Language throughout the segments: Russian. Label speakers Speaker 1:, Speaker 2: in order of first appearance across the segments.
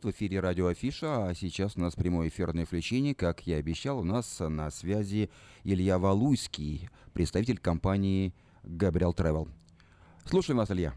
Speaker 1: в эфире радио Афиша, а сейчас у нас прямое эфирное включение. Как я и обещал, у нас на связи Илья Валуйский, представитель компании Gabriel Travel. Слушаем вас, Илья.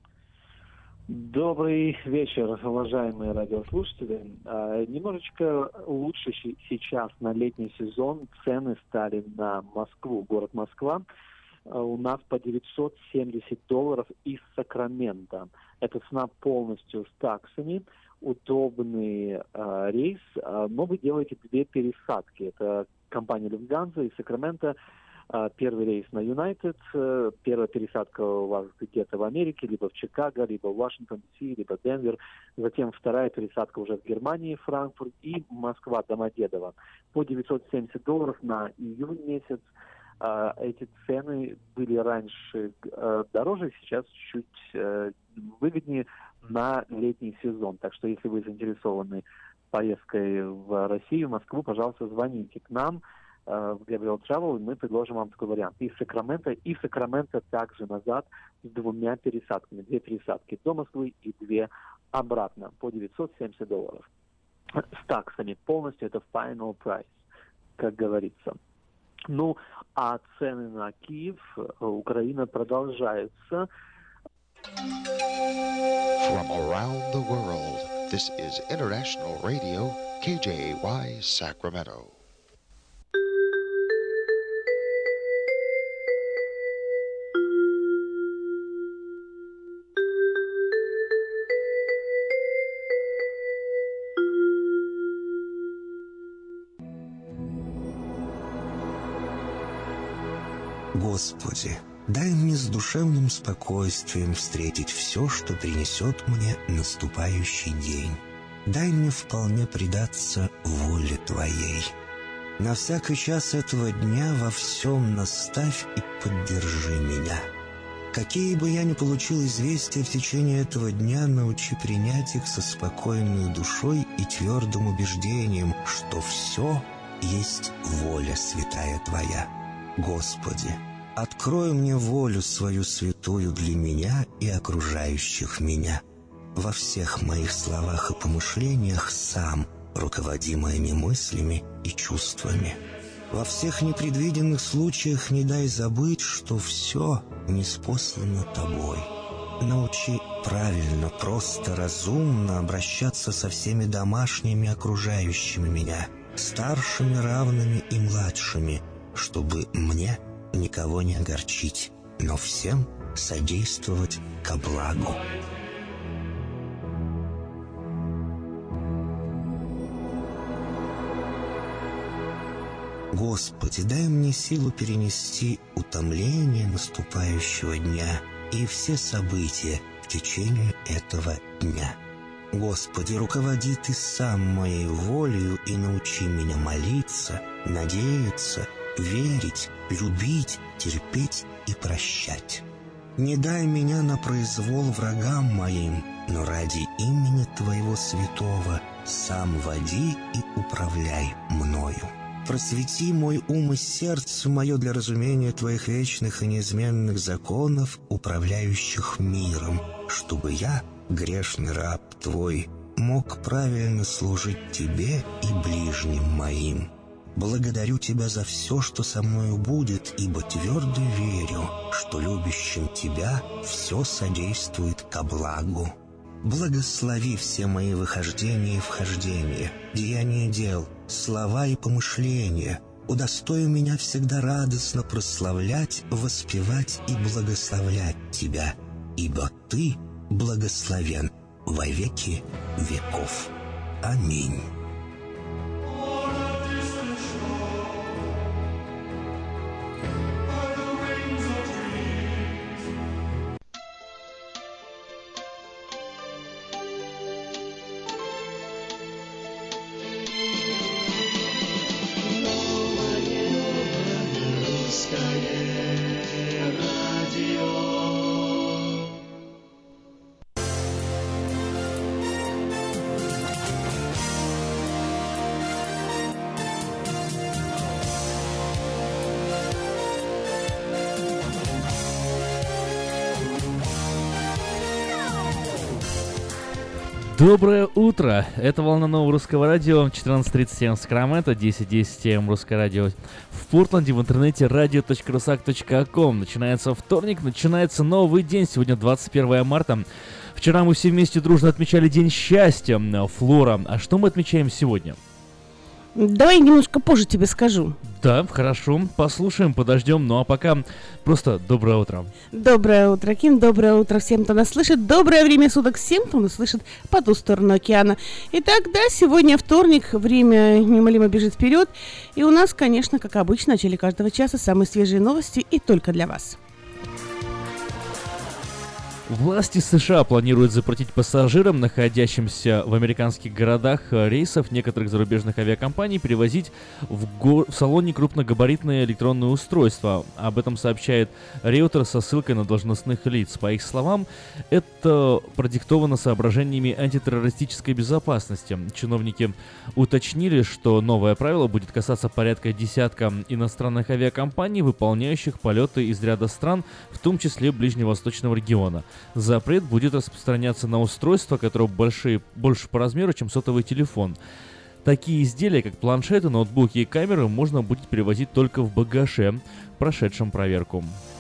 Speaker 2: Добрый вечер, уважаемые радиослушатели. Немножечко лучше сейчас на летний сезон цены стали на Москву, город Москва. У нас по $970 из Сакрамента. Это цена полностью с таксами, удобный рейс, но вы делаете 2 пересадки. Это компания Lufthansa из Сакрамента. Первый рейс на United, первая пересадка у вас где-то в Америке, либо в Чикаго, либо в Вашингтон, Ди-Си, либо Денвер. Затем вторая пересадка уже в Германии, Франкфурт и Москва, Домодедово. По $970 на июнь месяц. Эти цены были раньше дороже, сейчас чуть выгоднее на летний сезон. Так что если вы заинтересованы поездкой в Россию, в Москву, пожалуйста, звоните к нам в Gabriel Travel, и мы предложим вам такой вариант. Из Сакрамента также назад с 2 пересадками. 2 пересадки до Москвы и 2 обратно по $970. С таксами полностью это final price, как говорится. Ну, а цены на Киев, Украина продолжаются.
Speaker 3: From around the world, this is International Radio, KJY, Sacramento.
Speaker 4: Господи, дай мне с душевным спокойствием встретить все, что принесет мне наступающий день. Дай мне вполне предаться воле Твоей. На всякий час этого дня во всем наставь и поддержи меня. Какие бы я ни получил известия в течение этого дня, научи принять их со спокойной душой и твердым убеждением, что все есть воля святая Твоя. Господи, открой мне волю свою святую для меня и окружающих меня. Во всех моих словах и помышлениях сам руководи моими мыслями и чувствами. Во всех непредвиденных случаях не дай забыть, что все ниспослано Тобой. Научи правильно, просто, разумно обращаться со всеми домашними окружающими меня, старшими, равными и младшими, чтобы мне никого не огорчить, но всем содействовать ко благу. Господи, дай мне силу перенести утомление наступающего дня и все события в течение этого дня. Господи, руководи Ты сам моей волею и научи меня молиться, надеяться, верить, любить, терпеть и прощать. Не дай меня на произвол врагам моим, но ради имени Твоего святого сам води и управляй мною. Просвети мой ум и сердце мое для разумения Твоих вечных и неизменных законов, управляющих миром, чтобы я, грешный раб Твой, мог правильно служить Тебе и ближним моим. Благодарю Тебя за все, что со мною будет, ибо твердо верю, что любящим Тебя все содействует ко благу. Благослови все мои выхождения и вхождения, деяния дел, слова и помышления. Удостой меня всегда радостно прославлять, воспевать и благословлять Тебя, ибо Ты благословен во веки веков. Аминь.
Speaker 5: Доброе утро! Это волна нового русского радио, 14:37 Сакраменто, 10:10 русское радио в Портленде, в интернете radio.rusak.com. Начинается вторник, начинается новый день, сегодня 21 марта. Вчера мы все вместе дружно отмечали День счастья, Флора. А что мы отмечаем сегодня?
Speaker 6: Давай немножко позже тебе скажу.
Speaker 5: Да, хорошо, послушаем, подождем. Ну а пока просто доброе утро.
Speaker 6: Доброе утро, Ким, доброе утро всем, кто нас слышит. Доброе время суток всем, кто нас слышит по ту сторону океана. Итак, да, сегодня вторник, время неумолимо бежит вперед. И у нас, конечно, как обычно, в начале каждого часа самые свежие новости и только для вас.
Speaker 5: Власти США планируют запретить пассажирам, находящимся в американских городах, рейсов некоторых зарубежных авиакомпаний перевозить в салоне крупногабаритные электронные устройства. Об этом сообщает Reuters со ссылкой на должностных лиц. По их словам, это продиктовано соображениями антитеррористической безопасности. Чиновники уточнили, что новое правило будет касаться порядка десятка иностранных авиакомпаний, выполняющих полеты из ряда стран, в том числе ближневосточного региона. Запрет будет распространяться на устройства, которые больше по размеру, чем сотовый телефон. Такие изделия, как планшеты, ноутбуки и камеры, можно будет перевозить только в багаже, прошедшем проверку.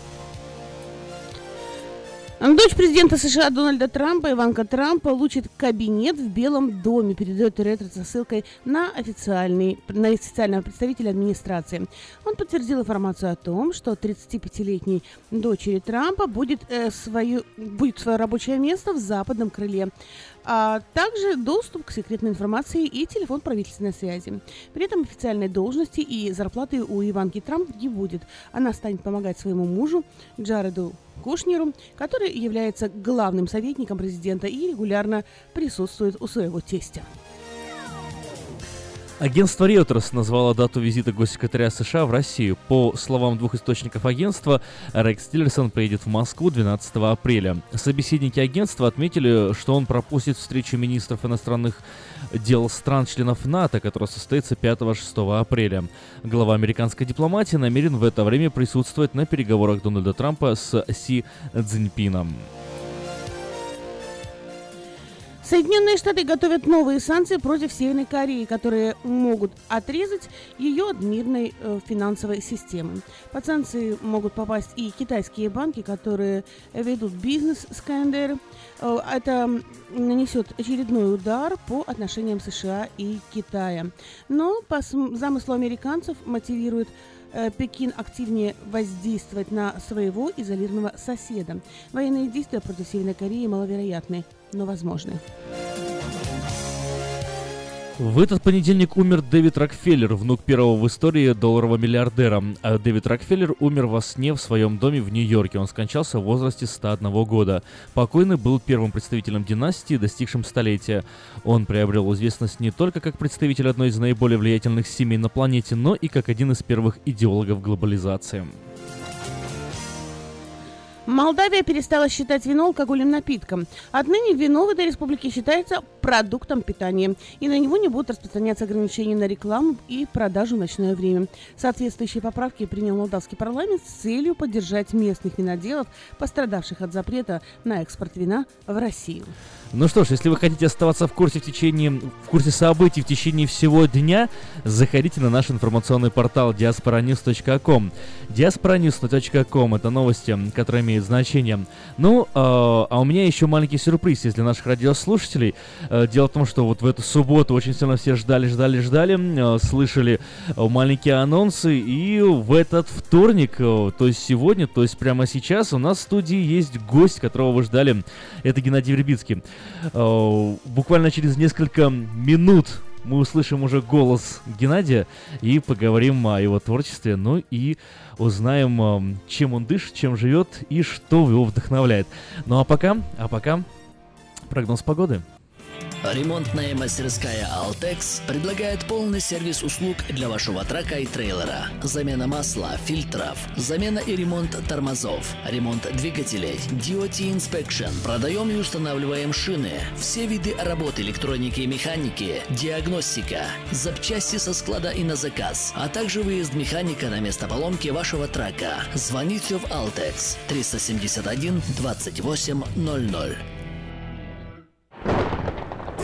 Speaker 6: Дочь президента США Дональда Трампа, Иванка Трамп, получит кабинет в Белом доме, передает Reuters со ссылкой на официального представителя администрации. Он подтвердил информацию о том, что 35-летней дочери Трампа будет свое рабочее место в западном крыле, а также доступ к секретной информации и телефон правительственной связи. При этом официальной должности и зарплаты у Иванки Трамп не будет. Она станет помогать своему мужу Джареду Кушнеру, который является главным советником президента и регулярно присутствует у своего тестя.
Speaker 5: Агентство Reuters назвало дату визита госсекретаря США в Россию. По словам двух источников агентства, Рекс Тиллерсон приедет в Москву 12 апреля. Собеседники агентства отметили, что он пропустит встречу министров иностранных дел стран-членов НАТО, которая состоится 5-6 апреля. Глава американской дипломатии намерен в это время присутствовать на переговорах Дональда Трампа с Си Цзиньпином.
Speaker 6: Соединенные Штаты готовят новые санкции против Северной Кореи, которые могут отрезать ее от мирной финансовой системы. Под санкции могут попасть и китайские банки, которые ведут бизнес с КНДР. Это нанесет очередной удар по отношениям США и Китая. Но по замыслу американцев мотивирует Пекин активнее воздействовать на своего изолированного соседа. Военные действия против Северной Кореи маловероятны, но возможны.
Speaker 5: В этот понедельник умер Дэвид Рокфеллер, внук первого в истории долларового миллиардера. А Дэвид Рокфеллер умер во сне в своем доме в Нью-Йорке. Он скончался в возрасте 101 года. Покойный был первым представителем династии, достигшим столетия. Он приобрел известность не только как представитель одной из наиболее влиятельных семей на планете, но и как один из первых идеологов глобализации.
Speaker 6: Молдавия перестала считать вино алкогольным напитком. Отныне вино в этой республике считается продуктом питания, и на него не будут распространяться ограничения на рекламу и продажу в ночное время. Соответствующие поправки принял молдавский парламент с целью поддержать местных виноделов, пострадавших от запрета на экспорт вина в Россию.
Speaker 5: Ну что ж, если вы хотите оставаться в курсе событий в течение всего дня, заходите на наш информационный портал diasporanews.com. diasporanews.com — это новости, которые имеют значение. Ну, а у меня еще маленький сюрприз есть для наших радиослушателей. Дело в том, что вот в эту субботу очень сильно все ждали, слышали маленькие анонсы, и в этот вторник, то есть сегодня, то есть прямо сейчас у нас в студии есть гость, которого вы ждали. Это Геннадий Вербицкий. Буквально через несколько минут мы услышим уже голос Геннадия и поговорим о его творчестве, ну и узнаем, чем он дышит, чем живет и что его вдохновляет. Ну а пока прогноз погоды.
Speaker 7: Ремонтная мастерская Altex предлагает полный сервис услуг для вашего трака и трейлера. Замена масла, фильтров, замена и ремонт тормозов, ремонт двигателей, DOT Inspection. Продаем и устанавливаем шины, все виды работы электроники и механики, диагностика, запчасти со склада и на заказ, а также выезд механика на место поломки вашего трака. Звоните в Altex 371 28 00.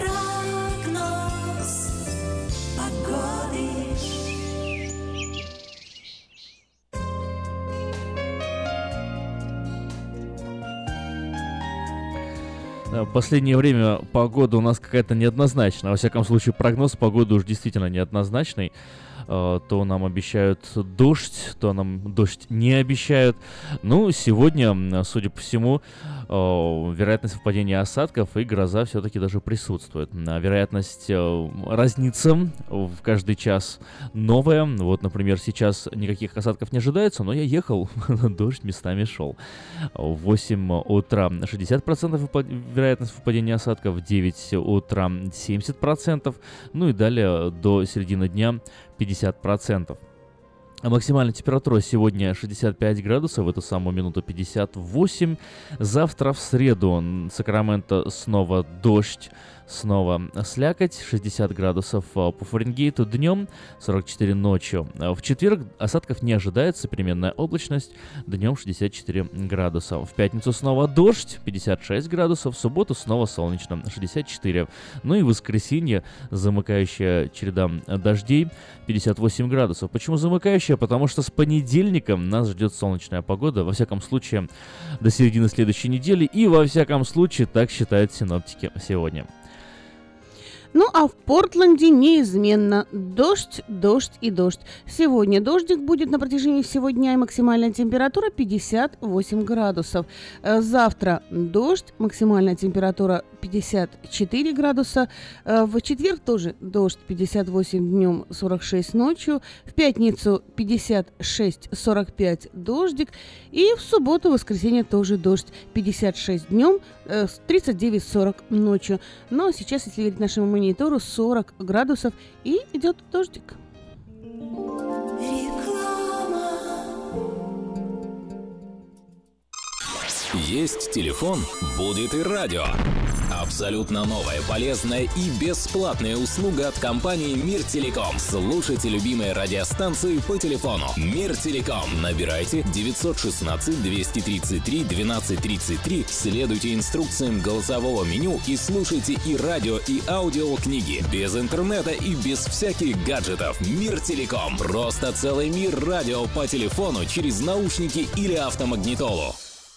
Speaker 5: Последнее время погода у нас какая-то неоднозначная. Во всяком случае, прогноз погоды уж действительно неоднозначный. То нам обещают дождь, то нам дождь не обещают. Ну, сегодня, судя по всему, вероятность выпадения осадков и гроза все-таки даже присутствует. Вероятность разнится в каждый час новая. Вот, например, сейчас никаких осадков не ожидается, но я ехал, дождь местами шел. В 8 утра 60% вероятность выпадения осадков, в 9 утра 70%, ну и далее до середины дня 50%. А максимальная температура сегодня 65 градусов, в эту самую минуту 58. Завтра в среду Сакраменто снова дождь, снова слякоть, 60 градусов по Фаренгейту днем, 44 ночью. В четверг осадков не ожидается, переменная облачность, днем 64 градуса. В пятницу снова дождь, 56 градусов, в субботу снова солнечно, 64. Ну и в воскресенье замыкающая череда дождей, 58 градусов. Почему замыкающая? Потому что с понедельником нас ждет солнечная погода, во всяком случае, до середины следующей недели, и во всяком случае, так считают синоптики сегодня.
Speaker 6: Ну а в Портленде неизменно дождь, дождь и дождь. Сегодня дождик будет на протяжении всего дня и максимальная температура 58 градусов. Завтра дождь, максимальная температура 54 градуса. В четверг тоже дождь, 58 днем, 46 ночью. В пятницу 56-45 дождик. И в субботу, воскресенье тоже дождь, 56 днем, 39-40 ночью. Но сейчас, если верить нашему монитору, 40 градусов и идет дождик.
Speaker 8: Есть телефон, будет и радио. Абсолютно новая, полезная и бесплатная услуга от компании Мир Телеком. Слушайте любимые радиостанции по телефону. Мир Телеком. Набирайте 916-233-1233, следуйте инструкциям голосового меню и слушайте и радио, и аудиокниги. Без интернета и без всяких гаджетов. Мир Телеком. Просто целый мир радио по телефону через наушники или автомагнитолу.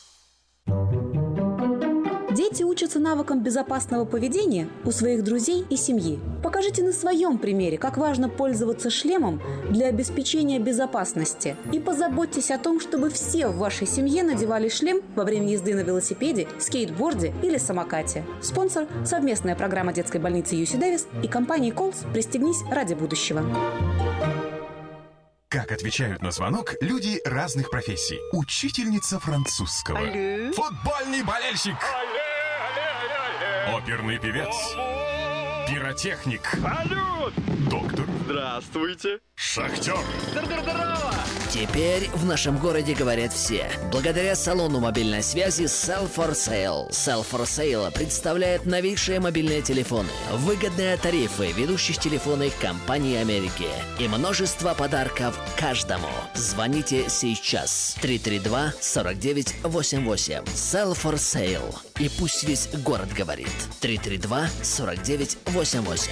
Speaker 9: Дети учатся навыкам безопасного поведения у своих друзей и семьи. Покажите на своем примере, как важно пользоваться шлемом для обеспечения безопасности. И позаботьтесь о том, чтобы все в вашей семье надевали шлем во время езды на велосипеде, скейтборде или самокате. Спонсор – совместная программа детской больницы UC Дэвис и компании Колс «Пристегнись ради будущего».
Speaker 10: Как отвечают на звонок люди разных профессий. Учительница французского.
Speaker 11: Алле.
Speaker 10: Футбольный болельщик.
Speaker 11: Алле.
Speaker 10: Оперный певец. Пиротехник.
Speaker 11: Салют.
Speaker 10: Доктор.
Speaker 11: Здравствуйте.
Speaker 10: Шахтер.
Speaker 11: Здорово.
Speaker 7: Теперь в нашем городе говорят все. Благодаря салону мобильной связи Cell for Sale. Cell for Sale представляет новейшие мобильные телефоны, выгодные тарифы ведущих телефонных компаний Америки и множество подарков каждому. Звоните сейчас. 332-4988. Cell for Sale. И пусть весь город говорит. 332-4988.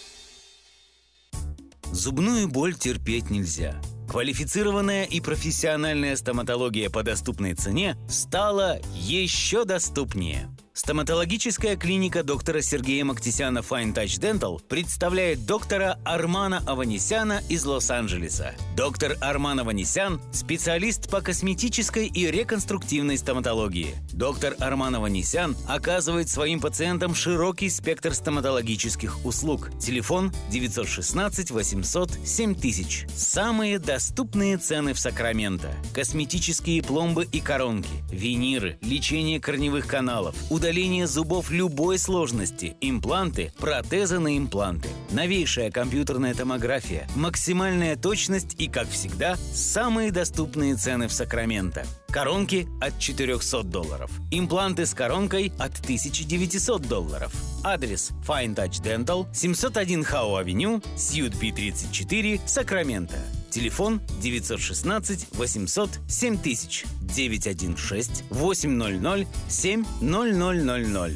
Speaker 12: Зубную боль терпеть нельзя. Квалифицированная и профессиональная стоматология по доступной цене стала еще доступнее. Стоматологическая клиника доктора Сергея Мактисяна Fine Touch Dental представляет доктора Армана Аванесяна из Лос-Анджелеса. Доктор Арман Аванесян – специалист по косметической и реконструктивной стоматологии. Доктор Арман Аванесян оказывает своим пациентам широкий спектр стоматологических услуг. Телефон 916 800 7000. Самые доступные цены в Сакраменто. Косметические пломбы и коронки, виниры, лечение корневых каналов, удаление зубов любой сложности, импланты, протезы на импланты, новейшая компьютерная томография, максимальная точность и, как всегда, самые доступные цены в Сакраменто. Коронки от $400, импланты с коронкой от $1900. Адрес Fine Touch Dental, 701 Хау-авеню, Сьют Пи-34, Сакраменто. Телефон 916 800 7000 916 800 7000.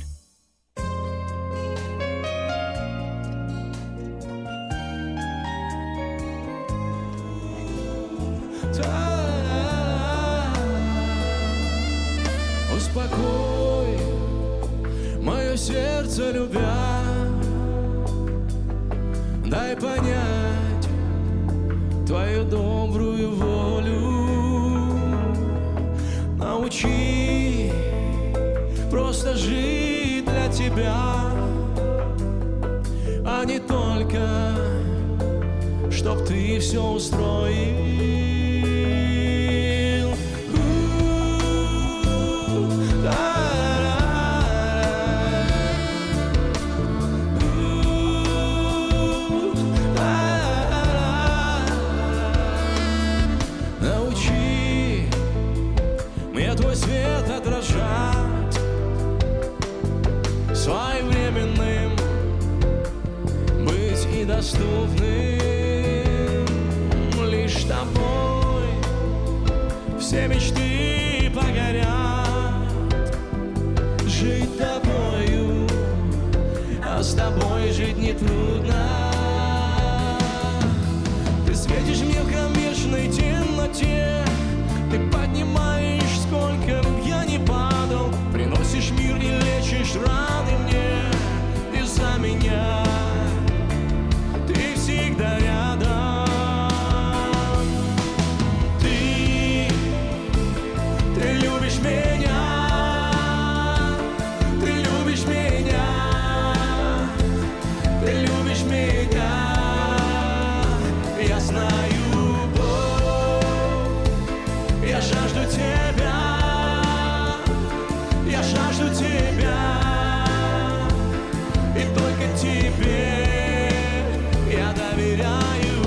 Speaker 13: Успокой мою сердце любя, дай понять твою добрую волю, научи просто жить для тебя, а не только, чтоб ты все устроил. Научи мне твой свет отражать своевременным, быть и доступным. Лишь тобой все мечты погорят. Жить тобою, а с тобой жить нетрудно. Ты светишь мне в кромешной темноте, ты поднимаешь, сколько б я не падал, приносишь мир и лечишь раны мне. Ты за меня, ты всегда рядом. Ты любишь меня, ты любишь меня, ты любишь меня. Я знаю, Бог, я жажду тебя, я жажду тебя, и только тебе я доверяю.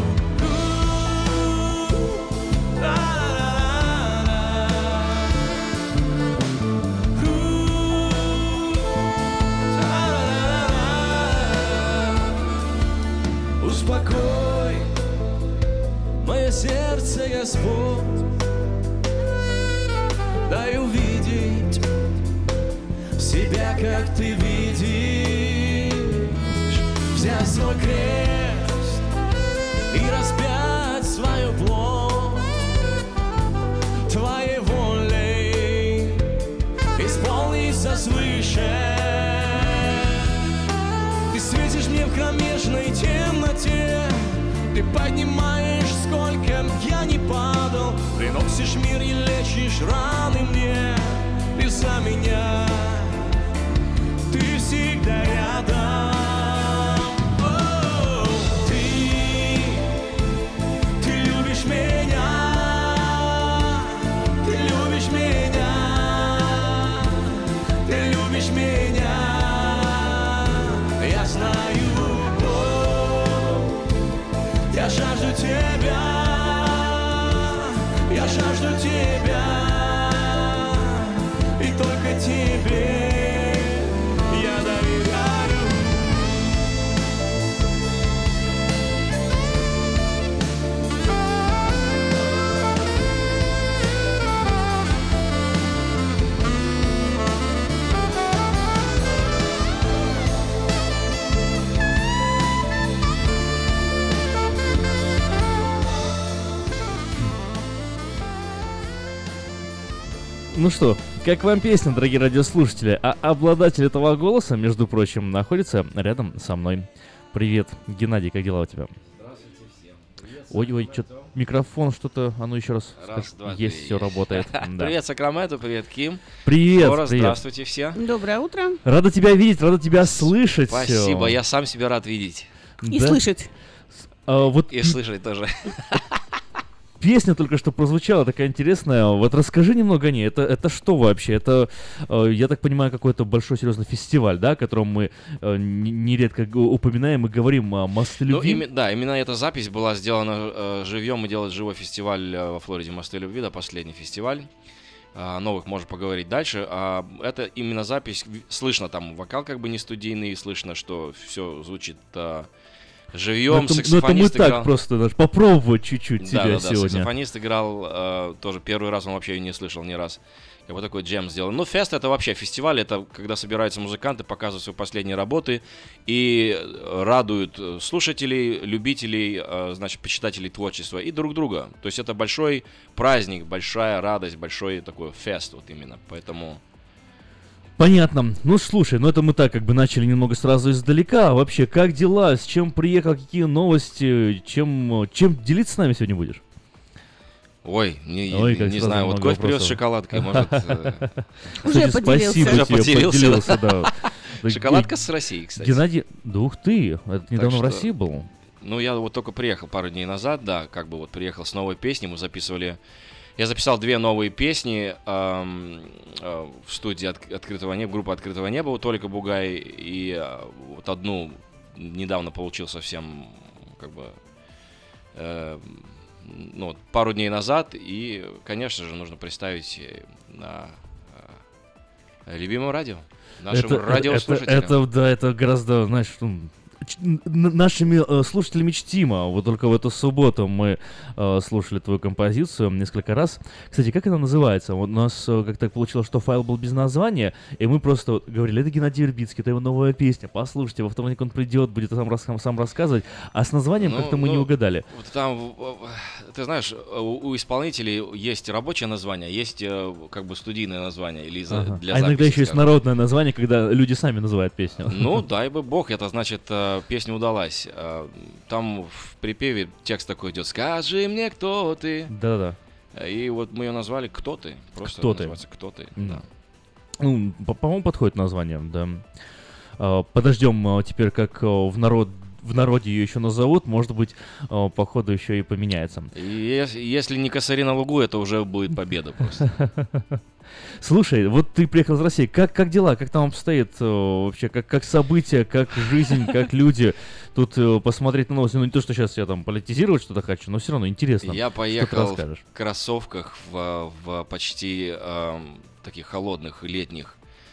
Speaker 13: Успокой мое сердце, Господь, дай увидеть себя, как ты видишь, взять свой крест и распять свою плоть твоей волей, исполниться свыше. Ты светишь мне в кромешной темноте, ты поднимаешь, сколько б я не падал, приносишь мир и лечишь раны мне. Ты за меня, ты всегда рядом. О, ты любишь меня, ты любишь меня, ты любишь меня. Я знаю, Бог, я жажду тебя, я жажду тебя, и только тебе я доверяю.
Speaker 5: Ну что, как вам песня, дорогие радиослушатели? А обладатель этого голоса, между прочим, находится рядом со мной. Привет, Геннадий, как дела у тебя?
Speaker 14: Здравствуйте всем.
Speaker 5: Ой, что-то микрофон, что-то, а ну еще раз.
Speaker 14: Раз, два,
Speaker 5: есть,
Speaker 14: три.
Speaker 5: все работает. Да.
Speaker 14: Привет, Сакраменто, привет, Ким.
Speaker 5: Привет,
Speaker 14: Лора,
Speaker 5: привет.
Speaker 14: Здравствуйте все.
Speaker 6: Доброе утро.
Speaker 5: Рада тебя видеть, рада тебя слышать.
Speaker 14: Спасибо, я сам себя рад видеть.
Speaker 6: И слышать.
Speaker 14: И слышать тоже.
Speaker 5: Песня только что прозвучала, такая интересная. Вот расскажи немного о ней. Это что вообще? Это, я так понимаю, какой-то большой серьезный фестиваль, да, о котором мы нередко упоминаем и говорим о «Мосты любви».
Speaker 14: Да, именно эта запись была сделана живьем. Мы делали живой фестиваль во Флориде «Мосты любви», да, последний фестиваль. О новых можно поговорить дальше. Это именно запись. Слышно там вокал как бы не студийный, слышно, что все звучит... живьем, саксофонист
Speaker 5: это мы
Speaker 14: играл.
Speaker 5: Так просто попробовать чуть-чуть тебя сегодня.
Speaker 14: Саксофонист играл тоже первый раз, он вообще не слышал ни раз. Как бы такой джем сделан. Ну, фест — это вообще фестиваль, это когда собираются музыканты, показывают свои последние работы и радуют слушателей, любителей, значит, почитателей творчества и друг друга. То есть это большой праздник, большая радость, большой такой фест вот именно, поэтому...
Speaker 5: Понятно. Ну, слушай, это мы так как бы начали немного сразу издалека. А вообще, как дела? С чем приехал? Какие новости? Чем делиться с нами сегодня будешь?
Speaker 14: Ой, не знаю, вот гость привез с шоколадкой, может...
Speaker 6: Уже
Speaker 14: поделился. Шоколадка с России, кстати.
Speaker 5: Геннадий, да ух ты, это недавно в России был?
Speaker 14: Ну, я вот только приехал пару дней назад, да, как бы вот приехал с новой песней, мы записывали... Я записал 2 новые песни в студии «Открытого неба», группа «Открытого неба» у Толика Бугай, и вот одну недавно получил совсем, как бы... пару дней назад, и, конечно же, нужно представить на любимом радио, нашим радиослушателям.
Speaker 5: Это гораздо, знаешь, нашими слушателями чтимо. Вот только в эту субботу мы слушали твою композицию несколько раз. Кстати, как она называется? Вот у нас как-то получилось, что файл был без названия, и мы просто говорили, это Геннадий Вербицкий, это его новая песня, послушайте, во вторник он придет, будет сам рассказывать, а с названием как-то мы не угадали.
Speaker 14: Вот там, ты знаешь, у исполнителей есть рабочее название, есть как бы студийное название или для записи.
Speaker 5: А иногда еще есть народное название, когда люди сами называют песню.
Speaker 14: Ну, дай бы бог, это значит, песня удалась. Там в припеве текст такой идет: «Скажи мне, кто ты».
Speaker 5: Да-да.
Speaker 14: И вот мы ее назвали «Кто ты». Просто
Speaker 5: «Кто
Speaker 14: называется «Кто ты».
Speaker 5: Да. Ну, по-моему, подходит название, да. Подождем теперь, как в народе ее еще назовут, может быть, по ходу еще и поменяется.
Speaker 14: Если не «Косари на лугу», это уже будет победа просто.
Speaker 5: Слушай, вот ты приехал из России, как дела, как там обстоит вообще, как события, как жизнь, как люди? Тут посмотреть на новости, ну не то, что сейчас я там политизировать что-то хочу, но все равно интересно.
Speaker 14: Я поехал в кроссовках в почти таких холодных летних.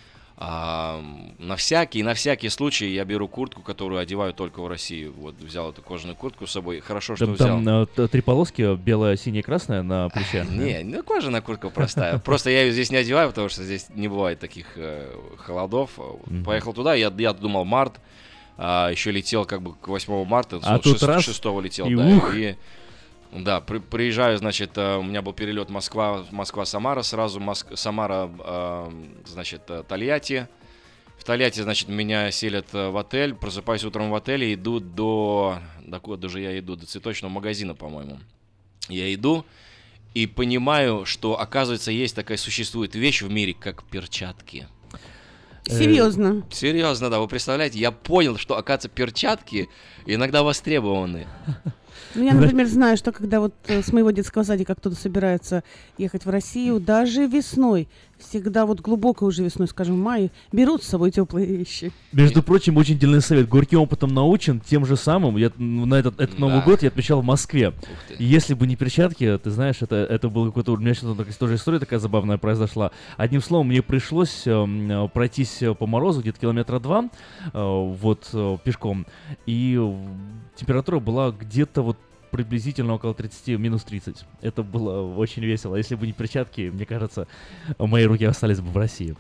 Speaker 14: На всякий случай я беру куртку, которую одеваю только в России. Вот взял эту кожаную куртку с собой. Хорошо, что взял.
Speaker 5: Там 3 полоски, белая, синяя, красная на плече.
Speaker 14: Не, кожаная куртка простая. Просто я ее здесь не одеваю, потому что здесь не бывает таких холодов. Поехал туда, я думал март. Еще летел как бы к 8 марта.
Speaker 5: А тут
Speaker 14: 6 летел, да. Да, приезжаю, значит, у меня был перелет Москва-Самара, сразу Самара, значит, Тольятти. В Тольятти, значит, меня селят в отель, просыпаюсь утром в отеле, иду до куда же я иду? До цветочного магазина, по-моему. Я иду и понимаю, что, оказывается, существует вещь в мире, как перчатки.
Speaker 6: Серьезно?
Speaker 14: Серьезно, да, вы представляете, я понял, что, оказывается, перчатки иногда востребованы.
Speaker 6: Ну, я, например, знаю, что когда вот с моего детского садика кто-то собирается ехать в Россию, даже весной, всегда вот глубокой уже весной, скажем, в мае, берут с собой теплые вещи.
Speaker 5: Между прочим, очень дельный совет. Горьким опытом научен тем же самым. Я на этот Новый год я отмечал в Москве. Если бы не перчатки, ты знаешь, это был какой-то... У меня что-то тоже история такая забавная произошла. Одним словом, мне пришлось пройтись по морозу где-то 2 километра, вот, пешком. И температура была где-то вот приблизительно около 30, минус 30. Это было очень весело. Если бы не перчатки, мне кажется, мои руки остались бы в России.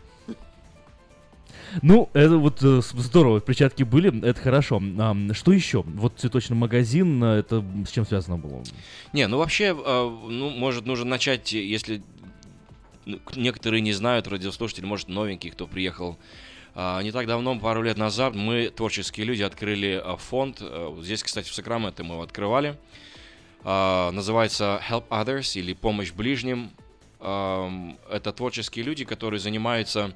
Speaker 5: Ну, это вот здорово, перчатки были, это хорошо. Что еще? Вот цветочный магазин, это с чем связано было?
Speaker 14: Не, ну вообще, может, нужно начать, если некоторые не знают, радиослушатели, может, новенькие, кто приехал. Не так давно, пару лет назад, мы, творческие люди, открыли фонд. Здесь, кстати, в Сакраменто мы его открывали. Называется Help Others или Помощь ближним. Это творческие люди, которые занимаются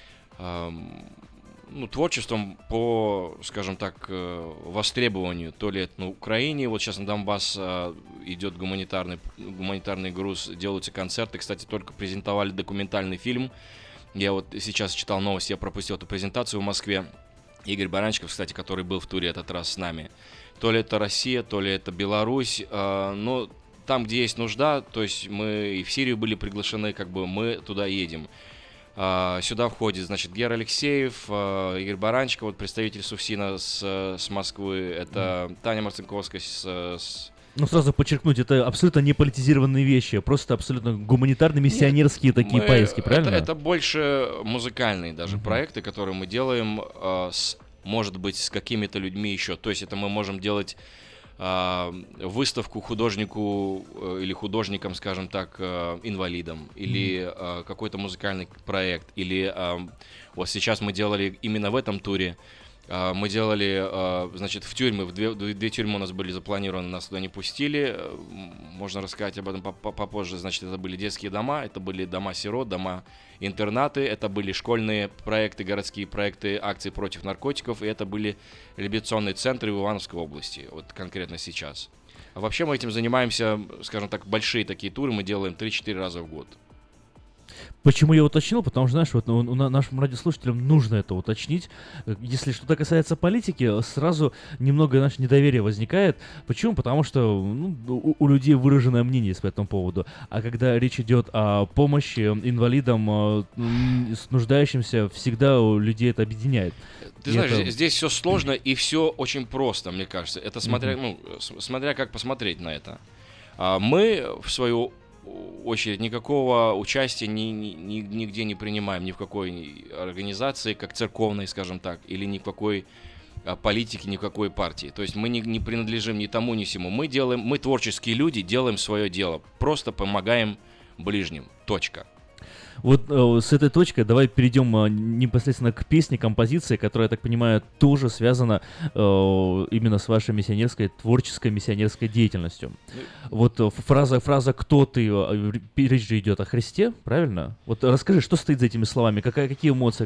Speaker 14: творчеством по, скажем так, востребованию. То ли это на Украине, вот сейчас на Донбасс идет гуманитарный груз, делаются концерты. Кстати, только презентовали документальный фильм. Я вот сейчас читал новости, я пропустил эту презентацию в Москве. Игорь Баранчиков, кстати, который был в туре этот раз с нами. То ли это Россия, то ли это Беларусь. Но там, где есть нужда, то есть мы и в Сирию были приглашены, как бы мы туда едем. Сюда входит, значит, Гера Алексеев, Игорь Баранчиков, вот представитель Суфсина с Москвы. Это Таня Марцинковская
Speaker 5: Ну, сразу подчеркнуть, это абсолютно не политизированные вещи, просто абсолютно гуманитарные, миссионерские такие поездки, правильно?
Speaker 14: Это больше музыкальные даже проекты, которые мы делаем, может быть, с какими-то людьми еще. То есть это мы можем делать выставку художнику или художникам, скажем так, инвалидам, или какой-то музыкальный проект, или вот сейчас мы делали именно в этом туре, мы делали, значит, в тюрьмы, две тюрьмы у нас были запланированы, нас туда не пустили, можно рассказать об этом попозже. Значит, это были детские дома, это были дома-сирот, дома-интернаты, это были школьные проекты, городские проекты, акции против наркотиков, и это были реабилитационные центры в Ивановской области, вот конкретно сейчас. А вообще мы этим занимаемся, скажем так, большие такие туры мы делаем 3-4 раза в год.
Speaker 5: Почему я уточнил? Потому что, знаешь, вот нашим радиослушателям нужно это уточнить. Если что-то касается политики, сразу немного, знаешь, недоверия возникает. Почему? Потому что у людей выраженное мнение по этому поводу. А когда речь идет о помощи инвалидам, нуждающимся, всегда у людей это объединяет.
Speaker 14: Ты знаешь, здесь все сложно и все очень просто, мне кажется. Это смотря, смотря как посмотреть на это. Мы, в свою очередь, никакого участия нигде не принимаем, ни в какой организации, как церковной, скажем так, или ни в какой политике, ни в какой партии. То есть мы не принадлежим ни тому, ни сему. Мы творческие люди, делаем свое дело, просто помогаем ближним. Точка.
Speaker 5: Вот с этой точкой давай перейдем непосредственно к песне, композиции, которая, я так понимаю, тоже связана именно с вашей миссионерской, творческой миссионерской деятельностью. Вот фраза «Кто ты?» речь же идет о Христе, правильно? Вот расскажи, что стоит за этими словами, какие эмоции,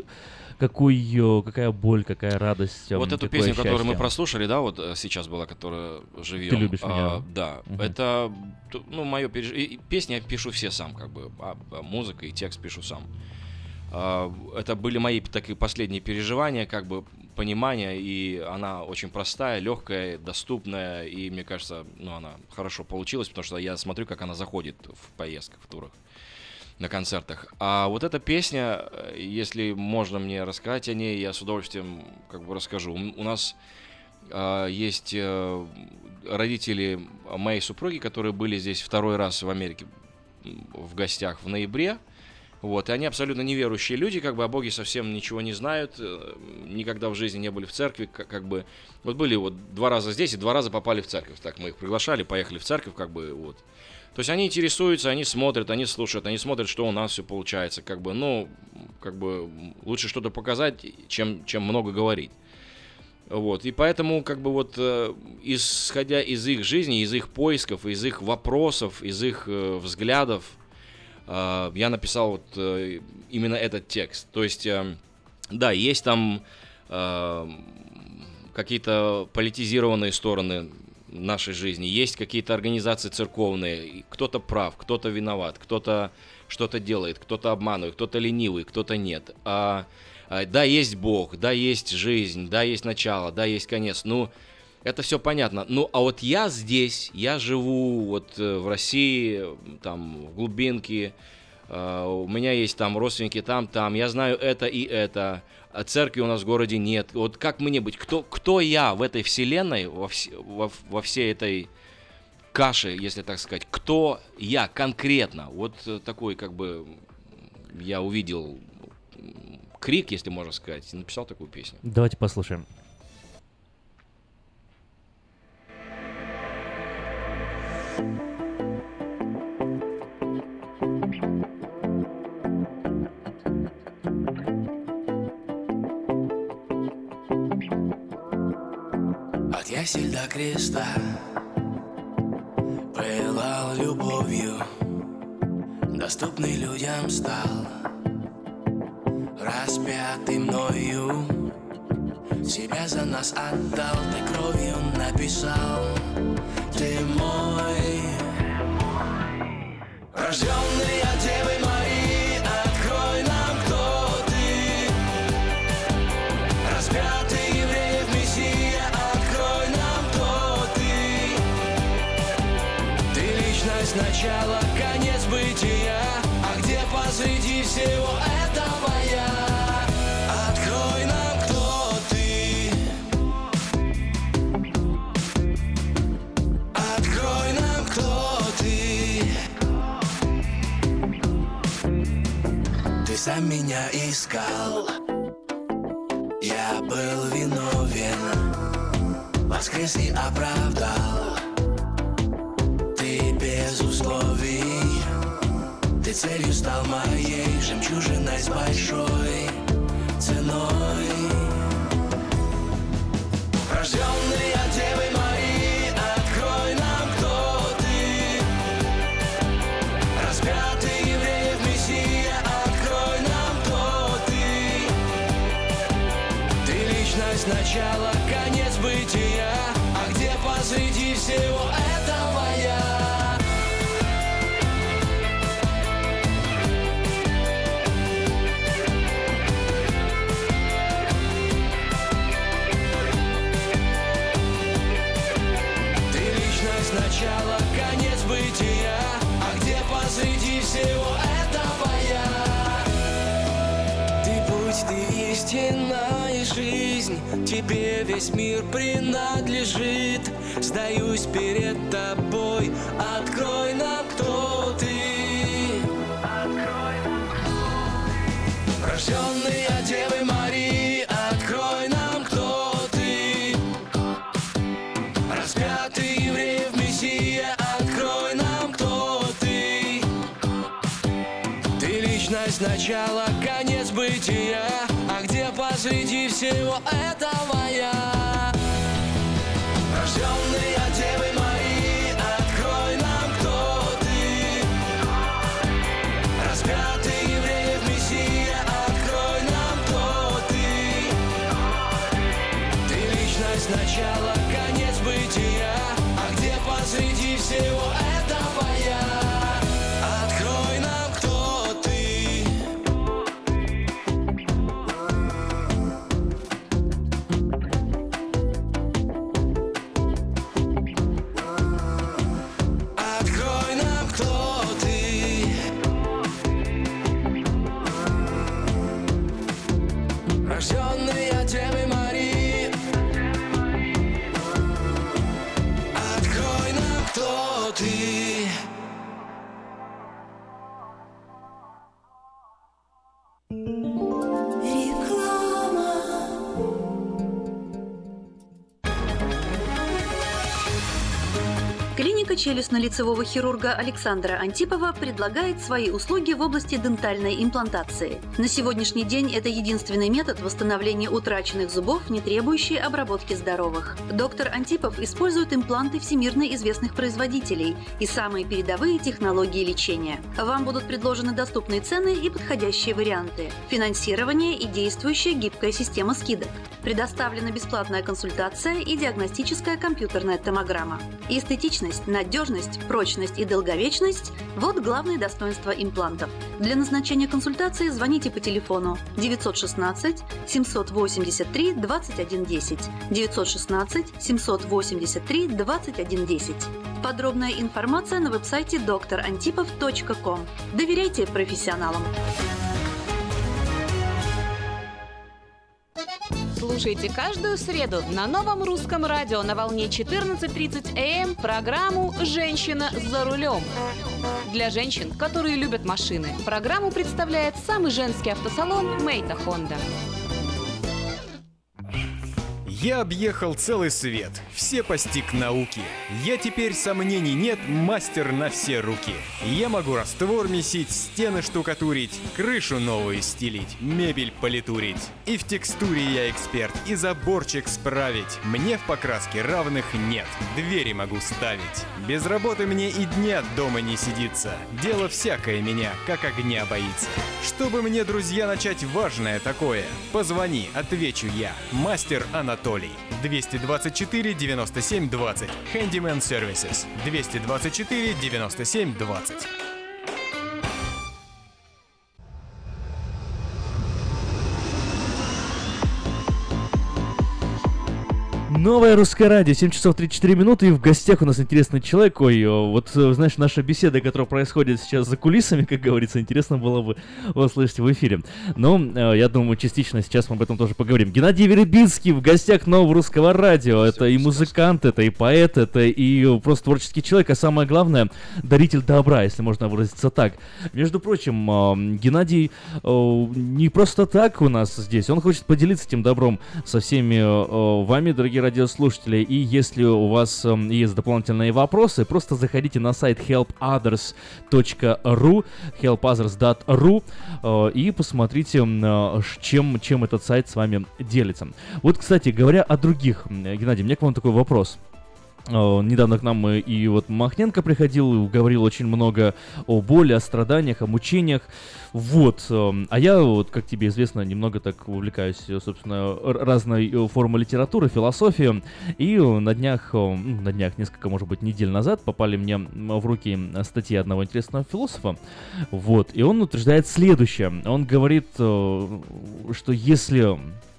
Speaker 5: какая боль, какая радость.
Speaker 14: Вот эту песню, которую мы прослушали, да, вот сейчас была, которая «Живьем».
Speaker 5: Ты любишь меня.
Speaker 14: Да, это, мое переживание. Песни я пишу все сам, как бы, музыка и текст пишу сам. Это были мои такие последние переживания, как бы, понимания, и она очень простая, легкая, доступная, и мне кажется, она хорошо получилась, потому что я смотрю, как она заходит в поездках, в турах, на концертах. А вот эта песня, если можно мне рассказать о ней, я с удовольствием как бы расскажу. У нас есть родители моей супруги, которые были здесь второй раз в Америке в гостях в ноябре. Вот, и они абсолютно неверующие люди, как бы о Боге совсем ничего не знают, никогда в жизни не были в церкви, как бы, вот были вот 2 раза здесь и 2 раза попали в церковь, так мы их приглашали, поехали в церковь, как бы, вот. То есть они интересуются, они смотрят, они слушают, они смотрят, что у нас все получается, как бы, лучше что-то показать, чем много говорить. Вот, и поэтому, как бы, вот, исходя из их жизни, из их поисков, из их вопросов, из их взглядов, я написал вот именно этот текст. То есть, да, есть там какие-то политизированные стороны нашей жизни, есть какие-то организации церковные, кто-то прав, кто-то виноват, кто-то что-то делает, кто-то обманывает, кто-то ленивый, кто-то нет. Да, есть Бог, да, есть жизнь, да, есть начало, да, есть конец. Это все понятно. А вот я здесь, я живу вот в России, там, в глубинке, у меня есть там родственники там, я знаю это и это, а церкви у нас в городе нет. Вот как мне быть? Кто я в этой вселенной, во всей этой каше, если так сказать? Кто я конкретно? Вот такой, как бы, я увидел крик, если можно сказать, и написал такую песню.
Speaker 5: Давайте послушаем.
Speaker 13: От ясель до креста пылал любовью, доступный людям стал, распятый мною, себя за нас отдал, ты кровью написал, ты мой, рожденный от Девы Марии, открой нам, кто ты, распятый евреев Мессия, открой нам, кто ты, ты личность, начало, конец бытия, а где посреди всего этого я, открой нам, кто ты, открой нам, кто ты, ты сам меня искал, я был виновен во воскрес и оправдал. Ты без условий, ты целью стал моей, жемчужиной с большой ценой. Рожденный от Девы Марии, открой нам, кто ты. Распятый евреев Мессия, открой нам, кто ты. Ты личность, начало, конец бытия, а где посреди всего этого я? Начало, конец бытия, а где посреди всего этого я? Ты путь, ты истина и жизнь, тебе весь мир принадлежит. Сдаюсь перед тобой, открой нам, кто ты. Рожденный от Девы Марии, открой нам, кто ты. Распятый евреев Мессия, открой нам, кто ты. Ты личность, начало, конец бытия, а где посреди всего этого я? Рожденный от Девы Марии, открой нам, кто ты. Распятый евреев Мессия, открой нам, кто ты. Ты личность, начало, конец бытия, а где посреди всего этого я? Открой нам, кто ты. Открой нам, кто ты. Рожденный от Девы Марии, открой нам, кто ты.
Speaker 15: Клиника челюстно-лицевого хирурга Александра Антипова предлагает свои услуги в области дентальной имплантации. На сегодняшний день это единственный метод восстановления утраченных зубов, не требующий обработки здоровых. Доктор Антипов использует импланты всемирно известных производителей и самые передовые технологии лечения. Вам будут предложены доступные цены и подходящие варианты. Финансирование и действующая гибкая система скидок. Предоставлена бесплатная консультация и диагностическая компьютерная томограмма. Эстетичность, надежность, прочность и долговечность – вот главные достоинства имплантов. Для назначения консультации звоните по телефону 916 783 2110, 916 783 2110. Подробная информация на веб-сайте drantipov.com. Доверяйте профессионалам.
Speaker 16: Слушайте каждую среду на Новом русском радио на волне 14:30 АМ программу «Женщина за рулем». Для женщин, которые любят машины, программу представляет самый женский автосалон «Мейта Хонда».
Speaker 17: Я объехал целый свет, все постиг науки. Я теперь, сомнений нет, мастер на все руки. Я могу раствор месить, стены штукатурить, крышу новую стелить, мебель политурить. И в текстуре я эксперт, и заборчик справить. Мне в покраске равных нет, двери могу ставить. Без работы мне и дня дома не сидится. Дело всякое меня, как огня боится. Чтобы мне, друзья, начать важное такое, позвони, отвечу я. Мастер Анатолий. 224 97 20. Handyman Services. 224 97 20.
Speaker 5: Новое русское радио, 7 часов 34 минуты, и в гостях у нас интересный человек. Ой, вот, знаешь, наша беседа, которая происходит сейчас за кулисами, как говорится, интересно было бы услышать в эфире. Но, я думаю, частично сейчас мы об этом тоже поговорим. Геннадий Вербинский в гостях Нового русского радио. Это и музыкант, это и поэт, это и просто творческий человек, а самое главное, даритель добра, если можно выразиться так. Между прочим, Геннадий не просто так у нас здесь, он хочет поделиться этим добром со всеми вами, дорогие радиослушатели. радиослушатели. И если у вас есть дополнительные вопросы, просто заходите на сайт helpothers.ru, helpothers.ru, и посмотрите, чем этот сайт с вами делится. Вот, кстати, говоря о других, Геннадий, у меня к вам такой вопрос. Недавно к нам и вот Махненко приходил, говорил очень много о боли, о страданиях, о мучениях. Вот. А я, вот, как тебе известно, немного так увлекаюсь, собственно, разной формой литературы, философией. И на днях, несколько, может быть, недель назад попали мне в руки статьи одного интересного философа. Вот. И он утверждает следующее. Он говорит, что если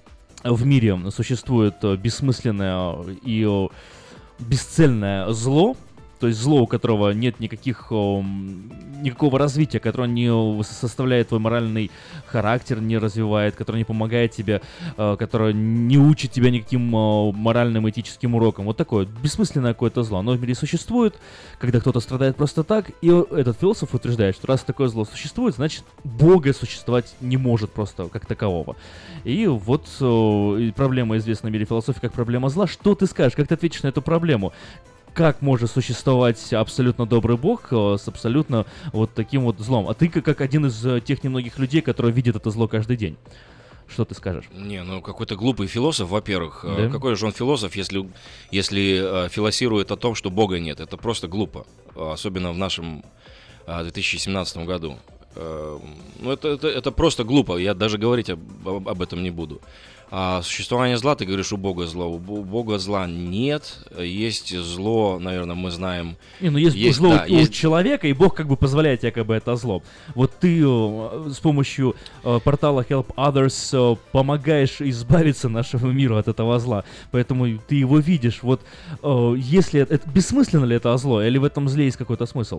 Speaker 5: в мире существует бессмысленное и бесцельное зло, то есть зло, у которого нет никакого развития, которое не составляет твой моральный характер, не развивает, которое не помогает тебе, которое не учит тебя никаким моральным, этическим урокам. Вот такое бессмысленное какое-то зло. Оно в мире существует, когда кто-то страдает просто так, и этот философ утверждает, что раз такое зло существует, значит, Бога существовать не может просто как такового. И вот проблема известна в мире философии как проблема зла. Что ты скажешь? Как ты ответишь на эту проблему? Как может существовать абсолютно добрый Бог с абсолютно вот таким вот злом? А ты как один из тех немногих людей, которые видят это зло каждый день. Что ты скажешь?
Speaker 14: Не, ну какой-то глупый философ, во-первых.
Speaker 5: Да?
Speaker 14: Какой же он философ, если философирует о том, что Бога нет? Это просто глупо. Особенно в нашем 2017 году. Ну это просто глупо. Я даже говорить об этом не буду. А существование зла, ты говоришь, у Бога зло. У Бога зла нет. Есть зло, наверное, мы знаем.
Speaker 5: Есть зло у человека, и Бог как бы позволяет якобы это зло. Вот ты с помощью портала Help Others помогаешь избавиться нашему миру от этого зла. Поэтому ты его видишь. Вот если это бессмысленно ли это зло, или в этом зле есть какой-то смысл?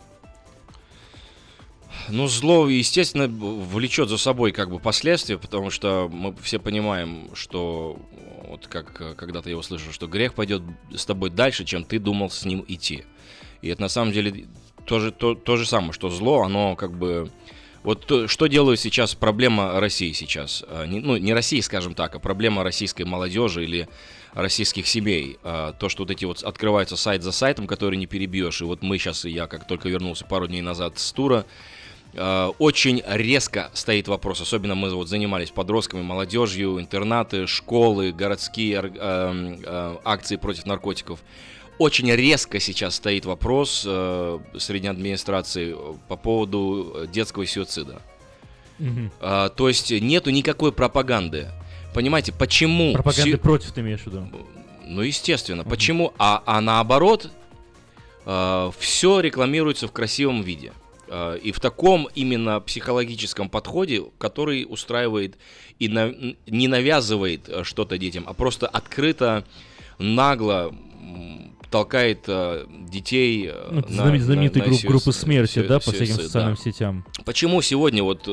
Speaker 14: Ну, зло, естественно, влечет за собой как бы последствия, потому что мы все понимаем, что, вот как когда-то я услышал, что грех пойдет с тобой дальше, чем ты думал с ним идти. И это на самом деле то же самое, что зло, оно как бы... Вот что делает сейчас проблема России сейчас? Не России, скажем так, а проблема российской молодежи или российских семей. То, что вот эти вот открываются сайт за сайтом, который не перебьешь. И вот мы сейчас, я как только вернулся пару дней назад с тура, очень резко стоит вопрос, особенно мы вот занимались подростками, молодежью, интернаты, школы, городские акции против наркотиков. Очень резко сейчас стоит вопрос среди администрации по поводу детского суицида. То есть нету никакой пропаганды. Понимаете, почему...
Speaker 5: Пропаганды против ты имеешь в виду?
Speaker 14: Ну, естественно. Почему? А наоборот, все рекламируется в красивом виде. И в таком именно психологическом подходе, который устраивает и не навязывает что-то детям, а просто открыто, нагло толкает детей
Speaker 5: на знаменитые группы смерти, да, по всяким социальным сетям.
Speaker 14: Почему сегодня вот...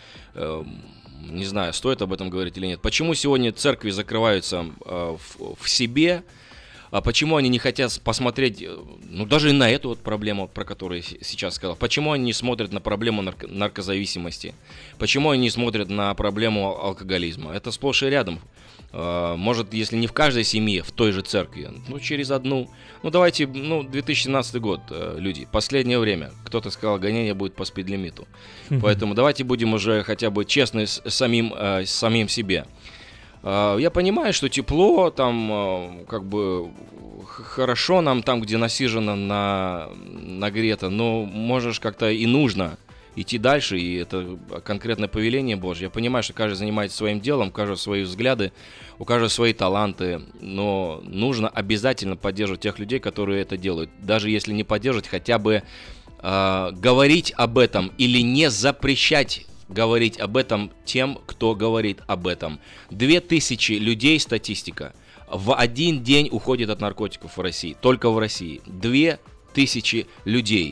Speaker 14: Не знаю, стоит об этом говорить или нет. Почему сегодня церкви закрываются в себе? А почему они не хотят посмотреть, ну, даже и на эту вот проблему, про которую я сейчас сказал? Почему они не смотрят на проблему наркозависимости? Почему они не смотрят на проблему алкоголизма? Это сплошь и рядом. Может, если не в каждой семье, в той же церкви, ну, через одну. Ну, давайте, 2017 год, люди, последнее время. Кто-то сказал, гонение будет по спидлимиту. Поэтому давайте будем уже хотя бы честны с самим себе. Я понимаю, что тепло, там как бы хорошо нам там, где насижено, нагрето, но можешь как-то и нужно идти дальше, и это конкретное повеление Божье. Я понимаю, что каждый занимается своим делом, у каждого свои взгляды, у каждого свои таланты, но нужно обязательно поддерживать тех людей, которые это делают. Даже если не поддерживать, хотя бы говорить об этом или не запрещать говорить об этом тем, кто говорит об этом. 2000 людей, статистика, в один день уходит от наркотиков в России. Только в России. 2000 людей.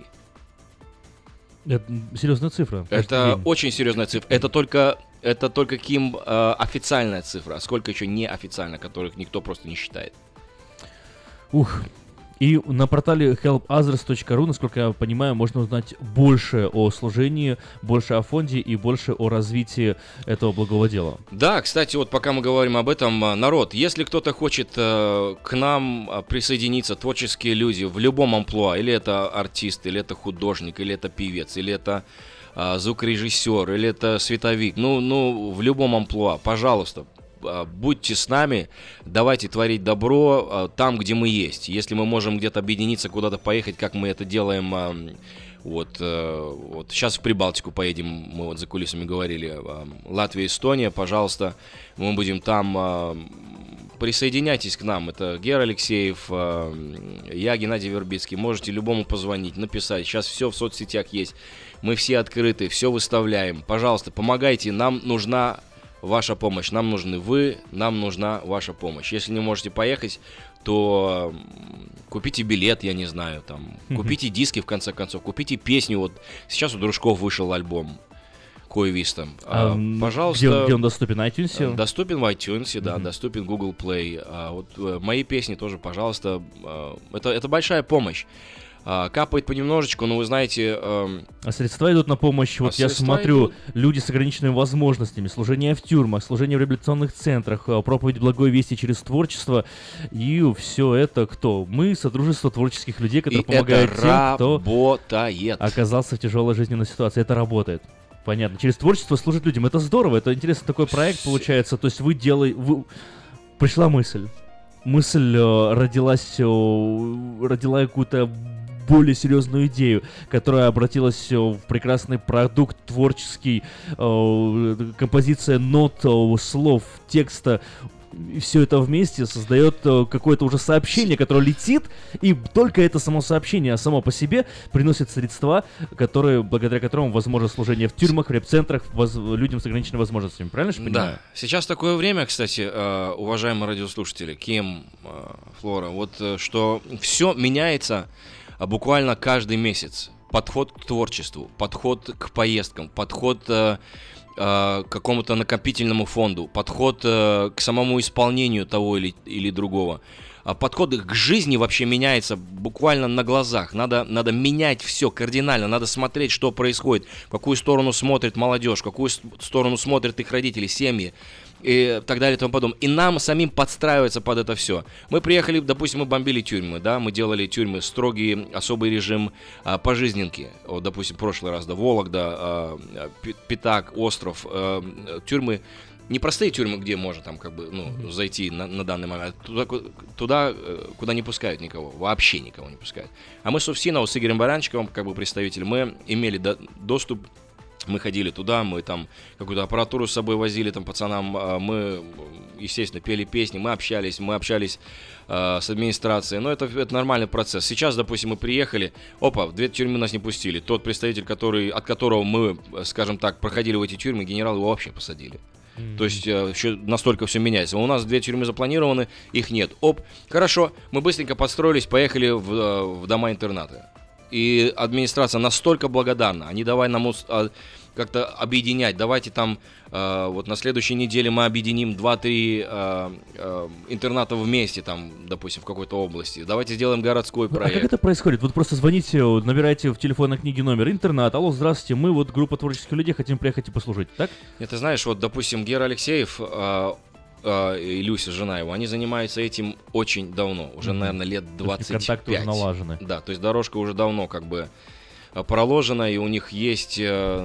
Speaker 5: Это серьезная цифра.
Speaker 14: Это очень серьезная цифра. Это только Ким официальная цифра. А сколько еще неофициально, которых никто просто не считает.
Speaker 5: Ух. И на портале helpothers.ru, насколько я понимаю, можно узнать больше о служении, больше о фонде и больше о развитии этого благого дела.
Speaker 14: Да, кстати, вот пока мы говорим об этом, народ, если кто-то хочет к нам присоединиться, творческие люди в любом амплуа, или это артист, или это художник, или это певец, или это звукорежиссер, или это световик, ну, в любом амплуа, пожалуйста, будьте с нами, давайте творить добро там, где мы есть. Если мы можем где-то объединиться, куда-то поехать, как мы это делаем, вот сейчас в Прибалтику поедем, мы вот за кулисами говорили, Латвия, Эстония, пожалуйста, мы будем там, присоединяйтесь к нам, это Гера Алексеев, я, Геннадий Вербицкий, можете любому позвонить, написать, сейчас все в соцсетях есть, мы все открыты, все выставляем, пожалуйста, помогайте, нам нужна ваша помощь, нам нужны вы, нам нужна ваша помощь. Если не можете поехать, то купите билет, я не знаю, там, купите диски, в конце концов, купите песню. Вот сейчас у Дружков вышел альбом Кой Виста. Пожалуйста.
Speaker 5: Где он доступен? На iTunes?
Speaker 14: Доступен в iTunes, да, доступен Google Play. Вот мои песни тоже, пожалуйста. Это большая помощь. Капает понемножечку, но вы знаете...
Speaker 5: А средства идут на помощь, вот я смотрю, люди с ограниченными возможностями, служение в тюрьмах, служение в реабилитационных центрах, проповедь благой вести через творчество, и все это кто? Мы, Содружество творческих людей, которые помогают тем, кто оказался в тяжелой жизненной ситуации. Это работает. Понятно. Через творчество служить людям. Это здорово, это интересный такой проект получается. То есть пришла мысль. Мысль родила какую-то более серьезную идею, которая обратилась в прекрасный продукт творческий, композиция нот, слов, текста. Все это вместе создает какое-то уже сообщение, которое летит, и только это само сообщение само по себе приносит средства, благодаря которым возможно служение в тюрьмах, в реп-центрах, людям с ограниченными возможностями. Правильно же понимаю?
Speaker 14: Да. Сейчас такое время, кстати, уважаемые радиослушатели, Ким, Флора, вот что все меняется буквально каждый месяц. Подход к творчеству, подход к поездкам, подход к какому-то накопительному фонду, подход к самому исполнению того или другого. Подход к жизни вообще меняется буквально на глазах. Надо менять все кардинально, надо смотреть, что происходит, в какую сторону смотрит молодежь, в какую сторону смотрят их родители, семьи. И так далее и тому подобное. И нам самим подстраиваться под это все. Мы приехали, допустим, мы бомбили тюрьмы, да, мы делали тюрьмы, строгий особый режим пожизненки. Вот, допустим, в прошлый раз, да, Вологда, Питак, Остров, тюрьмы, не простые тюрьмы, где можно там как бы, зайти на данный момент, туда, куда не пускают никого, вообще никого не пускают. А мы с Увсиновым, с Игорем Баранчиковым, как бы представитель, мы имели доступ. Мы ходили туда, мы там какую-то аппаратуру с собой возили там пацанам, мы, естественно, пели песни, мы общались с администрацией, но это нормальный процесс. Сейчас, допустим, мы приехали, в 2 тюрьмы нас не пустили. Тот представитель, от которого мы, скажем так, проходили в эти тюрьмы, генерал его вообще посадили. То есть еще настолько все меняется. У нас 2 тюрьмы запланированы, их нет. Хорошо, мы быстренько подстроились, поехали в дома-интернаты. И администрация настолько благодарна. Они давай нам как-то объединять. Давайте там вот на следующей неделе мы объединим 2-3 интерната вместе, там, допустим, в какой-то области. Давайте сделаем городской проект.
Speaker 5: А как это происходит? Вот просто звоните, набирайте в телефонной книге номер интернат. Алло, здравствуйте, мы вот группа творческих людей, хотим приехать и послужить, так?
Speaker 14: Это знаешь, вот, допустим, Гера Алексеев и Люся, жена его, они занимаются этим очень давно, уже, наверное, лет 25.
Speaker 5: Контакты уже налажены.
Speaker 14: Да, то есть дорожка уже давно как бы проложена, и у них есть,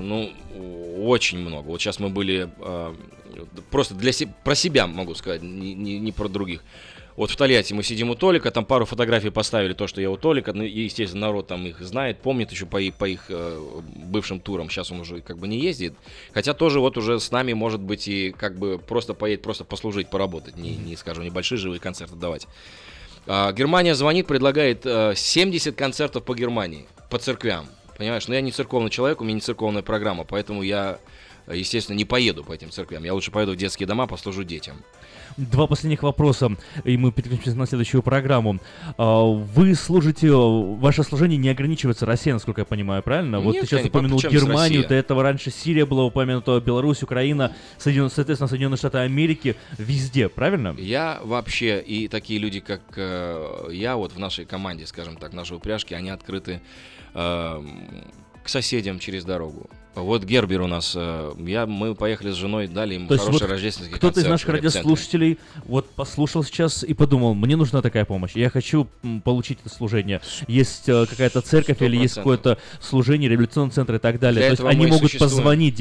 Speaker 14: очень много. Вот сейчас мы были, просто про себя могу сказать, не про других. Вот в Тольятти мы сидим у Толика, там пару фотографий поставили, то, что я у Толика, и, естественно, народ там их знает, помнит еще по их бывшим турам, сейчас он уже как бы не ездит, хотя тоже вот уже с нами, может быть, и как бы просто поедет, просто послужить, поработать, не скажем, небольшие живые концерты давать. Германия звонит, предлагает 70 концертов по Германии, по церквям, понимаешь, но я не церковный человек, у меня не церковная программа, поэтому я естественно, не поеду по этим церквям. Я лучше поеду в детские дома, послужу детям.
Speaker 5: 2 последних вопроса, и мы переключимся на следующую программу. Вы служите, ваше служение не ограничивается Россией, насколько я понимаю, правильно?
Speaker 14: Нет,
Speaker 5: вот ты сейчас упомянул Германию, до этого раньше Сирия была упомянута, Беларусь, Украина, соответственно, Соединенные Штаты Америки, везде, правильно?
Speaker 14: Я вообще, и такие люди, как я, вот в нашей команде, скажем так, нашей упряжки, они открыты к соседям через дорогу. Вот Гербер у нас, мы поехали с женой, дали им хороший рождественский концерт.
Speaker 5: Кто-то из наших радиослушателей вот послушал сейчас и подумал, мне нужна такая помощь, я хочу получить это служение. Есть какая-то церковь 100%. Или есть какое-то служение, революционный центр и так далее. То есть они могут позвонить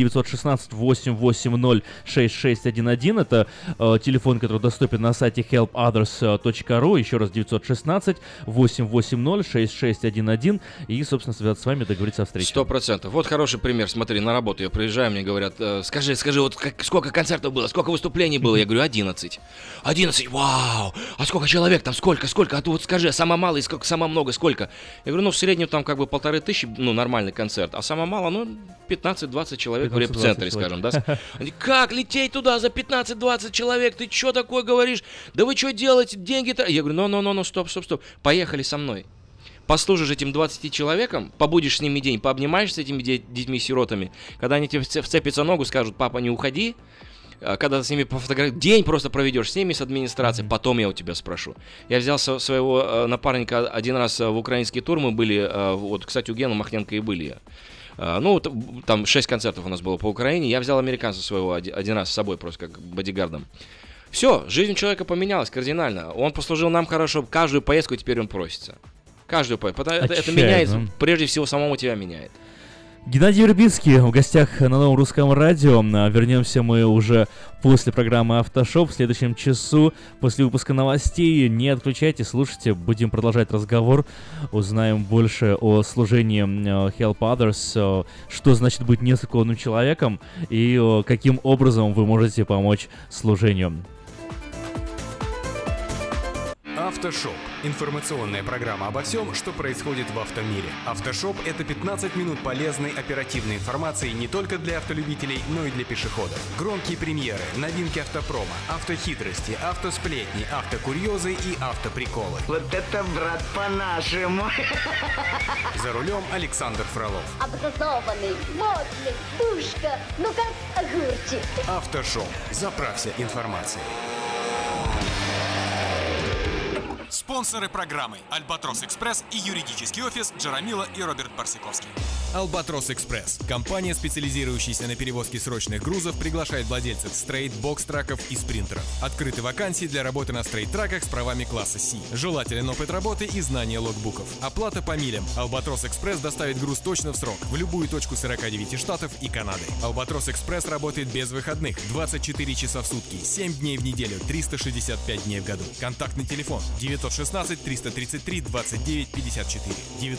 Speaker 5: 916-880-6611, это телефон, который доступен на сайте helpothers.ru, еще раз 916-880-6611, и, собственно, связаться с вами, договориться о встрече.
Speaker 14: 100%. Вот хороший пример. Смотри, на работу я приезжаю, мне говорят, скажи, вот сколько концертов было, сколько выступлений было? Я говорю, 11. 11, вау! А сколько человек там, сколько? А ты вот скажи, самое мало и сколько, самое много, сколько? Я говорю, в среднем там как бы 1500, нормальный концерт, а самое мало, 15-20 человек в репцентре, скажем, да? Они, как лететь туда за 15-20 человек? Ты что такое говоришь? Да вы что делаете? Деньги-то... Я говорю, стоп, поехали со мной. Послужишь этим 20 человекам, побудешь с ними день, пообнимаешься с этими детьми-сиротами, когда они тебе вцепятся ногу, скажут, папа, не уходи, когда с ними день просто проведешь с ними, с администрацией, потом я у тебя спрошу. Я взял своего напарника один раз в украинский тур, мы были, вот, кстати, у Гена Махненко и были. Там 6 концертов у нас было по Украине, я взял американца своего один раз с собой просто как бодигардом. Все, жизнь человека поменялась кардинально, он послужил нам хорошо, каждую поездку теперь он просится. Каждую поездку. Это меняет, прежде всего, самому тебя меняет.
Speaker 5: Геннадий Вербицкий в гостях на Новом Русском Радио. Вернемся мы уже после программы «Автошоп» в следующем часу, после выпуска новостей. Не отключайте, слушайте, будем продолжать разговор, узнаем больше о служении Help Others, что значит быть нецерковным человеком и каким образом вы можете помочь служению.
Speaker 17: Автошоп. Информационная программа обо всем, что происходит в автомире. Автошоп — это 15 минут полезной оперативной информации не только для автолюбителей, но и для пешеходов. Громкие премьеры, новинки автопрома, автохитрости, автосплетни, автокурьезы и автоприколы.
Speaker 18: Вот это, брат, по-нашему.
Speaker 17: За рулем Александр Фролов.
Speaker 19: Образованный, модный, пушка, ну как огурчик.
Speaker 17: Автошоп. Заправься информацией.
Speaker 20: Спонсоры программы «Альбатрос Экспресс» и юридический офис Джарамила и Роберт Барсиковский.
Speaker 17: «Альбатрос Экспресс» – компания, специализирующаяся на перевозке срочных грузов, приглашает владельцев стрейт, бокс-траков и спринтеров. Открыты вакансии для работы на стрейт-траках с правами класса C. Желателен опыт работы и знание логбуков. Оплата по милям. «Альбатрос Экспресс» доставит груз точно в срок, в любую точку 49 штатов и Канады. «Альбатрос Экспресс» работает без выходных, 24 часа в сутки, 7 дней в неделю, 365 дней в году. Контактный телефон 916-333-29-54.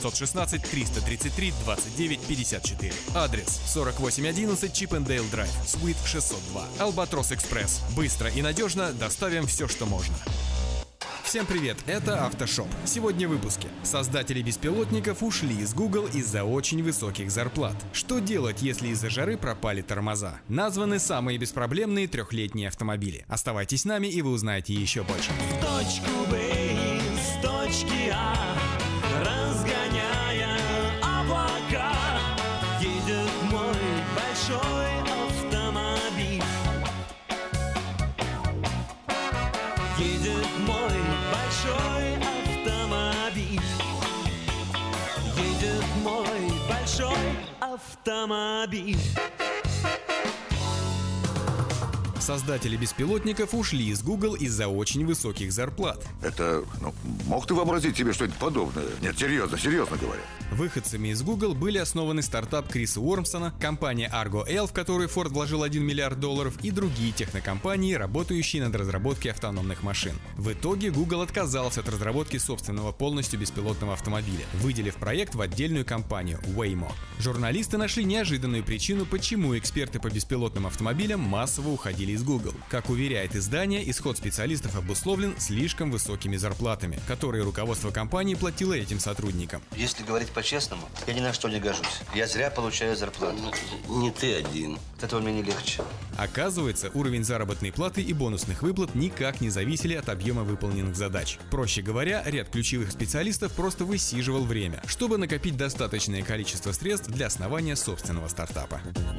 Speaker 17: 916-333-29-54. Адрес 4811 Чиппендейл Драйв, Суит 602. Альбатрос Экспресс. Быстро и надежно доставим все, что можно. Всем привет, это Автошоп. Сегодня в выпуске. Создатели беспилотников ушли из Google из-за очень высоких зарплат. Что делать, если из-за жары пропали тормоза? Названы самые беспроблемные трехлетние автомобили. Оставайтесь с нами, и вы узнаете еще больше.
Speaker 13: В точку Б, с точки А, разгоняя облака, едет мой большой автомобиль. Едет мой большой автомобиль. Едет мой большой автомобиль.
Speaker 17: Создатели беспилотников ушли из Google из-за очень высоких зарплат.
Speaker 21: Это, мог ты вообразить себе что-нибудь подобное? Нет, серьезно говоря.
Speaker 17: Выходцами из Google были основаны стартап Криса Уормсона, компания Argo L, в которую Ford вложил $1 миллиард, и другие технокомпании, работающие над разработкой автономных машин. В итоге Google отказался от разработки собственного полностью беспилотного автомобиля, выделив проект в отдельную компанию Waymo. Журналисты нашли неожиданную причину, почему эксперты по беспилотным автомобилям массово уходили исчезли из Google. Как уверяет издание, исход специалистов обусловлен слишком высокими зарплатами, которые руководство компании платило этим сотрудникам.
Speaker 1: Если говорить по-честному, я ни на что не гожусь. Я зря получаю зарплату.
Speaker 22: Не ты один.
Speaker 1: От этого мне не легче.
Speaker 17: Оказывается, уровень заработной платы и бонусных выплат никак не зависели от объема выполненных задач. Проще говоря, ряд ключевых специалистов просто высиживал время, чтобы накопить достаточное количество средств для основания собственного стартапа.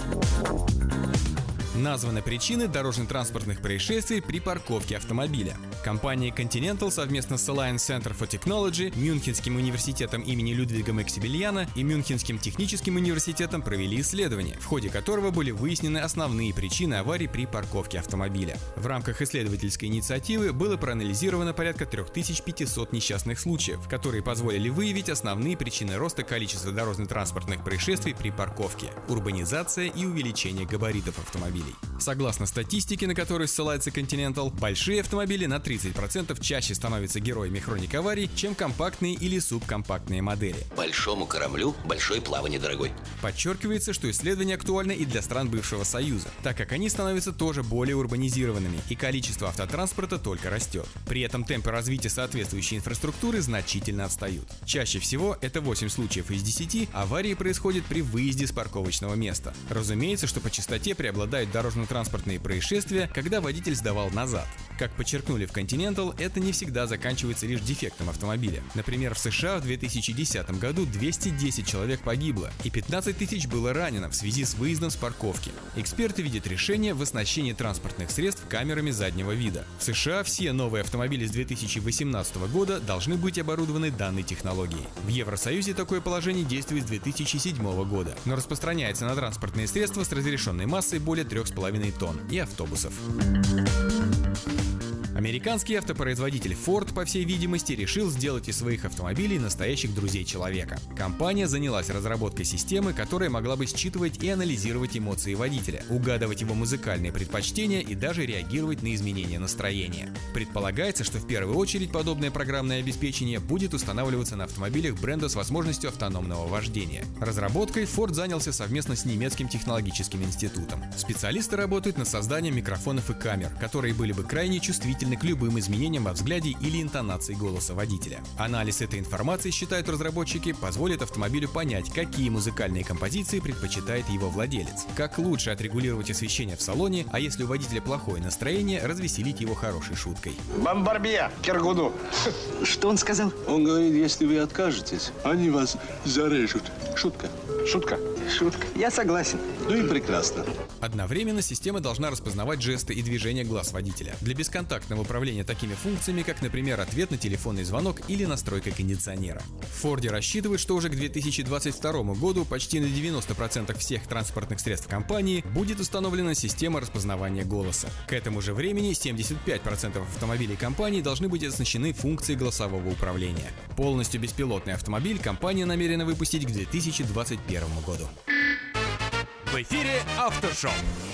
Speaker 17: Названы причины дорожно-транспортных происшествий при парковке автомобиля. Компания Continental совместно с Alliance Center for Technology, Мюнхенским университетом имени Людвига Максимилиана и Мюнхенским техническим университетом провели исследование, в ходе которого были выяснены основные причины аварий при парковке автомобиля. В рамках исследовательской инициативы было проанализировано порядка 3500 несчастных случаев, которые позволили выявить основные причины роста количества дорожно-транспортных происшествий при парковке: урбанизация и увеличение габаритов автомобилей. Согласно статистике, на которую ссылается Continental, большие автомобили на 30% чаще становятся героями хроник аварий, чем компактные или субкомпактные модели.
Speaker 22: Большому кораблю большое плавание, дорогой.
Speaker 17: Подчеркивается, что исследование актуально и для стран бывшего Союза, так как они становятся тоже более урбанизированными, и количество автотранспорта только растет. При этом темпы развития соответствующей инфраструктуры значительно отстают. Чаще всего, это 8 случаев из 10, аварии происходят при выезде с парковочного места. Разумеется, что по частоте преобладают дорожно-транспортные происшествия, когда водитель сдавал назад. Как подчеркнули в Continental, это не всегда заканчивается лишь дефектом автомобиля. Например, в США в 2010 году 210 человек погибло и 15 тысяч было ранено в связи с выездом с парковки. Эксперты видят решение в оснащении транспортных средств камерами заднего вида. В США все новые автомобили с 2018 года должны быть оборудованы данной технологией. В Евросоюзе такое положение действует с 2007 года, но распространяется на транспортные средства с разрешенной массой более 3,5 тонн и автобусов. Американский автопроизводитель Ford, по всей видимости, решил сделать из своих автомобилей настоящих друзей человека. Компания занялась разработкой системы, которая могла бы считывать и анализировать эмоции водителя, угадывать его музыкальные предпочтения и даже реагировать на изменения настроения. Предполагается, что в первую очередь подобное программное обеспечение будет устанавливаться на автомобилях бренда с возможностью автономного вождения. Разработкой Ford занялся совместно с немецким технологическим институтом. Специалисты работают над созданием микрофонов и камер, которые были бы крайне чувствительны к любым изменениям во взгляде или интонации голоса водителя. Анализ этой информации, считают разработчики, позволит автомобилю понять, какие музыкальные композиции предпочитает его владелец, как лучше отрегулировать освещение в салоне, а если у водителя плохое настроение, развеселить его хорошей шуткой.
Speaker 22: Бомбарбье, Киргуду. Что он сказал? Он говорит, если вы откажетесь, они вас зарежут. Шутка.
Speaker 1: Шутка?
Speaker 22: Шутка. Я согласен. Ну и прекрасно.
Speaker 17: Одновременно система должна распознавать жесты и движения глаз водителя для бесконтактного управления такими функциями, как, например, ответ на телефонный звонок или настройка кондиционера. В Ford рассчитывают, что уже к 2022 году почти на 90% всех транспортных средств компании будет установлена система распознавания голоса. К этому же времени 75% автомобилей компании должны быть оснащены функцией голосового управления. Полностью беспилотный автомобиль компания намерена выпустить к 2021 году. В эфире Автошоп.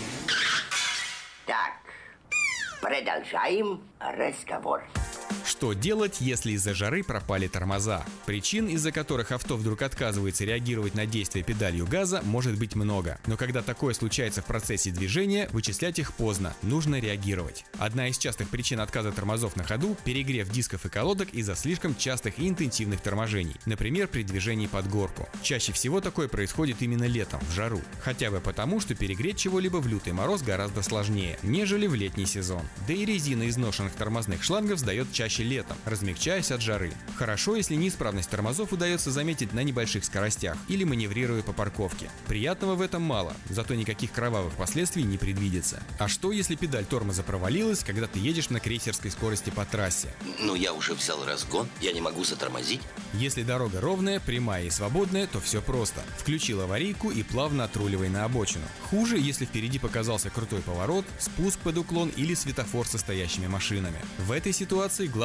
Speaker 18: Так, продолжаем разговор.
Speaker 17: Что делать, если из-за жары пропали тормоза? Причин, из-за которых авто вдруг отказывается реагировать на действие педалью газа, может быть много. Но когда такое случается в процессе движения, вычислять их поздно, нужно реагировать. Одна из частых причин отказа тормозов на ходу – перегрев дисков и колодок из-за слишком частых и интенсивных торможений, например, при движении под горку. Чаще всего такое происходит именно летом, в жару. Хотя бы потому, что перегреть чего-либо в лютый мороз гораздо сложнее, нежели в летний сезон. Да и резина изношенных тормозных шлангов сдает чаще летом, размягчаясь от жары. Хорошо, если неисправность тормозов удается заметить на небольших скоростях или маневрируя по парковке. Приятного в этом мало, зато никаких кровавых последствий не предвидится. А что, если педаль тормоза провалилась, когда ты едешь на крейсерской скорости по трассе?
Speaker 22: Ну, я уже взял разгон, я не могу затормозить.
Speaker 17: Если дорога ровная, прямая и свободная, то все просто. Включил аварийку и плавно отруливай на обочину. Хуже, если впереди показался крутой поворот, спуск под уклон или светофор со стоящими машинами. В этой ситуации главное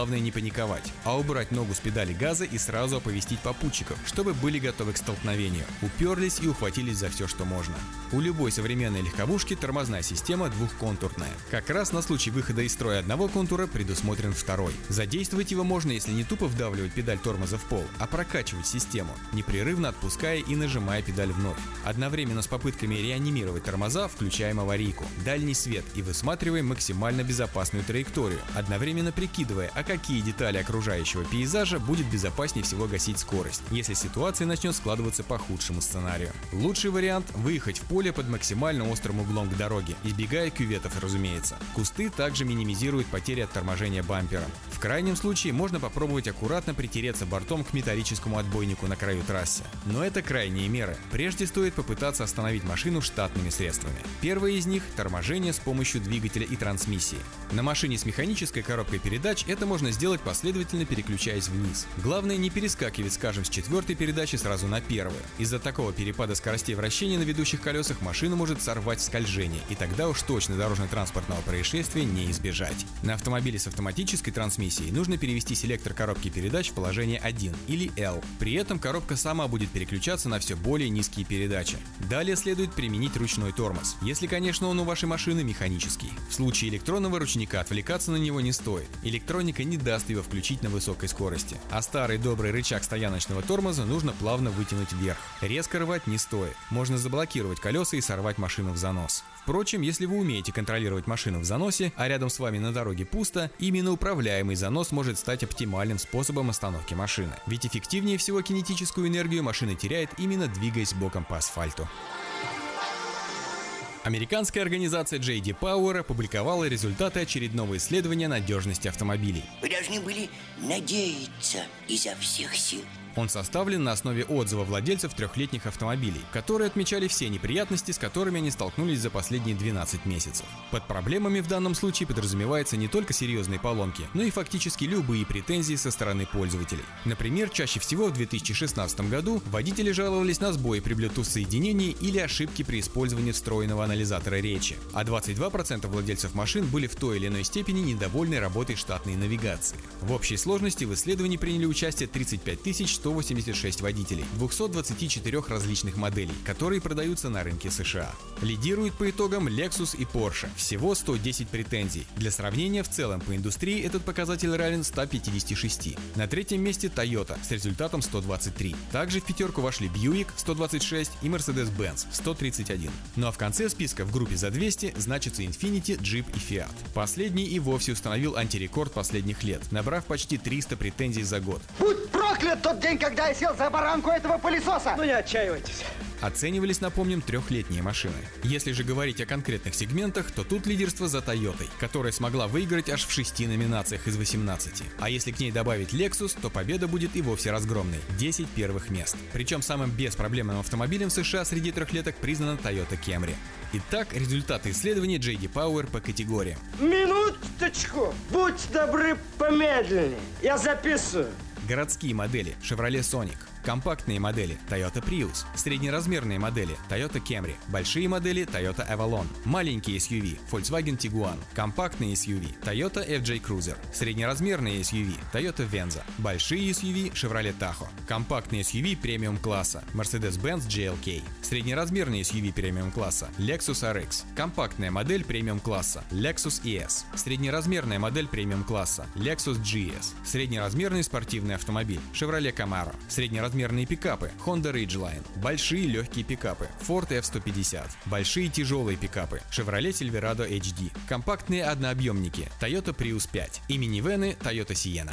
Speaker 17: главное не паниковать, а убрать ногу с педали газа и сразу оповестить попутчиков, чтобы были готовы к столкновению. Уперлись и ухватились за все, что можно. У любой современной легковушки тормозная система двухконтурная. Как раз на случай выхода из строя одного контура предусмотрен второй. Задействовать его можно, если не тупо вдавливать педаль тормоза в пол, а прокачивать систему, непрерывно отпуская и нажимая педаль вновь. Одновременно с попытками реанимировать тормоза включаем аварийку, дальний свет и высматриваем максимально безопасную траекторию, одновременно прикидывая, а какие детали окружающего пейзажа будет безопаснее всего гасить скорость, если ситуация начнет складываться по худшему сценарию. Лучший вариант – выехать в поле под максимально острым углом к дороге, избегая кюветов, разумеется. Кусты также минимизируют потери от торможения бампером. В крайнем случае можно попробовать аккуратно притереться бортом к металлическому отбойнику на краю трассы. Но это крайние меры. Прежде стоит попытаться остановить машину штатными средствами. Первое из них – торможение с помощью двигателя и трансмиссии. На машине с механической коробкой передач это можно сделать последовательно, переключаясь вниз. Главное не перескакивать, скажем, с 4-й передачи сразу на 1-ю. Из-за такого перепада скоростей вращения на ведущих колесах машину может сорвать в скольжение, и тогда уж точно дорожно-транспортного происшествия не избежать. На автомобиле с автоматической трансмиссией нужно перевести селектор коробки передач в положение 1 или L. При этом коробка сама будет переключаться на все более низкие передачи. Далее следует применить ручной тормоз, если, конечно, он у вашей машины механический. В случае электронного ручника отвлекаться на него не стоит. Электроника не даст его включить на высокой скорости. А старый добрый рычаг стояночного тормоза нужно плавно вытянуть вверх. Резко рвать не стоит. Можно заблокировать колеса и сорвать машину в занос. Впрочем, если вы умеете контролировать машину в заносе, а рядом с вами на дороге пусто, именно управляемый занос может стать оптимальным способом остановки машины. Ведь эффективнее всего кинетическую энергию машина теряет, именно двигаясь боком по асфальту. Американская организация J.D. Power опубликовала результаты очередного исследования надежности автомобилей.
Speaker 2: Вы должны были надеяться изо всех сил.
Speaker 17: Он составлен на основе отзыва владельцев трехлетних автомобилей, которые отмечали все неприятности, с которыми они столкнулись за последние 12 месяцев. Под проблемами в данном случае подразумевается не только серьезные поломки, но и фактически любые претензии со стороны пользователей. Например, чаще всего в 2016 году водители жаловались на сбои при Bluetooth-соединении или ошибки при использовании встроенного анализатора речи, а 22% владельцев машин были в той или иной степени недовольны работой штатной навигации. В общей сложности в исследовании приняли участие 35 186 водителей 224 различных моделей, которые продаются на рынке США. Лидируют по итогам Lexus и Porsche, всего 110 претензий. Для сравнения, в целом по индустрии этот показатель равен 156. На третьем месте Toyota с результатом 123. Также в пятерку вошли Buick 126 и Mercedes-Benz 131. Ну а в конце списка в группе за 200 значатся Infiniti, Jeep и Fiat. Последний и вовсе установил антирекорд последних лет, набрав почти 300 претензий за год.
Speaker 3: Будь проклят тот день, когда я сел за баранку этого пылесоса! Ну не отчаивайтесь.
Speaker 17: Оценивались, напомним, трехлетние машины. Если же говорить о конкретных сегментах, то тут лидерство за Toyota, которая смогла выиграть аж в 6 номинациях из 18. А если к ней добавить Lexus, то победа будет и вовсе разгромной – 10 первых мест. Причем самым беспроблемным автомобилем в США среди трехлеток признана Toyota Camry. Итак, результаты исследования J.D. Power по категориям.
Speaker 3: Минуточку! Будь добры, помедленнее. Я записываю.
Speaker 17: Городские модели Chevrolet Sonic, компактные модели Toyota Prius, среднеразмерные модели Toyota Camry, большие модели Toyota Avalon, маленькие SUV Volkswagen Tiguan, компактные SUV Toyota FJ Cruiser, среднеразмерные SUV Toyota Venza, большие SUV Chevrolet Tahoe, компактные SUV премиум-класса Mercedes-Benz GLK, среднеразмерные SUV премиум-класса Lexus RX, компактная модель премиум-класса Lexus ES, среднеразмерная модель премиум-класса Lexus GS, среднеразмерный спортивный автомобиль Chevrolet Camaro, среднеразмерные пикапы Honda Ridgeline, большие легкие пикапы Ford F-150, большие тяжелые пикапы Chevrolet Silverado HD, компактные однообъемники Toyota Prius 5 и минивэны Toyota Sienna.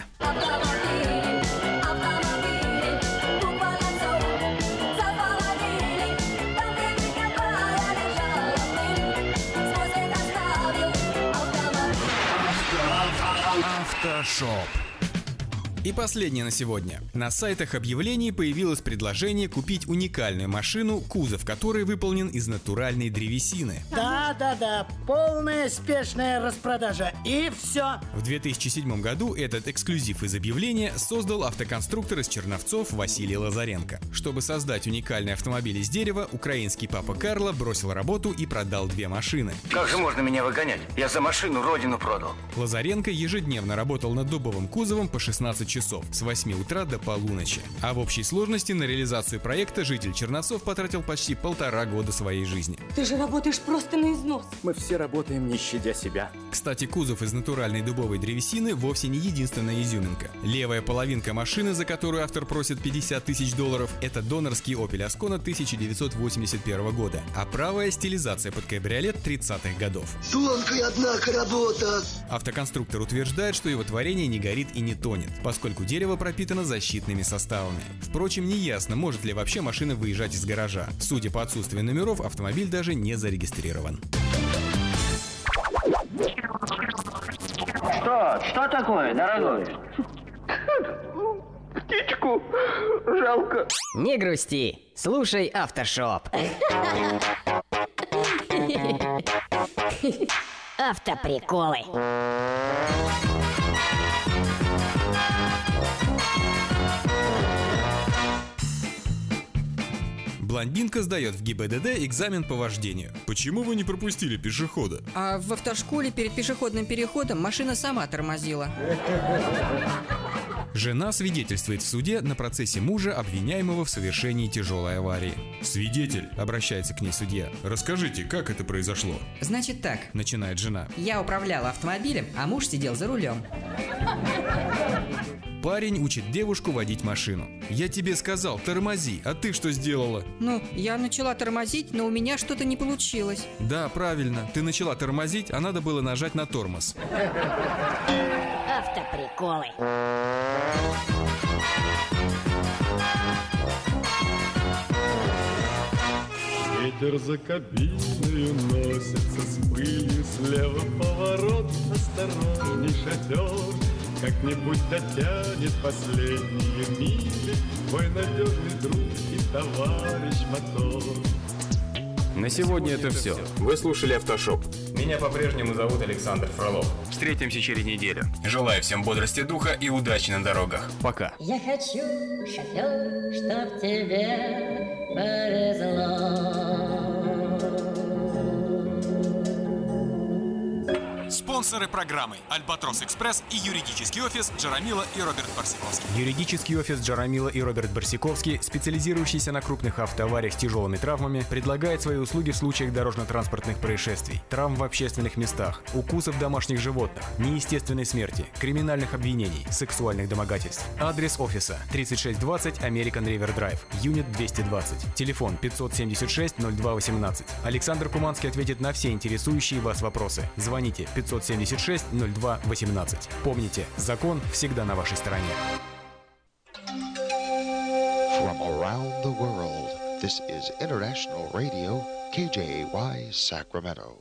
Speaker 20: Автошоп.
Speaker 17: И последнее на сегодня. На сайтах объявлений появилось предложение купить уникальную машину, кузов которой выполнен из натуральной древесины.
Speaker 3: Да, Да-да-да, полная спешная распродажа. И все.
Speaker 17: В 2007 году этот эксклюзив из объявления создал автоконструктор из Черновцов Василий Лазаренко. Чтобы создать уникальный автомобиль из дерева, украинский папа Карло бросил работу и продал 2 машины.
Speaker 2: Как же можно меня выгонять? Я за машину родину продал.
Speaker 17: Лазаренко ежедневно работал над дубовым кузовом по 16 часов с 8 утра до полуночи. А в общей сложности на реализацию проекта житель Черновцов потратил почти 1,5 года своей жизни.
Speaker 4: Ты же работаешь просто на износ.
Speaker 8: Мы все работаем, не щадя себя.
Speaker 17: Кстати, кузов из натуральной дубовой древесины вовсе не единственная изюминка. Левая половинка машины, за которую автор просит $50 тысяч, это донорский Opel Ascona 1981 года, а правая — стилизация под кабриолет 30-х годов.
Speaker 23: Тонкая, однако, работа.
Speaker 17: Автоконструктор утверждает, что его творение не горит и не тонет, поскольку дерево пропитано защитными составами. Впрочем, неясно, может ли вообще машина выезжать из гаража. Судя по отсутствию номеров, автомобиль даже не зарегистрирован.
Speaker 2: Что такое, дорогой?
Speaker 3: Птичку жалко.
Speaker 24: Не грусти, слушай Автошоп.
Speaker 19: Автоприколы.
Speaker 17: Блондинка сдает в ГИБДД экзамен по вождению. Почему вы не пропустили пешехода?
Speaker 4: А в автошколе перед пешеходным переходом машина сама тормозила.
Speaker 17: Жена свидетельствует в суде на процессе мужа, обвиняемого в совершении тяжелой аварии. «Свидетель», — обращается к ней судья, — «расскажите, как это произошло?»
Speaker 4: Значит так.
Speaker 17: Начинает жена.
Speaker 4: Я управляла автомобилем, а муж сидел за рулем.
Speaker 17: Парень учит девушку водить машину. «Я тебе сказал, тормози, а ты что сделала?»
Speaker 4: Ну, я начала тормозить, но у меня что-то не получилось.
Speaker 17: Да, правильно. Ты начала тормозить, а надо было нажать на тормоз.
Speaker 19: Автоприколы.
Speaker 11: Ветер за кабиной носится с пылью, слева поворот, осторожней шофер. Как-нибудь дотянет последние мили твой надежный друг и товарищ мотор.
Speaker 17: На сегодня это все. Вы слушали Автошоп. Меня по-прежнему зовут Александр Фролов. Встретимся через неделю. Желаю всем бодрости духа и удачи на дорогах. Пока.
Speaker 19: Я хочу, шофер, чтоб тебе повезло.
Speaker 20: Спонсоры программы «Альбатрос Экспресс» и юридический офис Джарамила и Роберт Барсиковский.
Speaker 17: Юридический офис Джарамила и Роберт Барсиковский, специализирующийся на крупных автоавариях с тяжелыми травмами, предлагает свои услуги в случаях дорожно-транспортных происшествий, травм в общественных местах, укусов домашних животных, неестественной смерти, криминальных обвинений, сексуальных домогательств. Адрес офиса: 3620 American River Drive, Юнит 220. Телефон 576-0218. Александр Куманский ответит на все интересующие вас вопросы. Звоните 576-0218. Помните, закон всегда на вашей стороне.
Speaker 25: From around the world, this is International Radio, KJY, Sacramento.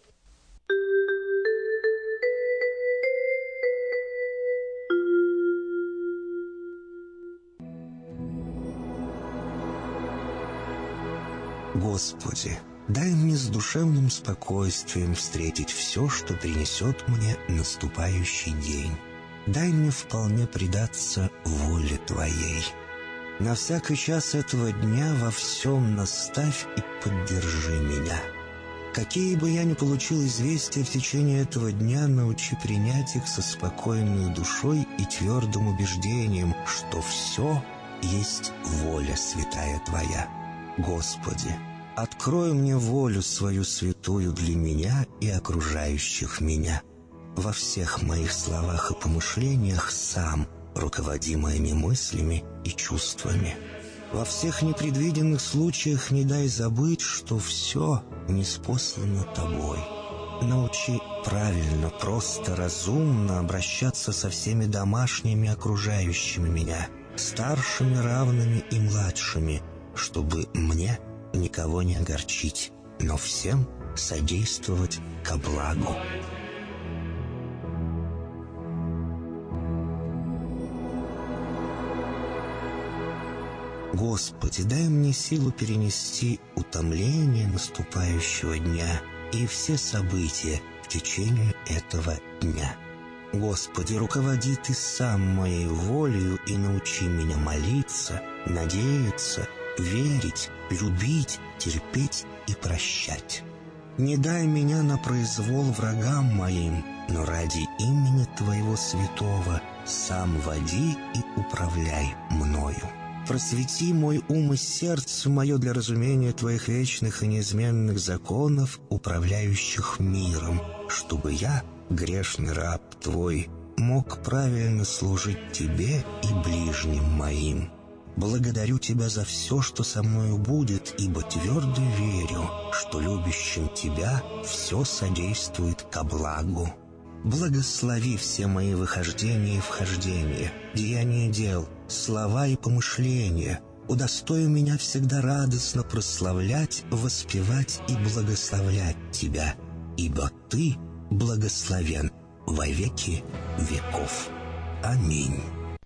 Speaker 26: Господи, дай мне с душевным спокойствием встретить все, что принесет мне наступающий день. Дай мне вполне предаться воле Твоей. На всякий час этого дня во всем наставь и поддержи меня. Какие бы я ни получил известия в течение этого дня, научи принять их со спокойной душой и твердым убеждением, что все есть воля святая Твоя. Господи, открой мне волю свою святую для меня и окружающих меня. Во всех моих словах и помышлениях сам руководи моими мыслями и чувствами. Во всех непредвиденных случаях не дай забыть, что все ниспослано Тобой. Научи правильно, просто, разумно обращаться со всеми домашними окружающими меня, старшими, равными и младшими, чтобы мне никого не огорчить, но всем содействовать ко благу. Господи, дай мне силу перенести утомление наступающего дня и все события в течение этого дня. Господи, руководи Ты сам моей волею и научи меня молиться, надеяться, верить, любить, терпеть и прощать. Не дай меня на произвол врагам моим, но ради имени Твоего святого сам води и управляй мною. Просвети мой ум и сердце мое для разумения Твоих вечных и неизменных законов, управляющих миром, чтобы я, грешный раб Твой, мог правильно служить Тебе и ближним моим. Благодарю Тебя за все, что со мною будет, ибо твердо верю, что любящим Тебя все содействует ко благу. Благослови все мои выхождения и вхождения, деяния дел, слова и помышления. Удостой меня всегда радостно прославлять, воспевать и благословлять Тебя, ибо Ты благословен во веки веков. Аминь.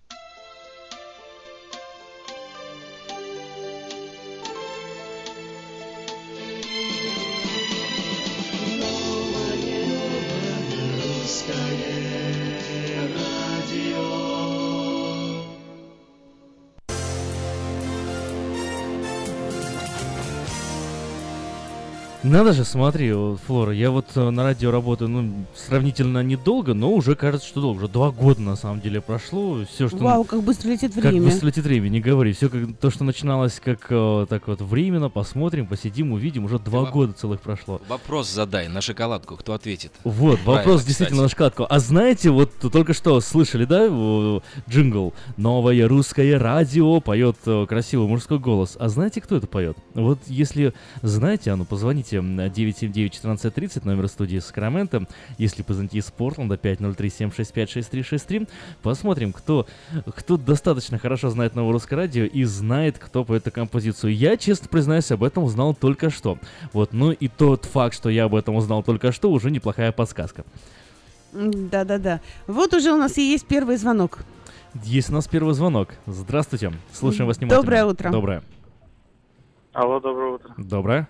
Speaker 5: Надо же, смотри, Флора, я вот на радио работаю, сравнительно недолго, но уже кажется, что долго. Уже 2 года, на самом деле, прошло. Все, что...
Speaker 6: Вау, как быстро летит время.
Speaker 5: Как быстро летит время, не говори. Все, то, что начиналось как так вот временно, посмотрим, посидим, увидим, уже 2 года целых прошло.
Speaker 14: Вопрос задай на шоколадку, кто ответит?
Speaker 5: Вот, вопрос действительно на шоколадку. А знаете, вот только что слышали, да, джингл «Новое русское радио», поет красивый мужской голос. А знаете, кто это поет? Вот если знаете, позвоните 979-1430, номер студии Сакраменто. Если позвоните из Портленда, 503-765-6363. Посмотрим, кто достаточно хорошо знает новое русское радио и знает, кто поет эту композицию. Я, честно признаюсь, об этом узнал только что. Вот, ну и тот факт, что я об этом узнал только что, уже неплохая подсказка.
Speaker 6: Да-да-да. Вот уже у нас и есть первый звонок.
Speaker 5: Есть у нас первый звонок. Здравствуйте. Слушаем вас внимательно.
Speaker 6: Доброе утро.
Speaker 5: Доброе.
Speaker 7: Алло, доброе утро.
Speaker 5: Доброе.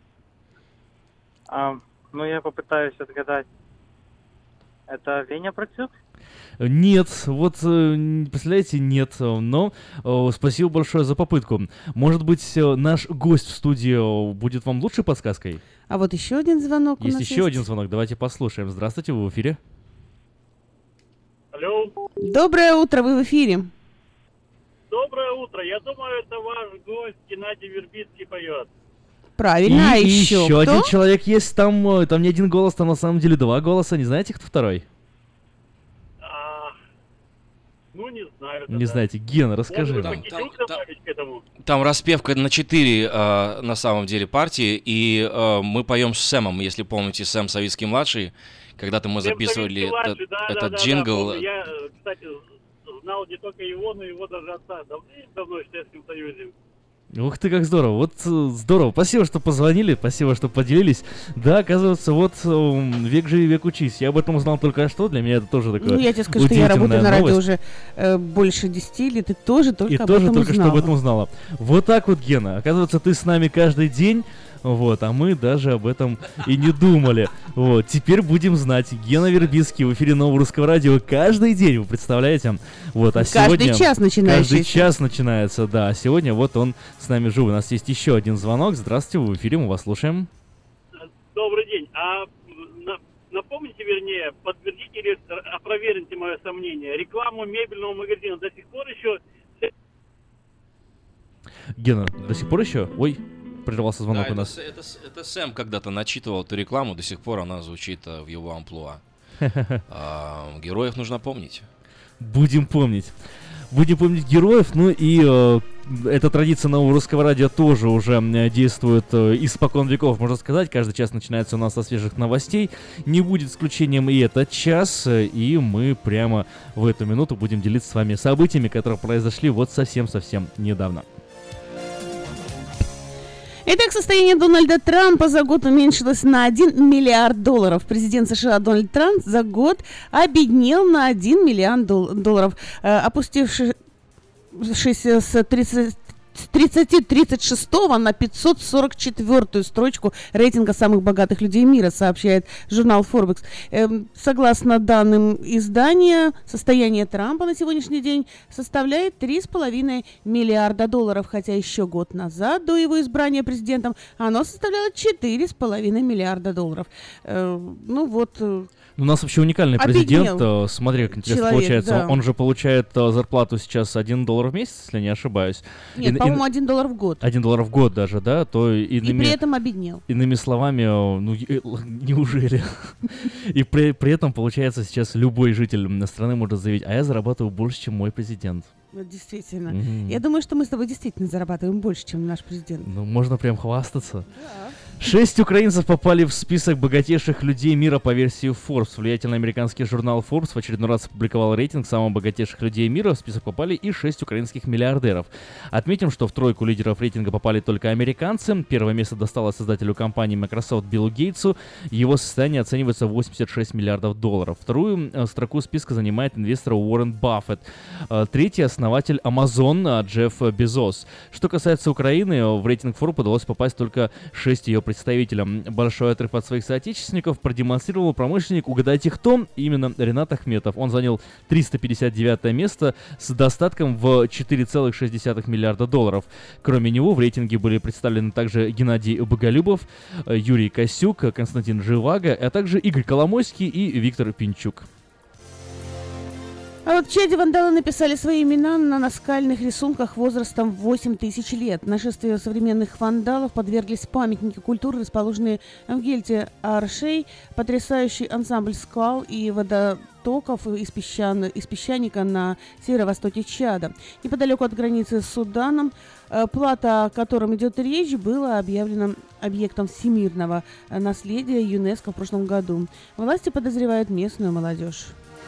Speaker 7: Я попытаюсь отгадать. Это Веня Процюк?
Speaker 5: Нет, вот, представляете, нет, но спасибо большое за попытку. Может быть, наш гость в студии будет вам лучшей подсказкой?
Speaker 6: А вот еще один звонок
Speaker 5: есть. Есть еще один звонок, давайте послушаем. Здравствуйте, вы в эфире.
Speaker 7: Алло.
Speaker 6: Доброе утро, вы в эфире.
Speaker 7: Доброе утро, я думаю, это ваш гость Геннадий Вербицкий поет.
Speaker 6: Правильно,
Speaker 5: и
Speaker 6: еще
Speaker 5: кто?
Speaker 6: Один
Speaker 5: человек есть, там не один голос, там на самом деле 2 голоса. Не знаете, кто второй?
Speaker 7: Не знаю.
Speaker 5: Не знаете. Гена, расскажи.
Speaker 14: Там распевка на 4 на самом деле партии, и мы поем с Сэмом, если помните, Сэм Савицкий-младший. Когда-то мы записывали этот джингл.
Speaker 7: Я, кстати, знал не только его, но и его даже отца давно в Советском Союзе.
Speaker 5: Ух ты, как здорово. Вот здорово. Спасибо, что позвонили, спасибо, что поделились. Да, оказывается, вот век живи, век учись. Я об этом узнал только что. Для меня это тоже такое
Speaker 6: я тебе скажу, что я работаю на радио уже больше 10 лет, и тоже только об этом
Speaker 5: только
Speaker 6: узнала.
Speaker 5: Что об этом узнала. Вот так вот, Гена. Оказывается, ты с нами каждый день. Вот, а мы даже об этом и не думали. Вот, теперь будем знать. Гена Вербицкий в эфире Нового Русского Радио каждый день, вы представляете? Вот, а сегодня...
Speaker 6: Каждый час начинается.
Speaker 5: Каждый час начинается, да. А сегодня вот он с нами живой. У нас есть еще один звонок. Здравствуйте, вы в эфире, мы вас слушаем.
Speaker 7: Добрый день. Напомните, вернее, подтвердите или опроверните мое сомнение. Рекламу мебельного магазина до сих пор еще...
Speaker 5: Гена, до сих пор еще? Ой... Прервался звонок у нас.
Speaker 14: Это Сэм когда-то начитывал эту рекламу, до сих пор она звучит в его амплуа. Героев нужно помнить.
Speaker 5: Будем помнить. Будем помнить героев, ну и эта традиция Нового Русского Радио тоже уже действует испокон веков, можно сказать. Каждый час начинается у нас со свежих новостей. Не будет исключением и этот час, и мы прямо в эту минуту будем делиться с вами событиями, которые произошли вот совсем-совсем недавно.
Speaker 6: Итак, состояние Дональда Трампа за год уменьшилось на $1 миллиард. Президент США Дональд Трамп за год обеднел на $1 миллиард, опустившись с 30 36-го на 544-ю строчку рейтинга самых богатых людей мира, сообщает журнал Forbes. Согласно данным издания, состояние Трампа на сегодняшний день составляет $3,5 миллиарда, хотя еще год назад, до его избрания президентом, оно составляло $4,5 миллиарда.
Speaker 5: У нас вообще уникальный президент. Смотри, как интересно
Speaker 6: человек,
Speaker 5: получается.
Speaker 6: Да.
Speaker 5: Он же получает зарплату сейчас $1 в месяц, если не ошибаюсь.
Speaker 6: Нет, по-моему, $1 в год.
Speaker 5: $1 в год даже, да? То
Speaker 6: и при этом обеднел.
Speaker 5: Иными словами, неужели? И при этом, получается, сейчас любой житель страны может заявить, а я зарабатываю больше, чем мой президент.
Speaker 6: Действительно. Я думаю, что мы с тобой действительно зарабатываем больше, чем наш президент.
Speaker 5: Можно прям хвастаться.
Speaker 6: Да.
Speaker 5: 6 украинцев попали в список богатейших людей мира по версии Forbes. Влиятельный американский журнал Forbes в очередной раз опубликовал рейтинг самых богатейших людей мира. В список попали и 6 украинских миллиардеров. Отметим, что в тройку лидеров рейтинга попали только американцы. Первое место досталось создателю компании Microsoft Биллу Гейтсу. Его состояние оценивается в $86 миллиардов. Вторую строку списка занимает инвестор Уоррен Баффет. Третий — основатель Amazon Джефф Безос. Что касается Украины, в рейтинг Forbes удалось попасть только 6 ее представителям. Большой отрыв от своих соотечественников продемонстрировал промышленник, угадайте кто, именно Ренат Ахметов. Он занял 359 место с достатком в $4,6 миллиарда. Кроме него в рейтинге были представлены также Геннадий Боголюбов, Юрий Косюк, Константин Живаго, а также Игорь Коломойский и Виктор Пинчук.
Speaker 6: А вот в Чаде вандалы написали свои имена на наскальных рисунках возрастом 8000 лет. Нашествию современных вандалов подверглись памятники культуры, расположенные в Гельте Аршей, потрясающий ансамбль скал и водотоков из песчаника на северо-востоке Чада. Неподалеку от границы с Суданом плато, о котором идет речь, было объявлено объектом всемирного наследия ЮНЕСКО в прошлом году. Власти подозревают местную молодежь.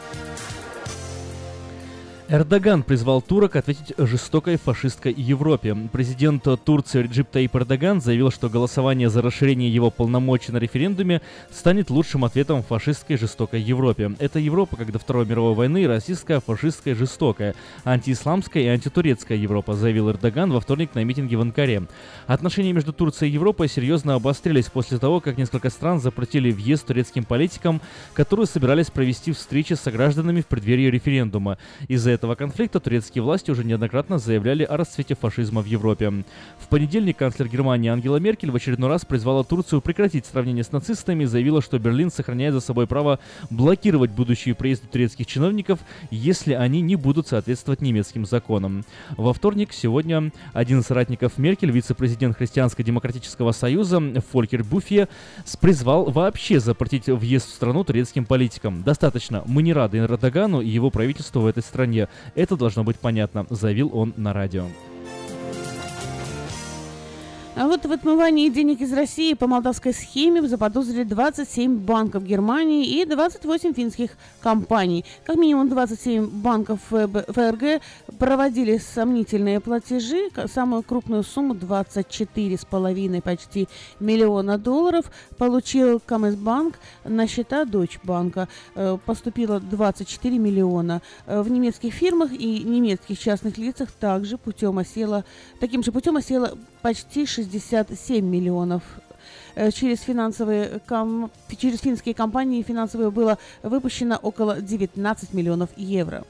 Speaker 5: Эрдоган призвал турок ответить жестокой фашистской Европе. Президент Турции Реджеп Таyyip Эрдоган заявил, что голосование за расширение его полномочий на референдуме станет лучшим ответом фашистской жестокой Европе. Это Европа, как до Второй мировой войны, российская, фашистская, жестокая, антиисламская и антитурецкая Европа, заявил Эрдоган во вторник на митинге в Анкаре. Отношения между Турцией и Европой серьезно обострились после того, как несколько стран запретили въезд турецким политикам, которые собирались провести встречи с согражданами в преддверии референдума. Из-за этого конфликта турецкие власти уже неоднократно заявляли о расцвете фашизма в Европе. В понедельник канцлер Германии Ангела Меркель в очередной раз призвала Турцию прекратить сравнение с нацистами и заявила, что Берлин сохраняет за собой право блокировать будущие приезды турецких чиновников, если они не будут соответствовать немецким законам. Во вторник, сегодня, один из соратников Меркель, вице-президент Христианско-демократического союза Фолькер Буффе, призвал вообще запретить въезд в страну турецким политикам. «Достаточно. Мы не рады Эрдогану и его правительству в этой стране. Это должно быть понятно», — заявил он на радио.
Speaker 6: А вот в отмывании денег из России по молдавской схеме заподозрили 27 банков Германии и 28 финских компаний. Как минимум 27 банков ФРГ проводили сомнительные платежи. Самую крупную сумму, $24,5 почти миллиона, получил Камесбанк на счета Дойчбанка. Поступило 24 миллиона. В немецких фирмах и немецких частных лицах таким же путем осело почти 67 миллионов. Через финские компании финансовые было выпущено около 19 миллионов евро.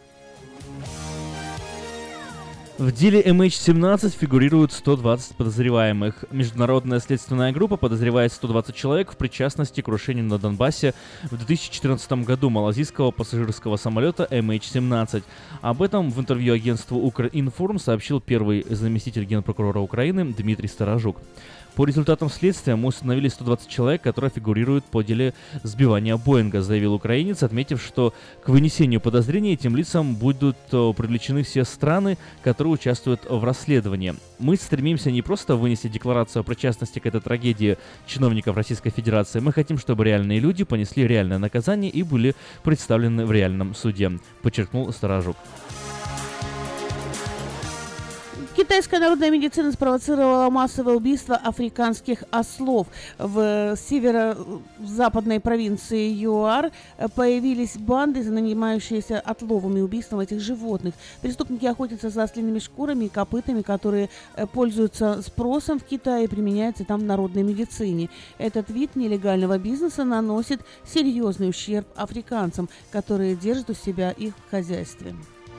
Speaker 5: В деле MH17 фигурируют 120 подозреваемых. Международная следственная группа подозревает 120 человек в причастности к крушению на Донбассе в 2014 году малазийского пассажирского самолета MH17. Об этом в интервью агентству Укринформ сообщил первый заместитель генпрокурора Украины Дмитрий Сторожук. По результатам следствия мы установили 120 человек, которые фигурируют по деле сбивания Боинга, заявил украинец, отметив, что к вынесению подозрений этим лицам будут привлечены все страны, которые участвуют в расследовании. Мы стремимся не просто вынести декларацию о причастности к этой трагедии чиновников Российской Федерации, мы хотим, чтобы реальные люди понесли реальное наказание и были представлены в реальном суде, подчеркнул Сторожук.
Speaker 6: Китайская народная медицина спровоцировала массовое убийство африканских ослов. В северо-западной провинции ЮАР появились банды, занимающиеся отловом и убийством этих животных. Преступники охотятся за ослиными шкурами и копытами, которые пользуются спросом в Китае и применяются там в народной медицине. Этот вид нелегального бизнеса наносит серьезный ущерб африканцам, которые держат у себя их в хозяйстве.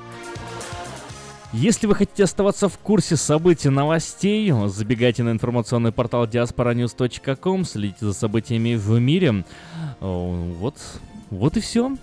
Speaker 5: Если вы хотите оставаться в курсе событий, новостей, забегайте на информационный портал diasporanews.com, следите за событиями в мире. Вот и все.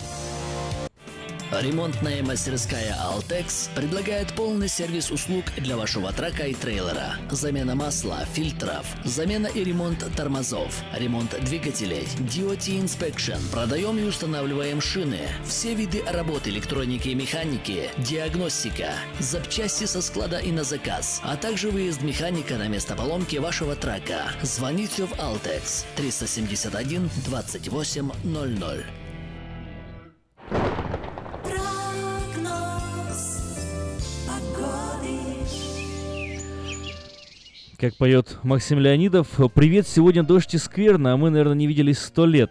Speaker 9: Ремонтная мастерская Altex предлагает полный сервис услуг для вашего трака и трейлера. Замена масла, фильтров, замена и ремонт тормозов, ремонт двигателей, DOT Inspection. Продаем и устанавливаем шины, все виды работы электроники и механики, диагностика, запчасти со склада и на заказ, а также выезд механика на место поломки вашего трака. Звоните в Altex 371 28 00.
Speaker 5: Как поет Максим Леонидов, привет, сегодня дождь и скверно, а мы, наверное, не виделись 100 лет.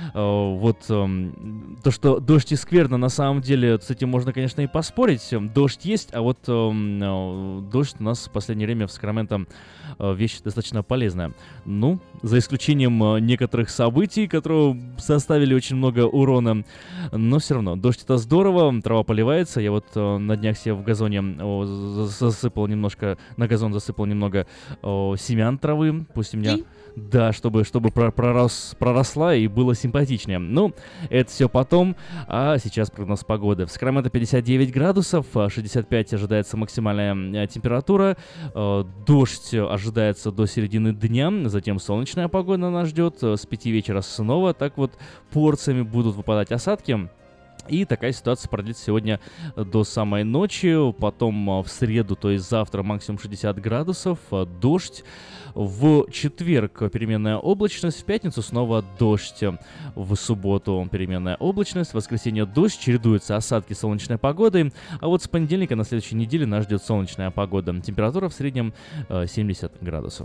Speaker 5: То, что дождь и скверно, на самом деле, с этим можно, конечно, и поспорить. Дождь есть, а вот дождь у нас в последнее время в Сакраменто вещь достаточно полезная. Ну, за исключением некоторых событий, которые составили очень много урона. Но все равно, дождь это здорово, трава поливается. Я вот на днях себе в газоне засыпал немножко, на газон засыпал немного семян травы. Пусть у меня... Да, чтобы проросла и было симпатичнее. Ну, это все потом, а сейчас прогноз погоды. В Сакраменто 59 градусов, 65 ожидается максимальная температура, дождь ожидается до середины дня, затем солнечная погода нас ждет, с 5 вечера снова так вот порциями будут выпадать осадки. И такая ситуация продлится сегодня до самой ночи, потом в среду, то есть завтра максимум 60 градусов, дождь. В четверг переменная облачность, в пятницу снова дождь, в субботу переменная облачность, в воскресенье дождь, чередуются осадки с солнечной погодой, а вот с понедельника на следующей неделе нас ждет солнечная погода. Температура в среднем 70 градусов.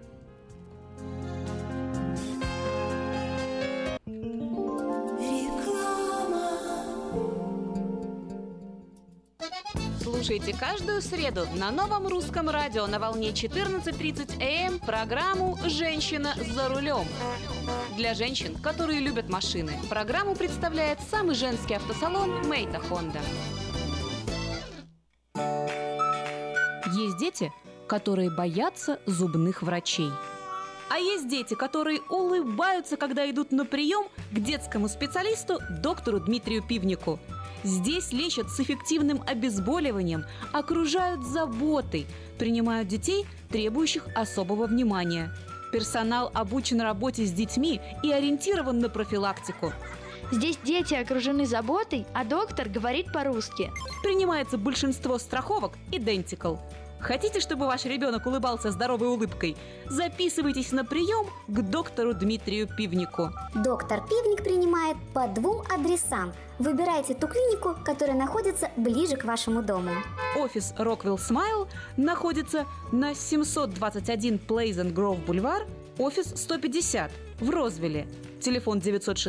Speaker 10: Слушайте каждую среду на Новом русском радио на волне 14:30 АМ программу «Женщина за рулем». Для женщин, которые любят машины, программу представляет самый женский автосалон «Мейта Хонда». Есть дети, которые боятся зубных врачей. А есть дети, которые улыбаются, когда идут на прием к детскому специалисту доктору Дмитрию Пивнику. Здесь лечат с эффективным обезболиванием, окружают заботой, принимают детей, требующих особого внимания. Персонал обучен работе с детьми и ориентирован на профилактику.
Speaker 12: Здесь дети окружены заботой, а доктор говорит по-русски.
Speaker 10: Принимается большинство страховок Identical. Хотите, чтобы ваш ребенок улыбался здоровой улыбкой? Записывайтесь на прием к доктору Дмитрию Пивнику.
Speaker 13: Доктор Пивник принимает по 2 адресам. Выбирайте ту клинику, которая находится ближе к вашему дому.
Speaker 10: Офис Rockwell Smile находится на 721 Pleasant Grove Boulevard, офис 150 в Розвилле. Телефон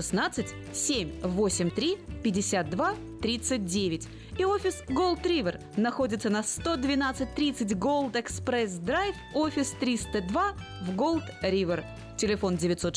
Speaker 10: 916-783-52-39. И офис Gold River находится на 11230 Gold Express Drive, офис 302 в Gold River. Телефон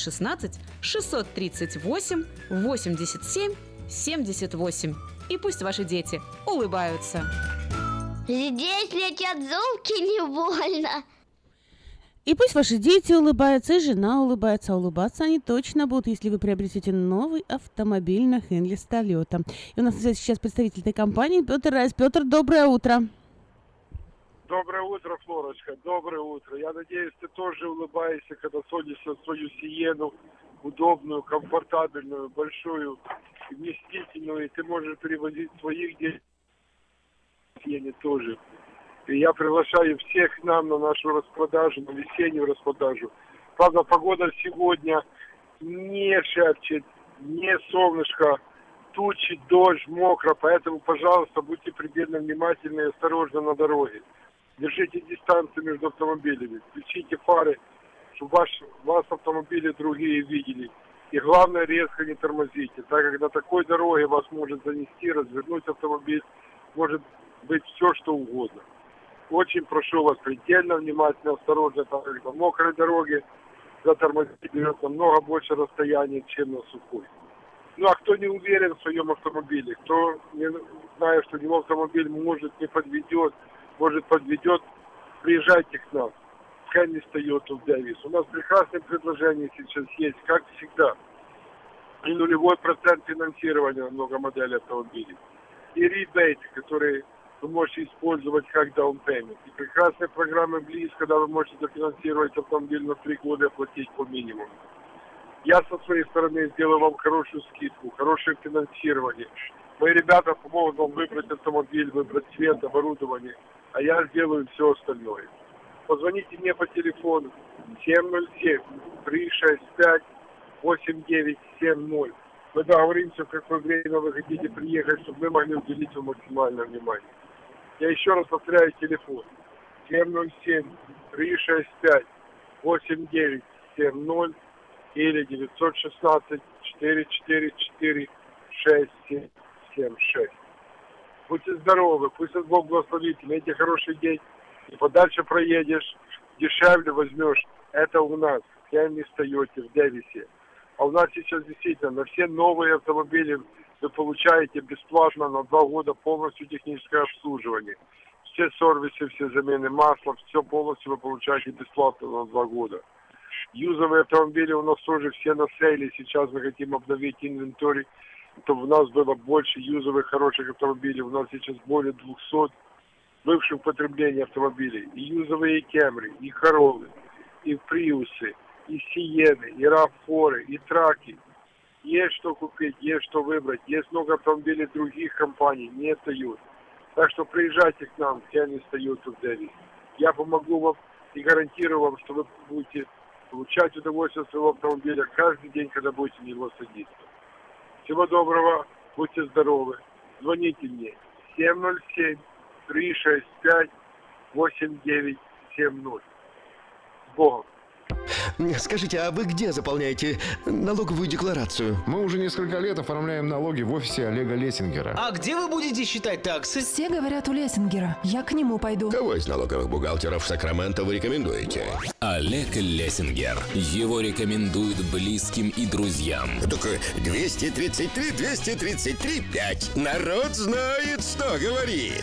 Speaker 10: 916-638-87-78. И пусть ваши дети улыбаются.
Speaker 12: Здесь летят золки не больно.
Speaker 6: И пусть ваши дети улыбаются, и жена улыбается, а улыбаться они точно будут, если вы приобретете новый автомобиль на Хенли Тойота. И у нас сейчас представитель этой компании Петр Райс. Петр, доброе утро.
Speaker 15: Доброе утро, Флорочка, доброе утро. Я надеюсь, ты тоже улыбаешься, когда садишься в свою Сиену, удобную, комфортабельную, большую, вместительную, и ты можешь перевозить своих детей в Сиене тоже. И я приглашаю всех к нам на нашу распродажу, на весеннюю распродажу. Правда, погода сегодня не шепчет, не солнышко, тучи, дождь, мокро, поэтому, пожалуйста, будьте предельно внимательны и осторожны на дороге. Держите дистанцию между автомобилями. Включите фары, чтобы вас автомобили другие видели. И главное, резко не тормозите, так как на такой дороге вас может занести, развернуть автомобиль, может быть все, что угодно. Очень прошу вас предельно внимательно, осторожно, так как на мокрой дороге затормозить берет намного больше расстояния, чем на сухой. Ну а кто не уверен в своем автомобиле, кто не знает, что его автомобиль может не подведет, может подведет, приезжайте к нам. Хэмми Toyota в Дэвис. У нас прекрасное предложение сейчас есть, как всегда. И 0% финансирования на много моделей автомобилей. И ребейт, который вы можете использовать как down payment. И прекрасные программы Близ, когда вы можете дофинансировать автомобиль на 3 года и оплатить по минимуму. Я со своей стороны сделаю вам хорошую скидку, хорошее финансирование. Мои ребята помогут вам выбрать автомобиль, выбрать цвет, оборудование, а я сделаю все остальное. Позвоните мне по телефону 707-365-8970. Мы договоримся, в какое время вы хотите приехать, чтобы мы могли уделить вам максимальное внимание. Я еще раз повторяю телефон. 707-365-8970 или 916-444-6776. Будьте здоровы, пусть Бог благословит, имейте хороший день. И подальше проедешь, дешевле возьмешь. Это у нас, в Хэмми Toyota в Дэвисе. А у нас сейчас действительно на все новые автомобили вы получаете бесплатно на 2 года полностью техническое обслуживание. Все сервисы, все замены масла, все полностью вы получаете бесплатно на 2 года. Юзовые автомобили у нас тоже все на сейле. Сейчас мы хотим обновить инвентарь, чтобы у нас было больше юзовых хороших автомобилей. У нас сейчас более 200 бывших употреблений автомобилей. И юзовые Кемри, и Короллы, и Приусы, и Сиены, и Рафоры, и Траки. Есть что купить, есть что выбрать. Есть много автомобилей других компаний, не Toyota. Так что приезжайте к нам, в Хэмми Toyota в Дэвис. Я помогу вам и гарантирую вам, что вы будете получать удовольствие от своего автомобиля каждый день, когда будете в него садиться. Всего доброго, будьте здоровы. Звоните мне 707-365-8970. С Богом.
Speaker 1: Скажите, а вы где заполняете налоговую декларацию?
Speaker 8: Мы уже несколько лет оформляем налоги в офисе Олега Лессингера.
Speaker 16: А где вы будете считать таксы?
Speaker 18: Все говорят у Лессингера. Я к нему пойду.
Speaker 1: Кого из налоговых бухгалтеров Сакраменто вы рекомендуете?
Speaker 21: Олег Лессингер. Его рекомендуют близким и друзьям.
Speaker 1: Так 233-233-5. Народ знает, что говорит.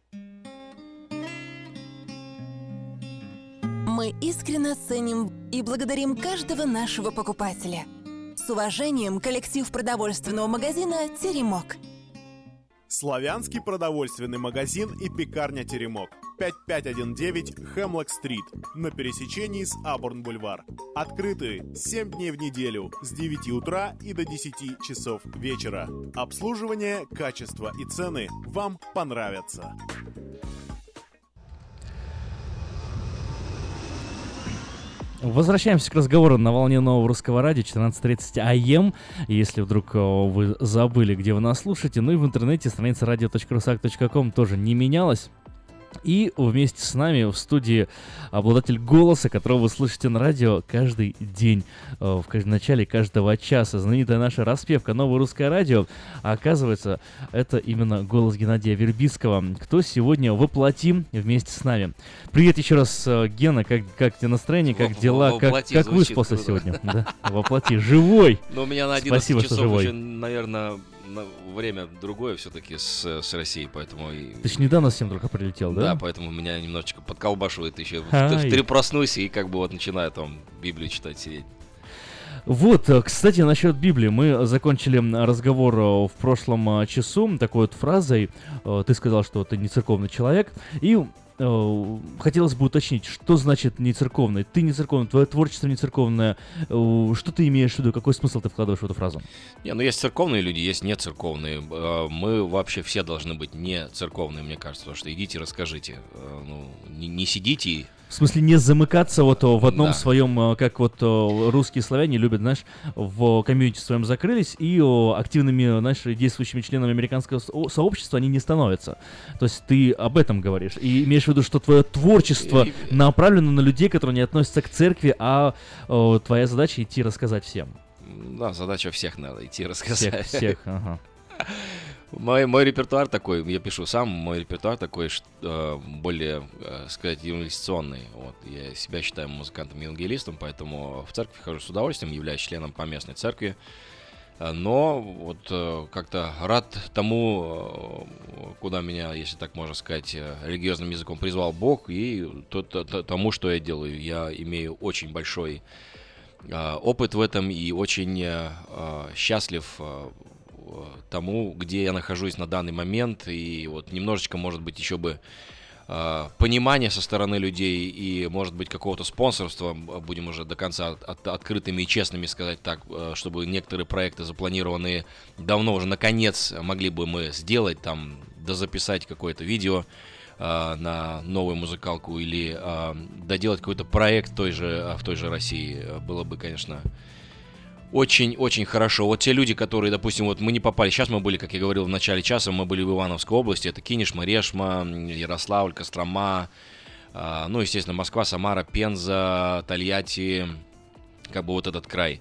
Speaker 18: Мы искренне ценим и благодарим каждого нашего покупателя. С уважением, коллектив продовольственного магазина «Теремок».
Speaker 22: Славянский продовольственный магазин и пекарня «Теремок». 5519 Хемлок-стрит на пересечении с Абурн-бульвар. Открыты 7 дней в неделю с 9 утра и до 10 часов вечера. Обслуживание, качество и цены вам понравятся.
Speaker 5: Возвращаемся к разговору на волне нового русского радио 14:30 АМ. Если вдруг вы забыли, где вы нас слушаете, ну и в интернете страница radio.rusak.com тоже не менялась. И вместе с нами в студии обладатель голоса, которого вы слышите на радио каждый день, в начале каждого часа. Знаменитая наша распевка «Новое русское радио». А оказывается, это именно голос Геннадия Вербицкого, кто сегодня воплоти вместе с нами. Привет еще раз, Гена, как тебе настроение, как дела, как выспался сегодня? Да, воплоти, живой!
Speaker 14: Ну, у меня на 11 часов уже, наверное, время другое все-таки с Россией, поэтому...
Speaker 5: Ты ж недавно совсем только прилетел, да?
Speaker 14: Да, поэтому меня немножечко подколбашивает еще. Перепроснусь и как бы вот начинаю там Библию читать, сидеть.
Speaker 5: Вот, кстати, насчет Библии. Мы закончили разговор в прошлом часу такой вот фразой. Ты сказал, что ты не церковный человек, и... хотелось бы уточнить, что значит не церковный? Ты не церковный, твое творчество не церковное. Что ты имеешь в виду? Какой смысл ты вкладываешь в эту фразу?
Speaker 14: Ну есть церковные люди, есть не церковные. Мы вообще все должны быть не церковные, мне кажется, потому что идите расскажите. Не сидите
Speaker 5: В смысле, не замыкаться вот в одном
Speaker 14: Да.
Speaker 5: своем, как вот русские славяне любят, знаешь, в комьюнити своем закрылись, и активными, знаешь, действующими членами американского сообщества они не становятся. То есть ты об этом говоришь. И имеешь в виду, что твое творчество направлено на людей, которые не относятся к церкви, а твоя задача идти рассказать всем.
Speaker 14: Да, задача всех надо идти рассказать.
Speaker 5: Всех, ага.
Speaker 14: Мой репертуар такой, я пишу сам, мой репертуар такой, более, сказать, евангелизационный. Вот. Я себя считаю музыкантом-евангелистом, поэтому в церковь хожу с удовольствием, являюсь членом поместной церкви. Но вот как-то рад тому, куда меня, если так можно сказать, религиозным языком призвал Бог, и тому, что я делаю. Я имею очень большой опыт в этом и очень счастлив тому, где я нахожусь на данный момент, и вот немножечко, может быть, еще бы понимания со стороны людей и, может быть, какого-то спонсорства, будем уже до конца открытыми и честными сказать так, чтобы некоторые проекты, запланированные давно уже, наконец, могли бы мы сделать, там, дозаписать какое-то видео на новую музыкалку или доделать какой-то проект в той же России, было бы, конечно, очень-очень хорошо. Вот те люди, которые, допустим, вот мы не попали, сейчас мы были, как я говорил в начале часа, мы были в Ивановской области, это Кинешма, Решма, Ярославль, Кострома, ну, естественно, Москва, Самара, Пенза, Тольятти, как бы вот этот край.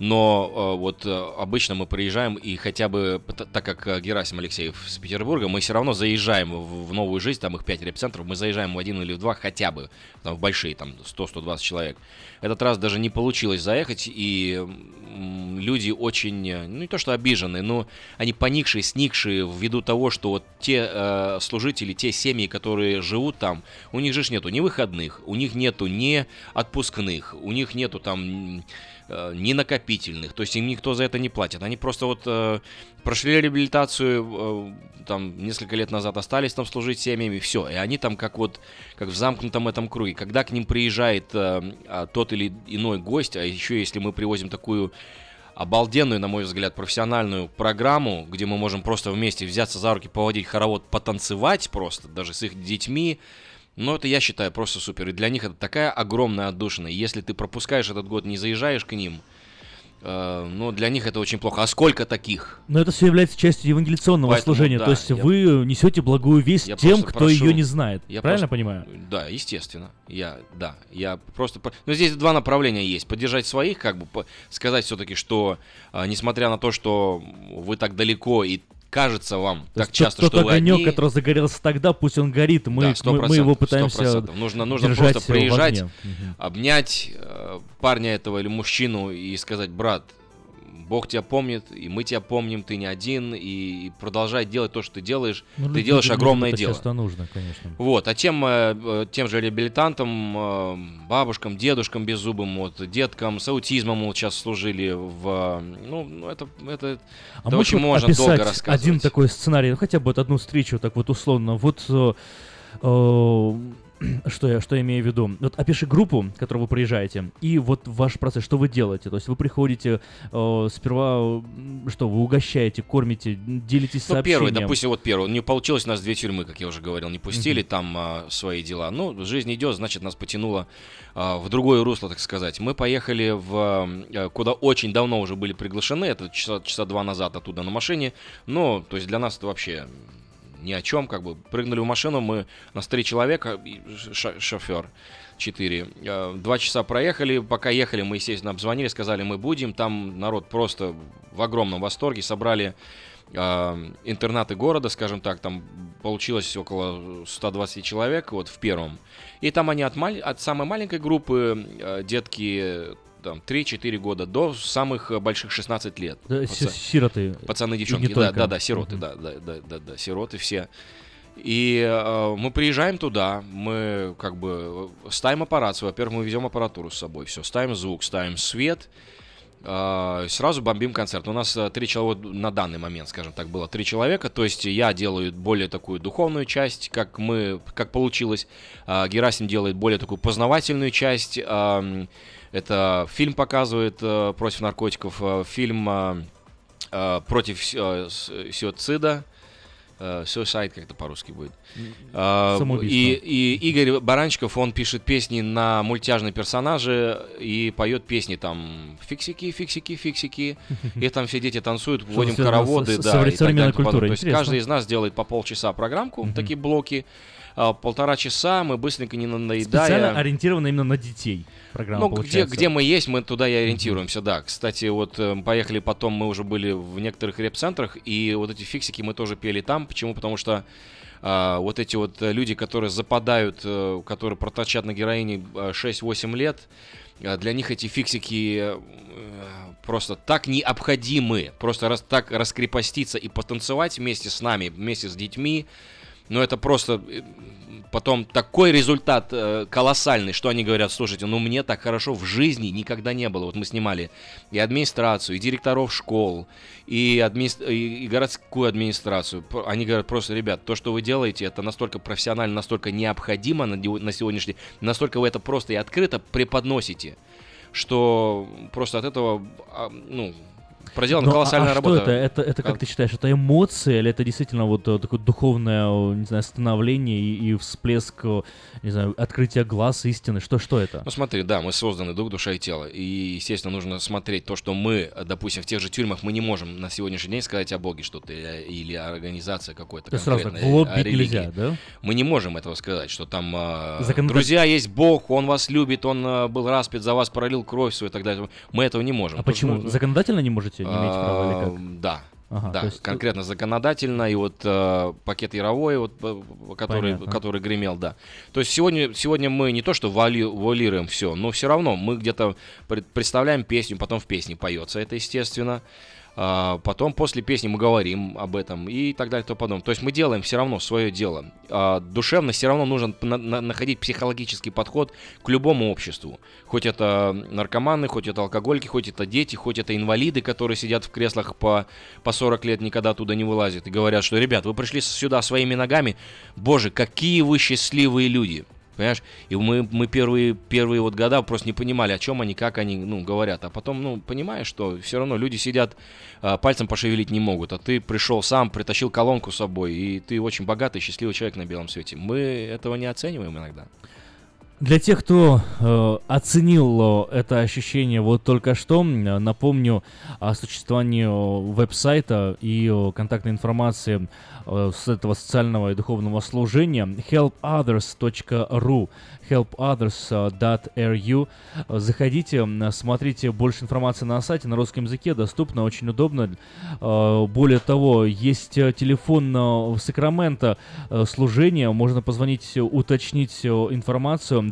Speaker 14: Но вот обычно мы приезжаем, и хотя бы, так как Герасим Алексеев с Петербурга, мы все равно заезжаем в новую жизнь, там их 5 репцентров, мы заезжаем в один или в два хотя бы, там в большие, там 100-120 человек. Этот раз даже не получилось заехать, и люди очень, ну не то что обиженные, но они поникшие, сникшие ввиду того, что вот те служители, те семьи, которые живут там, у них же нету ни выходных, у них нету ни отпускных, у них нету там ни накопительных, то есть им никто за это не платит. Они просто вот прошли реабилитацию, там несколько лет назад остались там служить семьями, все, и они там как в замкнутом этом круге. Когда к ним приезжает тот или иной гость, а еще если мы привозим такую обалденную, на мой взгляд, профессиональную программу, где мы можем просто вместе взяться за руки, поводить хоровод, потанцевать просто, даже с их детьми. Но это, я считаю, просто супер. И для них это такая огромная отдушина. И если ты пропускаешь этот год, не заезжаешь к ним, ну, для них это очень плохо. А сколько таких?
Speaker 5: Но это все является частью евангелиционного служения.
Speaker 14: Да,
Speaker 5: то есть вы несете благую весть тем, кто ее не знает. Правильно понимаю?
Speaker 14: Да, естественно. Я просто... Но здесь два направления есть. Поддержать своих, как бы сказать все-таки, что несмотря на то, что вы так далеко и кажется вам
Speaker 5: то
Speaker 14: так часто,
Speaker 5: тот
Speaker 14: что вы
Speaker 5: огонек,
Speaker 14: одни...
Speaker 5: который загорелся тогда, пусть он горит, мы его пытаемся
Speaker 14: 100%. Нужно
Speaker 5: держать
Speaker 14: просто приезжать,
Speaker 5: в огне.
Speaker 14: обнять парня этого или мужчину и сказать: брат, Бог тебя помнит, и мы тебя помним, ты не один, и продолжай делать то, что ты делаешь.
Speaker 5: Ну,
Speaker 14: ты делаешь огромное
Speaker 5: это
Speaker 14: дело.
Speaker 5: часто нужно, конечно.
Speaker 14: Вот, а тем же реабилитантам, бабушкам, дедушкам беззубым, вот, деткам с аутизмом вот, сейчас служили в... Ну, это очень можно долго рассказывать.
Speaker 5: Один такой сценарий, ну, хотя бы вот одну встречу, так вот условно. Вот... Что я имею в виду? Вот опиши группу, к которой вы приезжаете, и вот ваш процесс, что вы делаете. То есть вы приходите, сперва, что вы угощаете, кормите, делитесь сообщением.
Speaker 14: Первый, допустим, первый. Не получилось, у нас 2 тюрьмы, как я уже говорил, не пустили там свои дела. Ну, жизнь идет, значит, нас потянуло в другое русло, так сказать. Мы поехали куда очень давно уже были приглашены, это часа 2 назад оттуда на машине. Но, то есть для нас это вообще... ни о чем, как бы прыгнули в машину, мы нас 3 человека, шофер 4, 2 часа проехали, пока ехали, мы, естественно, обзвонили, сказали, мы будем, там народ просто в огромном восторге, собрали интернаты города, скажем так, там получилось около 120 человек, вот в первом, и там они от самой маленькой группы, детки... Там, 3-4 года до самых больших 16 лет.
Speaker 5: Да, сироты.
Speaker 14: Пацаны, девчонки, да, сироты, да, сироты все. И мы приезжаем туда, мы как бы ставим аппарат свой, во-первых, мы везем аппаратуру с собой, все, ставим звук, ставим свет, сразу бомбим концерт. У нас 3 человека на данный момент, скажем так, было 3 человека, то есть я делаю более такую духовную часть, как получилось, Герасим делает более такую познавательную часть. Это фильм показывает против наркотиков, фильм против суицида, Suicide, как это по-русски будет.
Speaker 5: Самоубийство.
Speaker 14: И Игорь Баранчиков, он пишет песни на мультяжные персонажи и поет песни там фиксики, фиксики, фиксики. И там все дети танцуют, вводим хороводы, да, и так далее. То есть каждый из нас делает по полчаса программку, такие блоки. 1,5 часа мы быстренько, не надоедая...
Speaker 5: Специально ориентировано именно на детей программа, получается.
Speaker 14: Где мы есть, мы туда и ориентируемся, да. Кстати, вот поехали потом, мы уже были в некоторых реп-центрах, и вот эти фиксики мы тоже пели там. Почему? Потому что вот эти вот люди, которые западают, которые проточат на героине 6-8 лет, для них эти фиксики просто так необходимы. Просто так раскрепоститься и потанцевать вместе с нами, вместе с детьми. Но это просто потом такой результат колоссальный, что они говорят: слушайте, ну мне так хорошо в жизни никогда не было. Вот мы снимали и администрацию, и директоров школ, и городскую администрацию. Они говорят просто: ребят, то, что вы делаете, это настолько профессионально, настолько необходимо на сегодняшний день, настолько вы это просто и открыто преподносите, что просто от этого, проделана колоссальная работа.
Speaker 5: Что это как ты считаешь, это эмоции, или это действительно вот такое духовное, не знаю, становление и всплеск, не знаю, открытие глаз истины? Что это?
Speaker 14: Ну смотри, да, мы созданы дух, душа и тело. И, естественно, нужно смотреть то, что мы, допустим, в тех же тюрьмах мы не можем на сегодняшний день сказать о Боге что-то или о организации какой-то конкретной,
Speaker 5: сразу в лоб
Speaker 14: о
Speaker 5: бить
Speaker 14: религии.
Speaker 5: Нельзя, да?
Speaker 14: Мы не можем этого сказать, что там друзья, есть Бог, Он вас любит, Он был распят за вас, пролил кровь свою и так далее. Мы этого не можем.
Speaker 5: А почему? Законодательно не можете? Не иметь права или как?
Speaker 14: Да.
Speaker 5: Ага,
Speaker 14: да,
Speaker 5: есть...
Speaker 14: конкретно законодательно, и вот пакет Яровой, вот, который гремел, да. То есть сегодня мы не то что вуалируем все, но все равно мы где-то представляем песню, потом в песне поется это, естественно. Потом после песни мы говорим об этом и так далее и тому подобное. То есть мы делаем все равно свое дело. Душевно все равно нужно находить психологический подход к любому обществу. Хоть это наркоманы, хоть это алкоголики, хоть это дети, хоть это инвалиды, которые сидят в креслах по 40 лет, никогда оттуда не вылазят и говорят, что: ребят, вы пришли сюда своими ногами, боже, какие вы счастливые люди. Понимаешь? И мы первые вот года просто не понимали, о чем они, как они, говорят. А потом, понимаешь, что все равно люди сидят, пальцем пошевелить не могут. А ты пришел сам, притащил колонку с собой, и ты очень богатый, счастливый человек на белом свете. Мы этого не оцениваем иногда.
Speaker 5: Для тех, кто оценил это ощущение вот только что, напомню о существовании веб-сайта и контактной информации с этого социального и духовного служения helpothers.ru helpothers.ru. Заходите, смотрите, больше информации на сайте на русском языке, доступно, очень удобно. Более того, есть телефон в Сакраменто служения, можно позвонить, уточнить информацию.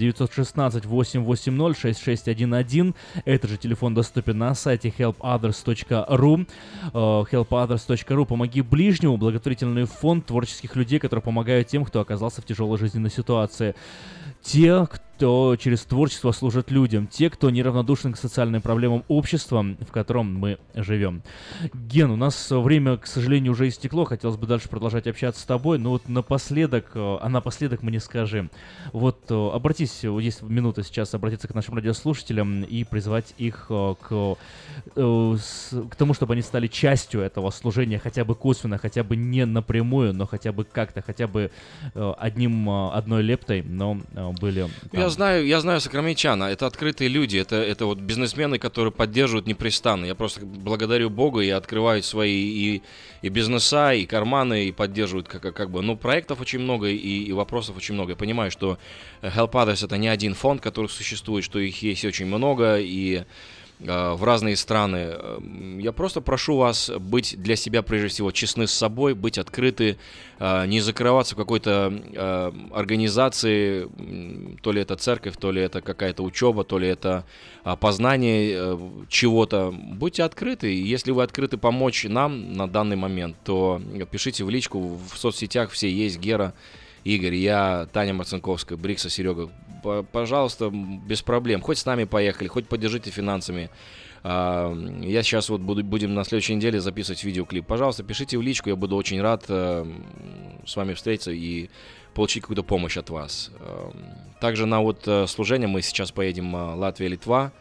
Speaker 5: 916-880-6611. Этот же телефон доступен на сайте helpothers.ru. helpothers.ru. Помоги ближнему. Благотворительный фонд творческих людей, которые помогают тем, кто оказался в тяжелой жизненной ситуации. Те, кто через творчество служит людям, те, кто неравнодушен к социальным проблемам общества, в котором мы живем. Ген, у нас время, к сожалению, уже истекло, хотелось бы дальше продолжать общаться с тобой, но вот напоследок мне скажи, вот обратись, есть минута сейчас обратиться к нашим радиослушателям и призвать их к тому, чтобы они стали частью этого служения, хотя бы косвенно, хотя бы не напрямую, но хотя бы как-то, хотя бы одной лептой, но были там.
Speaker 14: Я знаю сакраментчан, это открытые люди, это вот бизнесмены, которые поддерживают непрестанно. Я просто благодарю Бога и открывают свои и бизнеса, и карманы, и поддерживают как бы. Но проектов очень много, и вопросов очень много. Я понимаю, что Help Others — это не один фонд, который существует, что их есть очень много, и в разные страны. Я просто прошу вас быть для себя прежде всего честны с собой, быть открыты, не закрываться в какой-то организации, то ли это церковь, то ли это какая-то учеба, то ли это познание чего-то. Будьте открыты. Если вы открыты помочь нам на данный момент, то пишите в личку, в соцсетях все есть: Гера, Игорь, я, Таня Марцинковская, Брикса, Серега. Пожалуйста, без проблем. Хоть с нами поехали, хоть поддержите финансами. Я сейчас вот будем на следующей неделе записывать видеоклип. Пожалуйста, пишите в личку, я буду очень рад с вами встретиться и получить какую-то помощь от вас. Также на вот служение мы сейчас поедем Латвия, Литва.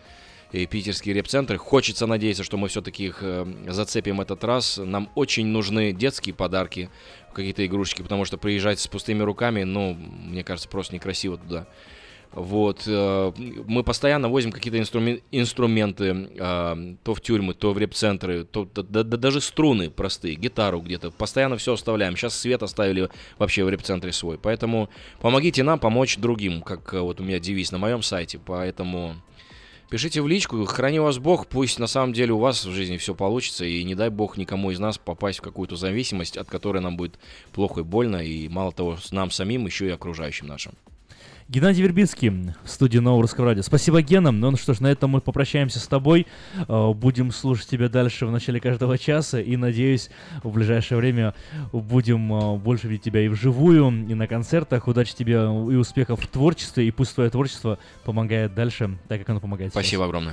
Speaker 14: и питерские репцентры. Хочется надеяться, что мы все-таки их зацепим этот раз. Нам очень нужны детские подарки, какие-то игрушки, потому что приезжать с пустыми руками, ну, мне кажется, просто некрасиво туда. Вот, мы постоянно возим какие-то инструменты, то в тюрьмы, то в репцентры, даже струны простые, гитару где-то, постоянно все оставляем. Сейчас свет оставили вообще в репцентре свой, поэтому помогите нам помочь другим, как вот у меня девиз на моем сайте, поэтому пишите в личку, храни вас Бог, пусть на самом деле у вас в жизни все получится, и не дай Бог никому из нас попасть в какую-то зависимость, от которой нам будет плохо и больно, и мало того, нам самим, еще и окружающим нашим.
Speaker 5: Геннадий Вербицкий в студии Нового Русского Радио. Спасибо, Гена. Ну что ж, на этом мы попрощаемся с тобой. Будем слушать тебя дальше в начале каждого часа. И, надеюсь, в ближайшее время будем больше видеть тебя и вживую, и на концертах. Удачи тебе и успехов в творчестве. И пусть твое творчество помогает дальше, так как оно помогает сейчас.
Speaker 14: Спасибо огромное.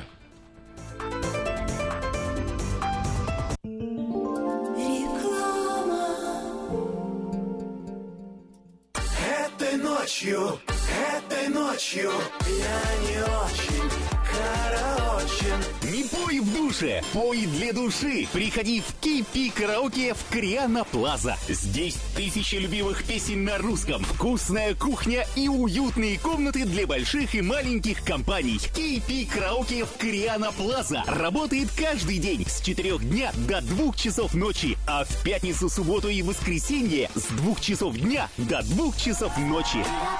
Speaker 2: Этой ночью я не очень караочен.
Speaker 3: Не пой в душе, пой для души. Приходи в KP Караоке в Кориана Плаза. Здесь тысячи любимых песен на русском, вкусная кухня и уютные комнаты для больших и маленьких компаний. KP Караоке в Кориана Плаза работает каждый день с 4 дня до 2 часов ночи, а в пятницу, субботу и воскресенье с 2 часов дня до 2 часов ночи.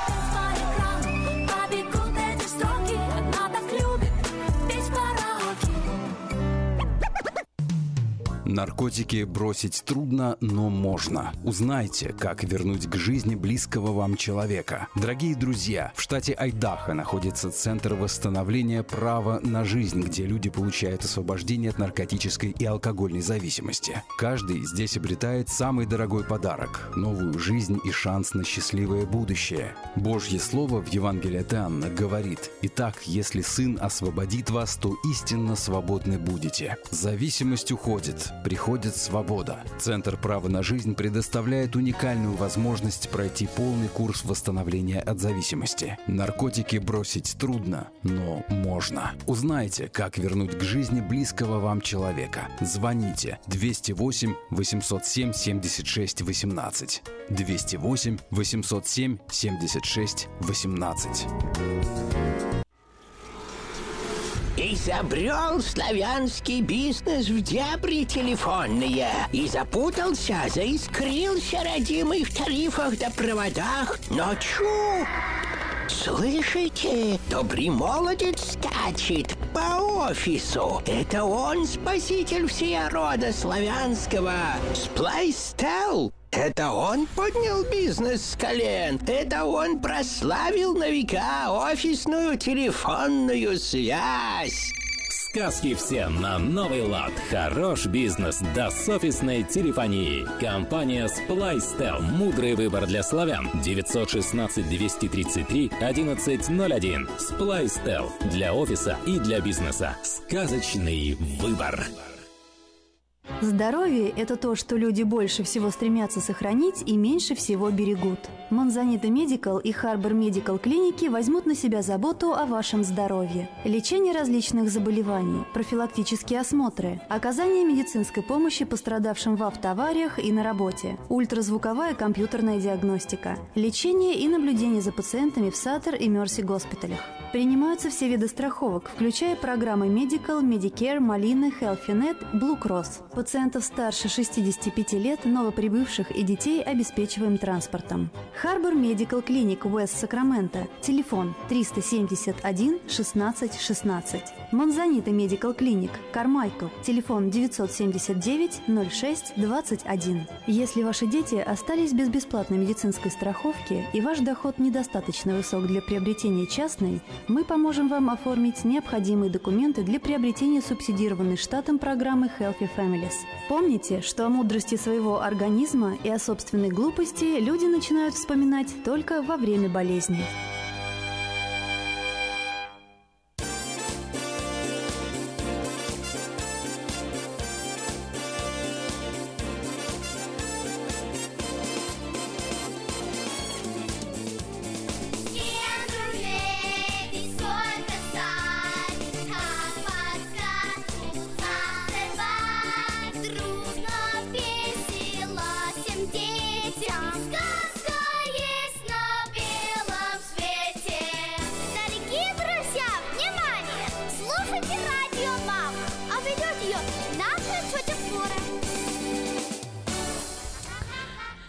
Speaker 4: Наркотики бросить трудно, но можно. Узнайте, как вернуть к жизни близкого вам человека. Дорогие друзья, в штате Айдахо находится Центр восстановления права на жизнь, где люди получают освобождение от наркотической и алкогольной зависимости. Каждый здесь обретает самый дорогой подарок – новую жизнь и шанс на счастливое будущее. Божье Слово в Евангелии от Иоанна говорит: «Итак, если Сын освободит вас, то истинно свободны будете». Зависимость уходит. Приходит свобода. Центр права на жизнь предоставляет уникальную возможность пройти полный курс восстановления от зависимости. Наркотики бросить трудно, но можно. Узнайте, как вернуть к жизни близкого вам человека. Звоните 208 807 76 18. 208 807 76 18.
Speaker 11: Изобрел славянский бизнес в дебри телефонные и запутался, заискрился родимый в тарифах да проводах. Но чу! Слышите? Добрый молодец скачет по офису. Это он спаситель всея рода славянского. Сплайстел. Это он поднял бизнес с колен. Это он прославил на века офисную телефонную связь.
Speaker 21: Сказки все на новый лад. Хорош бизнес да с офисной телефонии. Компания Splystel. Мудрый выбор для славян. 916-233-1101. Splystel. Для офиса и для бизнеса. Сказочный выбор.
Speaker 23: Здоровье – это то, что люди больше всего стремятся сохранить и меньше всего берегут. Монзанита Медикал и Харбор Медикал клиники возьмут на себя заботу о вашем здоровье. Лечение различных заболеваний, профилактические осмотры, оказание медицинской помощи пострадавшим в автоавариях и на работе, ультразвуковая компьютерная диагностика, лечение и наблюдение за пациентами в Саттер и Мерси госпиталях. Принимаются все виды страховок, включая программы Medical, Medicare, Molina, HealthyNet, Blue Cross. Пациентов старше 65 лет, новоприбывших и детей обеспечиваем транспортом. Харбор Медикал Клиник Уэст Сакраменто. Телефон 371 16 16. Монзанита Медикал Клиник Кармайкл. Телефон 979 06 21. Если ваши дети остались без бесплатной медицинской страховки и ваш доход недостаточно высок для приобретения частной, мы поможем вам оформить необходимые документы для приобретения субсидированной штатом программы Healthy Families. Помните, что о мудрости своего организма и о собственной глупости люди начинают вспоминать только во время болезни.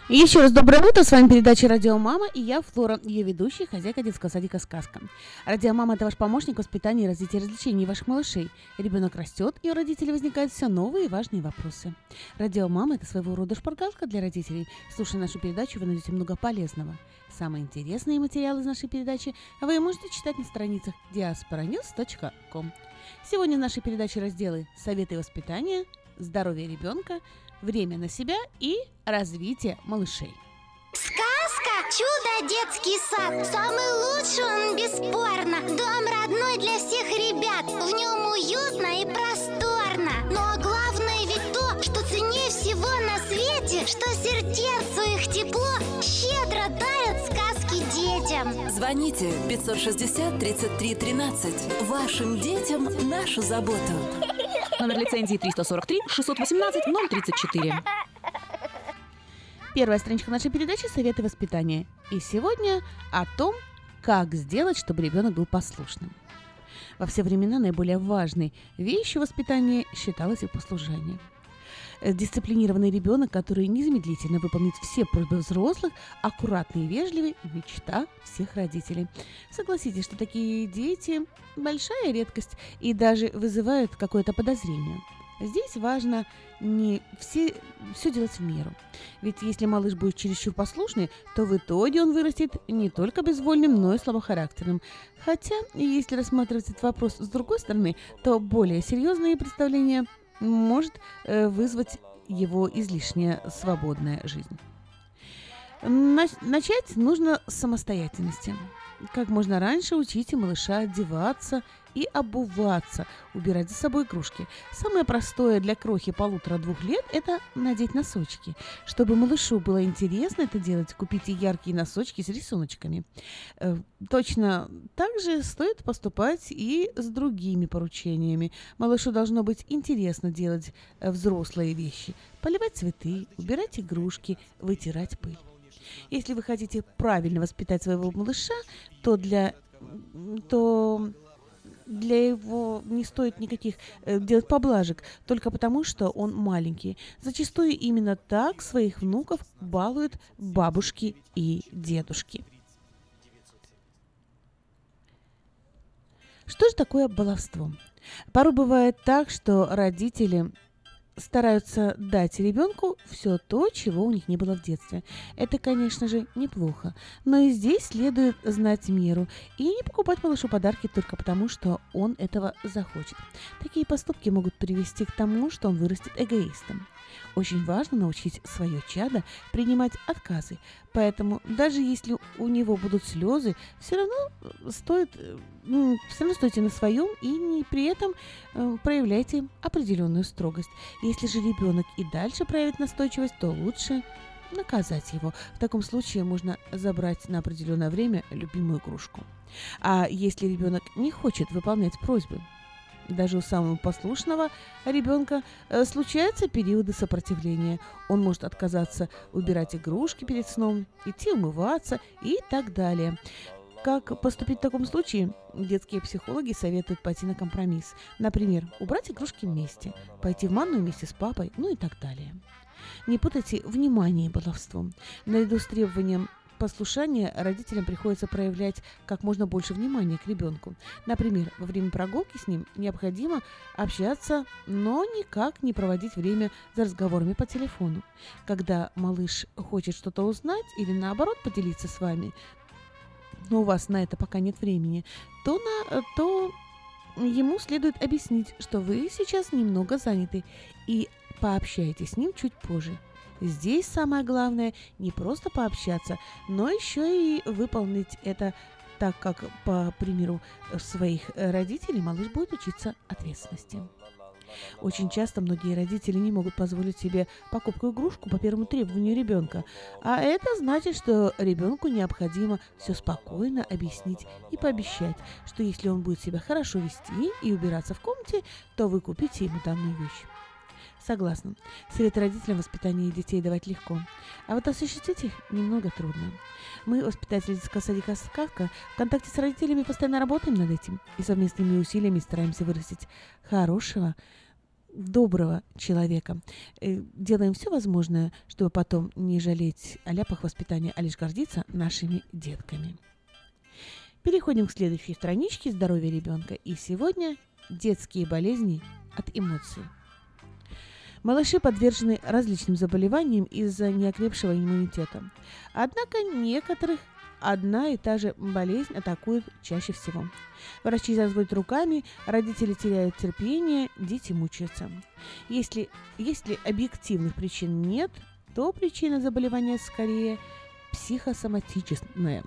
Speaker 6: Еще раз доброе утро, с вами передача «Радио Мама» и я, Флора, ее ведущая, хозяйка детского садика «Сказка». «Радио Мама» — это ваш помощник в воспитании и развитии развлечений ваших малышей. Ребенок растет, и у родителей возникают все новые и важные вопросы. «Радио Мама» — это своего рода шпаргалка для родителей. Слушая нашу передачу, вы найдете много полезного. Самые интересные материалы из нашей передачи вы можете читать на страницах diasporanews.com. Сегодня в нашей передаче разделы «Советы воспитания», «Здоровье ребенка», «Время на себя» и «Развитие малышей».
Speaker 17: Сказка «Чудо детский сад». Самый лучший он, бесспорно. Дом родной для всех ребят. В нем уютно и просторно. Но главное ведь то, что ценнее всего на свете, что сердцу их тепло щедро дарят сказки детям.
Speaker 18: Звоните 560 33 13. Вашим детям нашу заботу.
Speaker 10: Номер лицензии 343 618 034.
Speaker 6: Первая страничка нашей передачи «Советы воспитания». И сегодня о том, как сделать, чтобы ребенок был послушным. Во все времена наиболее важной вещью воспитания считалось и послушание. Дисциплинированный ребенок, который незамедлительно выполнит все просьбы взрослых, аккуратный и вежливый – мечта всех родителей. Согласитесь, что такие дети – большая редкость и даже вызывают какое-то подозрение. Здесь важно не все делать в меру. Ведь если малыш будет чересчур послушный, то в итоге он вырастет не только безвольным, но и слабохарактерным. Хотя, если рассматривать этот вопрос с другой стороны, то более серьезные представления может вызвать его излишняя свободная жизнь. Начать нужно с самостоятельности. Как можно раньше учите малыша одеваться и обуваться, убирать за собой игрушки. Самое простое для крохи 1,5-2 лет – это надеть носочки. Чтобы малышу было интересно это делать, купите яркие носочки с рисуночками. Точно так же стоит поступать и с другими поручениями. Малышу должно быть интересно делать взрослые вещи. Поливать цветы, убирать игрушки, вытирать пыль. Если вы хотите правильно воспитать своего малыша, то для его не стоит никаких делать поблажек, только потому, что он маленький. Зачастую именно так своих внуков балуют бабушки и дедушки. Что же такое баловство? Порой бывает так, что родители стараются дать ребенку все то, чего у них не было в детстве. Это, конечно же, неплохо. Но и здесь следует знать меру и не покупать малышу подарки только потому, что он этого захочет. Такие поступки могут привести к тому, что он вырастет эгоистом. Очень важно научить свое чадо принимать отказы. Поэтому даже если у него будут слезы, все равно стойте на своем и при этом проявляйте определенную строгость. Если же ребенок и дальше проявит настойчивость, то лучше наказать его. В таком случае можно забрать на определенное время любимую игрушку. А если ребенок не хочет выполнять просьбы, даже у самого послушного ребенка случаются периоды сопротивления. Он может отказаться убирать игрушки перед сном, идти умываться и так далее. Как поступить в таком случае? Детские психологи советуют пойти на компромисс. Например, убрать игрушки вместе, пойти в ванную вместе с папой, ну и так далее. Не путайте внимание и баловство. Наряду с требованием послушания родителям приходится проявлять как можно больше внимания к ребенку. Например, во время прогулки с ним необходимо общаться, но никак не проводить время за разговорами по телефону. Когда малыш хочет что-то узнать или наоборот поделиться с вами, но у вас на это пока нет времени, то ему следует объяснить, что вы сейчас немного заняты, и пообщайтесь с ним чуть позже. Здесь самое главное не просто пообщаться, но еще и выполнить это так, как, по примеру своих родителей, малыш будет учиться ответственности. Очень часто многие родители не могут позволить себе покупку игрушку по первому требованию ребенка, а это значит, что ребенку необходимо все спокойно объяснить и пообещать, что если он будет себя хорошо вести и убираться в комнате, то вы купите ему данную вещь. Согласна. Советы родителям в воспитании детей давать легко, а вот осуществить их немного трудно. Мы, воспитатели детского садика «Сказка», в контакте с родителями постоянно работаем над этим и совместными усилиями стараемся вырастить хорошего, доброго человека. Делаем все возможное, чтобы потом не жалеть о ляпах воспитания, а лишь гордиться нашими детками. Переходим к следующей страничке «Здоровье ребенка». И сегодня детские болезни от эмоций. Малыши подвержены различным заболеваниям из-за неокрепшего иммунитета. Однако некоторых одна и та же болезнь атакует чаще всего. Врачи разводят руками, родители теряют терпение, дети мучаются. Если объективных причин нет, то причина заболевания скорее психосоматическая.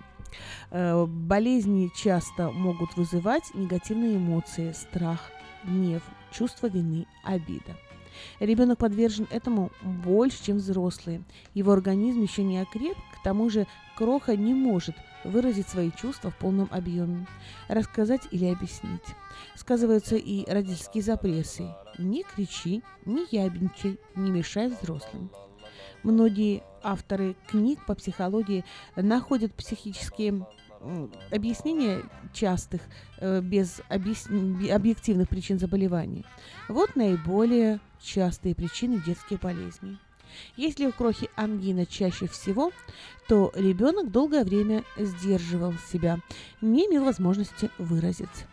Speaker 6: Болезни часто могут вызывать негативные эмоции, страх, гнев, чувство вины, обида. Ребенок подвержен этому больше, чем взрослые. Его организм еще не окреп, к тому же кроха не может выразить свои чувства в полном объеме, рассказать или объяснить. Сказываются и родительские запреты. Не кричи, не ябедничай, не мешай взрослым. Многие авторы книг по психологии находят психические объяснения частых, без объективных причин заболеваний. Вот наиболее частые причины детских болезней. Если у крохи ангина чаще всего, то ребенок долгое время сдерживал себя, не имел возможности выразить.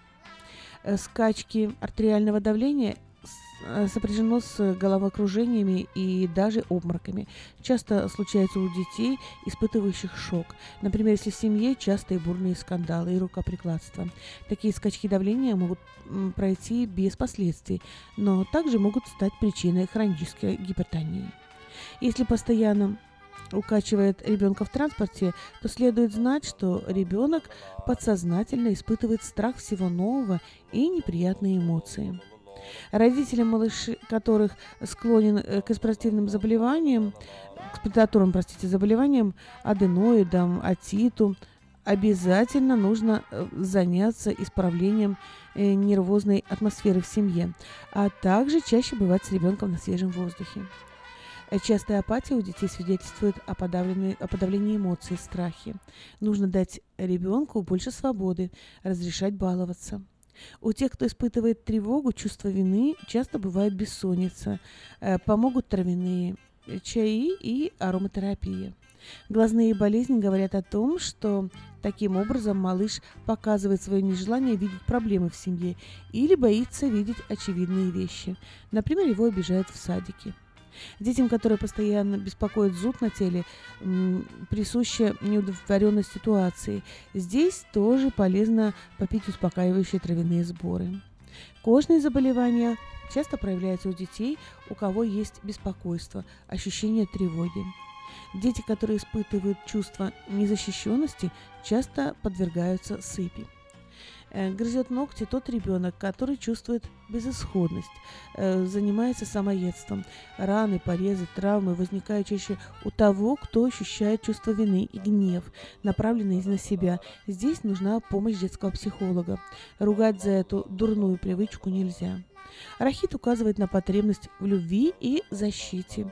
Speaker 6: Скачки артериального давления сопряжено с головокружениями и даже обмороками. Часто случается у детей, испытывающих шок. Например, если в семье частые бурные скандалы и рукоприкладства. Такие скачки давления могут пройти без последствий, но также могут стать причиной хронической гипертонии. Если постоянно укачивает ребенка в транспорте, то следует знать, что ребенок подсознательно испытывает страх всего нового и неприятные эмоции. Родителям малышей, которых склонен к респираторным заболеваниям, аденоидам, отиту, обязательно нужно заняться исправлением нервозной атмосферы в семье, а также чаще бывать с ребенком на свежем воздухе. Частая апатия у детей свидетельствует о подавлении эмоций, страхе. Нужно дать ребенку больше свободы, разрешать баловаться. У тех, кто испытывает тревогу, чувство вины, часто бывает бессонница. Помогут травяные чаи и ароматерапия. Глазные болезни говорят о том, что таким образом малыш показывает свое нежелание видеть проблемы в семье или боится видеть очевидные вещи. Например, его обижают в садике. Детям, которые постоянно беспокоят зуд на теле, присуща неудовлетворенность ситуации. Здесь тоже полезно попить успокаивающие травяные сборы. Кожные заболевания часто проявляются у детей, у кого есть беспокойство, ощущение тревоги. Дети, которые испытывают чувство незащищенности, часто подвергаются сыпи. Грызет ногти тот ребенок, который чувствует безысходность, занимается самоедством. Раны, порезы, травмы возникают чаще у того, кто ощущает чувство вины и гнев, направленные на себя. Здесь нужна помощь детского психолога. Ругать за эту дурную привычку нельзя. Рахит указывает на потребность в любви и защите.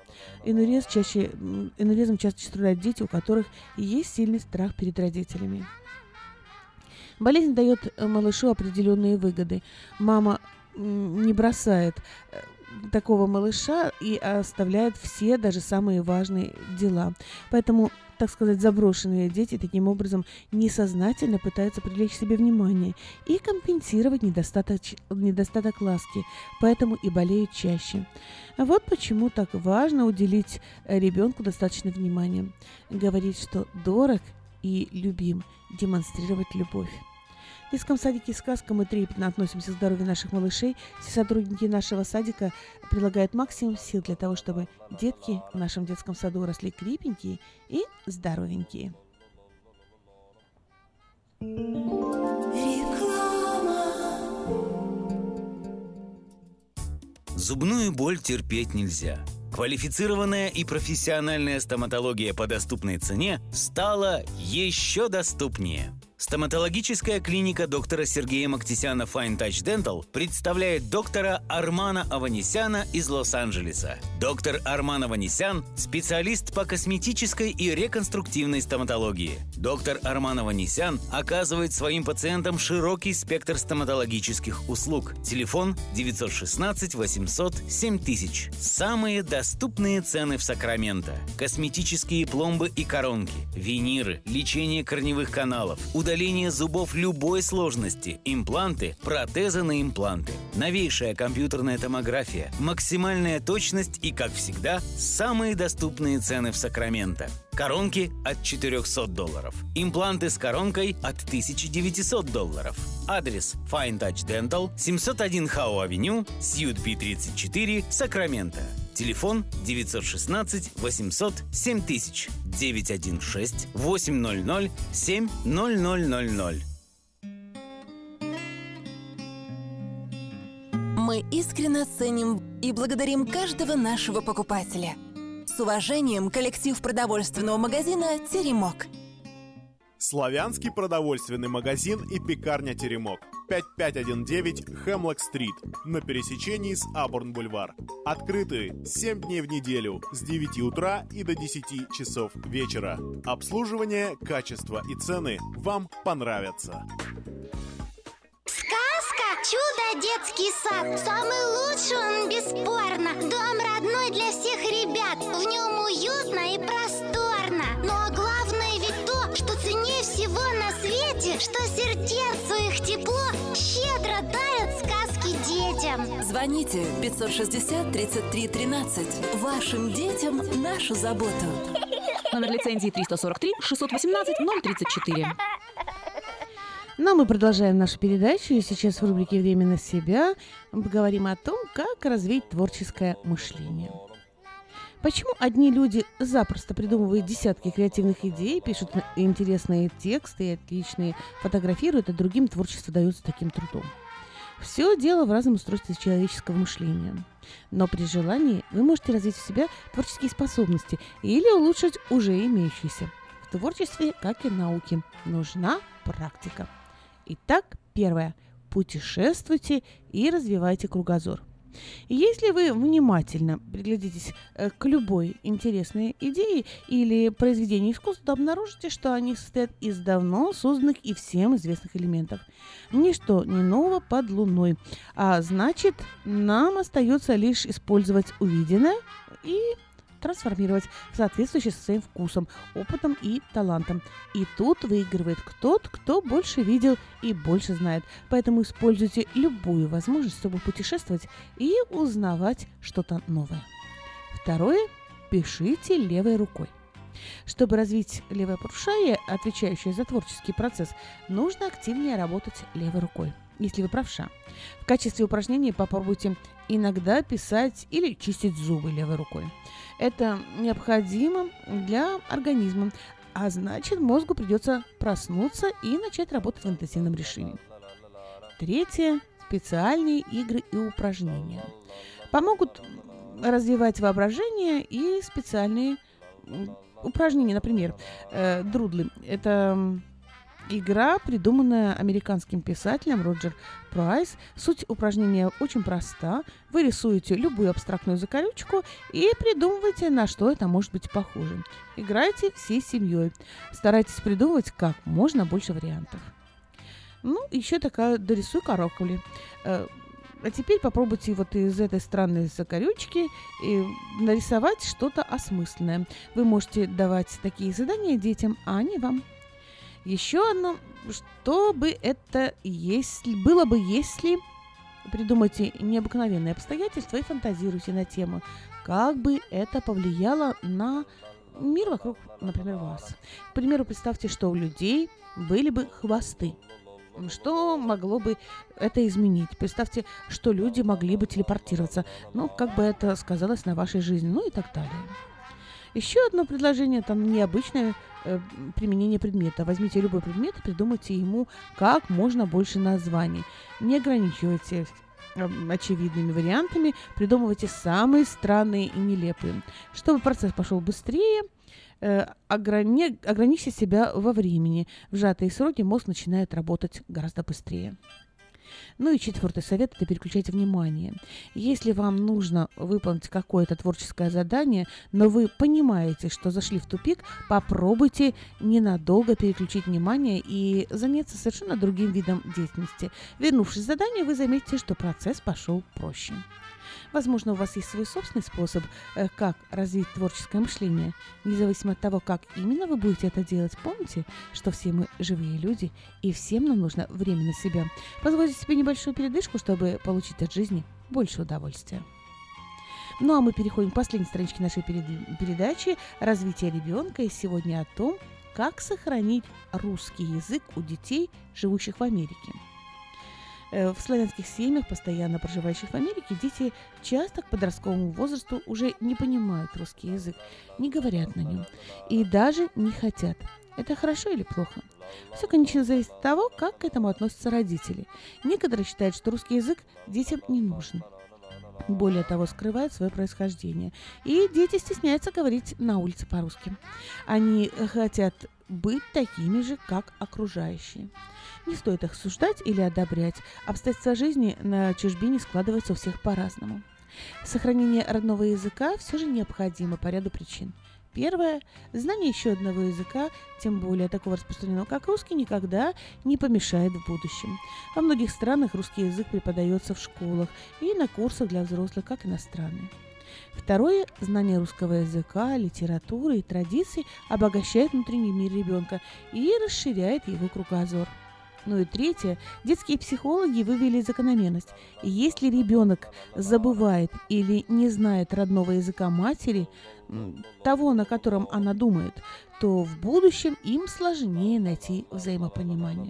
Speaker 6: Энурезом часто страдают дети, у которых есть сильный страх перед родителями. Болезнь дает малышу определенные выгоды. Мама не бросает такого малыша и оставляет все, даже самые важные дела. Поэтому, так сказать, заброшенные дети таким образом несознательно пытаются привлечь к себе внимание и компенсировать недостаток ласки, поэтому и болеют чаще. А вот почему так важно уделить ребенку достаточно внимания. Говорить, что дорог и любим, демонстрировать любовь. В детском садике «Сказка» мы трепетно относимся к здоровью наших малышей. Все сотрудники нашего садика прилагают максимум сил для того, чтобы детки в нашем детском саду росли крепенькие и здоровенькие.
Speaker 7: Зубную боль терпеть нельзя. Квалифицированная и профессиональная стоматология по доступной цене стала еще доступнее. Стоматологическая клиника доктора Сергея Мактисяна Fine Touch Dental представляет доктора Армана Аванесяна из Лос-Анджелеса. Доктор Арман Аванесян – специалист по косметической и реконструктивной стоматологии. Доктор Арман Аванесян оказывает своим пациентам широкий спектр стоматологических услуг. Телефон 916 800 7000. Самые доступные цены в Сакраменто. Косметические пломбы и коронки, виниры, лечение корневых каналов, удаление зубов любой сложности, импланты, протезы на импланты, новейшая компьютерная томография, максимальная точность и, как всегда, самые доступные цены в Сакраменто. Коронки от $400. Импланты с коронкой от $1900. Адрес Fine Touch Dental, 701 Хау-авеню, Сьют Пи-34, Сакраменто. Телефон 916 800 7000 916 800 7000.
Speaker 18: Мы искренне ценим и благодарим каждого нашего покупателя. С уважением, коллектив продовольственного магазина «Теремок».
Speaker 22: Славянский продовольственный магазин и пекарня «Теремок». 5519 Хемлок-стрит на пересечении с Абурн-бульвар. Открыты 7 дней в неделю с 9 утра и до 10 часов вечера. Обслуживание, качество и цены вам понравятся.
Speaker 17: Сказка «Чудо детский сад». Самый лучший он, бесспорно. Дом родной для всех ребят. В нем уютно и просторно. Но главное ведь то, что ценнее всего на свете, что сердцу их тепло щедро дарят сказки детям.
Speaker 18: Звоните 560-33-13. Вашим детям нашу заботу.
Speaker 10: Номер лицензии 343-618-034.
Speaker 6: Но мы продолжаем нашу передачу, и сейчас в рубрике «Время на себя» мы поговорим о том, как развить творческое мышление. Почему одни люди запросто придумывают десятки креативных идей, пишут интересные тексты и отличные фотографируют, а другим творчество дается таким трудом? Все дело в разном устройстве человеческого мышления. Но при желании вы можете развить в себя творческие способности или улучшить уже имеющиеся. В творчестве, как и науке, нужна практика. Итак, первое. Путешествуйте и развивайте кругозор. Если вы внимательно приглядитесь к любой интересной идее или произведению искусства, то обнаружите, что они состоят из давно созданных и всем известных элементов. Ничто не ново под луной, а значит, нам остается лишь использовать увиденное и трансформировать в соответствующее со своим вкусом, опытом и талантом. И тут выигрывает тот, кто больше видел и больше знает. Поэтому используйте любую возможность, чтобы путешествовать и узнавать что-то новое. Второе. Пишите левой рукой. Чтобы развить левое полушарие, отвечающее за творческий процесс, нужно активнее работать левой рукой, если вы правша. В качестве упражнения попробуйте иногда писать или чистить зубы левой рукой. Это необходимо для организма, а значит, мозгу придется проснуться и начать работать в интенсивном режиме. Третье. Специальные игры и упражнения. Помогут развивать воображение и специальные упражнения, например, друдлы. Это игра, придуманная американским писателем Роджер Прайс. Суть упражнения очень проста. Вы рисуете любую абстрактную закорючку и придумываете, на что это может быть похоже. Играйте всей семьей. Старайтесь придумывать как можно больше вариантов. Ну, еще такая дорисуй каракули. А теперь попробуйте вот из этой странной закорючки нарисовать что-то осмысленное. Вы можете давать такие задания детям, а они вам. Еще одно, что бы это было бы, если придумайте необыкновенные обстоятельства и фантазируйте на тему, как бы это повлияло на мир вокруг, например, вас. К примеру, представьте, что у людей были бы хвосты. Что могло бы это изменить? Представьте, что люди могли бы телепортироваться. Ну, как бы это сказалось на вашей жизни, ну и так далее. Еще одно предложение, там необычное применение предмета. Возьмите любой предмет и придумайте ему как можно больше названий. Не ограничивайтесь очевидными вариантами, придумывайте самые странные и нелепые. Чтобы процесс пошел быстрее, ограничьте себя во времени. В сжатые сроки мозг начинает работать гораздо быстрее. Ну и 4-й совет – это переключать внимание. Если вам нужно выполнить какое-то творческое задание, но вы понимаете, что зашли в тупик, попробуйте ненадолго переключить внимание и заняться совершенно другим видом деятельности. Вернувшись в задание, вы заметите, что процесс пошел проще. Возможно, у вас есть свой собственный способ, как развить творческое мышление. Независимо от того, как именно вы будете это делать, помните, что все мы живые люди, и всем нам нужно время на себя. Позвольте себе небольшую передышку, чтобы получить от жизни больше удовольствия. Ну а мы переходим к последней страничке нашей передачи «Развитие ребенка». И сегодня о том, как сохранить русский язык у детей, живущих в Америке. В славянских семьях, постоянно проживающих в Америке, дети часто к подростковому возрасту уже не понимают русский язык, не говорят на нем и даже не хотят. Это хорошо или плохо? Все, конечно, зависит от того, как к этому относятся родители. Некоторые считают, что русский язык детям не нужен. Более того, скрывают свое происхождение. И дети стесняются говорить на улице по-русски. Они хотят быть такими же, как окружающие. Не стоит их осуждать или одобрять. Обстоятельства жизни на чужбине складываются у всех по-разному. Сохранение родного языка все же необходимо по ряду причин. Первое. Знание еще одного языка, тем более такого распространенного, как русский, никогда не помешает в будущем. Во многих странах русский язык преподается в школах и на курсах для взрослых, как иностранный. Второе. Знание русского языка, литературы и традиций обогащает внутренний мир ребенка и расширяет его кругозор. Ну и третье. Детские психологи вывели закономерность. Если ребенок забывает или не знает родного языка матери, того, на котором она думает, то в будущем им сложнее найти взаимопонимание.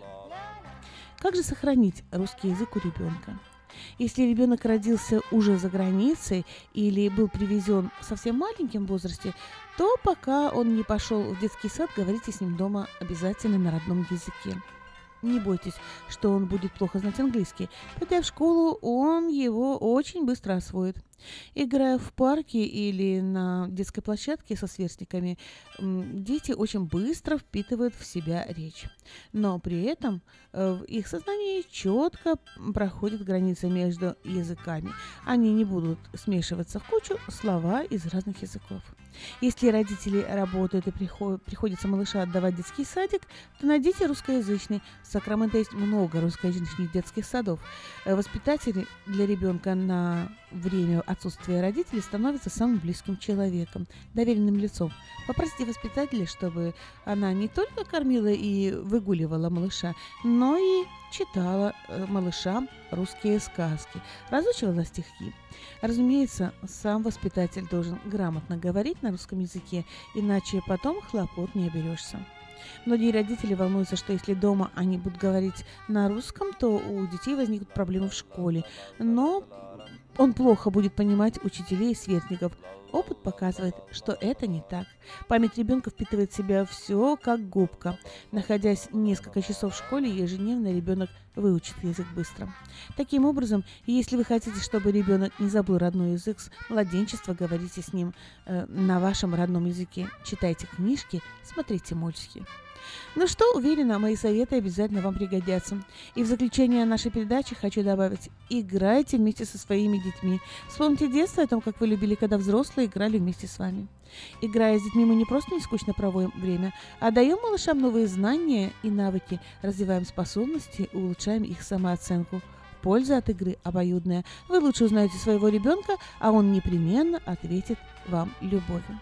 Speaker 6: Как же сохранить русский язык у ребенка? Если ребенок родился уже за границей или был привезен в совсем маленьком возрасте, то пока он не пошел в детский сад, говорите с ним дома обязательно на родном языке. Не бойтесь, что он будет плохо знать английский. Пойдя в школу, он его очень быстро освоит. Играя в парке или на детской площадке со сверстниками, дети очень быстро впитывают в себя речь. Но при этом в их сознании четко проходит граница между языками. Они не будут смешиваться в кучу слова из разных языков. Если родители работают и приходится малыша отдавать в детский садик, то найдите русскоязычный. В Сакраменто есть много русскоязычных детских садов. Воспитатели для ребенка на время отсутствия родителей становятся самым близким человеком, доверенным лицом. Попросите воспитателя, чтобы она не только кормила и выгуливала малыша, но и читала малышам русские сказки, разучивала стихи. Разумеется, сам воспитатель должен грамотно говорить на русском языке, иначе потом хлопот не оберешься. Многие родители волнуются, что если дома они будут говорить на русском, то у детей возникнут проблемы в школе. Но он плохо будет понимать учителей и сверстников. Опыт показывает, что это не так. Память ребенка впитывает в себя все как губка. Находясь несколько часов в школе, ежедневно ребенок выучит язык быстро. Таким образом, если вы хотите, чтобы ребенок не забыл родной язык с младенчества, говорите с ним на вашем родном языке. Читайте книжки, смотрите мультики. Ну что, уверена, мои советы обязательно вам пригодятся. И в заключение нашей передачи хочу добавить: играйте вместе со своими детьми. Вспомните детство о том, как вы любили, когда взрослые играли вместе с вами. Играя с детьми, мы не просто не скучно проводим время, а даем малышам новые знания и навыки, развиваем способности, улучшаем их самооценку. Польза от игры обоюдная. Вы лучше узнаете своего ребенка, а он непременно ответит вам любовью.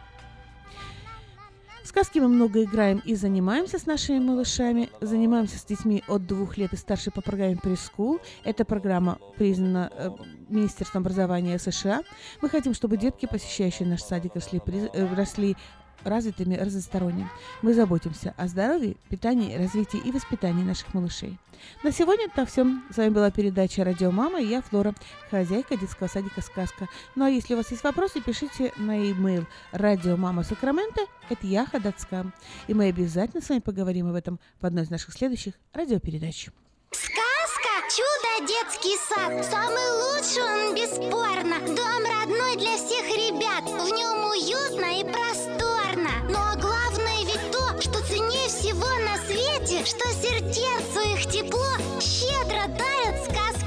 Speaker 6: В сказки мы много играем и занимаемся с нашими малышами. Занимаемся с детьми от 2 лет и старше по программе Preschool. Эта программа признана Министерством образования США. Мы хотим, чтобы детки, посещающие наш садик, росли развитыми, разносторонне. Мы заботимся о здоровье, питании, развитии и воспитании наших малышей. На сегодня это все. С вами была передача «Радио Мама» и я, Флора, хозяйка детского садика «Сказка». Ну а если у вас есть вопросы, пишите на e-mail radiomama.sacramento@yahoo.com. И мы обязательно с вами поговорим об этом в одной из наших следующих радиопередач.
Speaker 17: Сказка «Чудо детский сад». Самый лучший он, бесспорно. Дом родной для всех ребят. В нем уютно и просторно. Но главное ведь то, что ценнее всего на свете, что сердцу их тепло щедро дарят сказки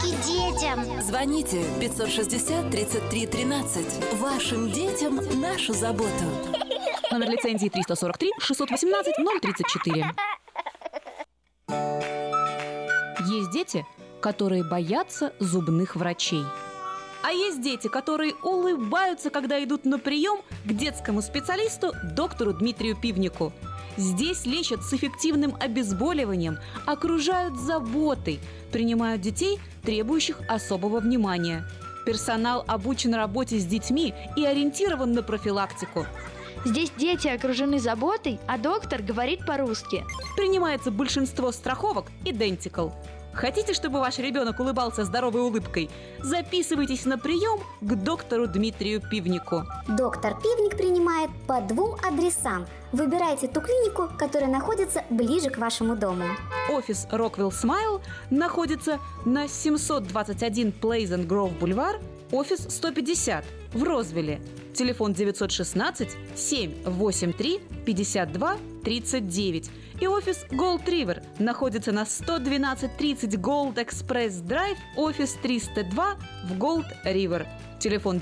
Speaker 17: детям.
Speaker 18: Звоните 560-33-13. Вашим детям нашу заботу.
Speaker 10: Номер лицензии 343-618-034. Есть дети, которые боятся зубных врачей. А есть дети, которые улыбаются, когда идут на прием к детскому специалисту доктору Дмитрию Пивнику. Здесь лечат с эффективным обезболиванием, окружают заботой, принимают детей, требующих особого внимания. Персонал обучен работе с детьми и ориентирован на профилактику.
Speaker 12: Здесь дети окружены заботой, а доктор говорит по-русски.
Speaker 10: Принимается большинство страховок Identical. Хотите, чтобы ваш ребенок улыбался здоровой улыбкой? Записывайтесь на прием к доктору Дмитрию Пивнику.
Speaker 13: Доктор Пивник принимает по 2 адресам. Выбирайте ту клинику, которая находится ближе к вашему дому.
Speaker 10: Офис Rockwell Smile находится на 721 Pleasant Grove Boulevard, офис 150 в Розвилле. Телефон 916-783-52-39. И офис Gold River находится на 11230 Gold Express Drive, офис 302 в Gold River. Телефон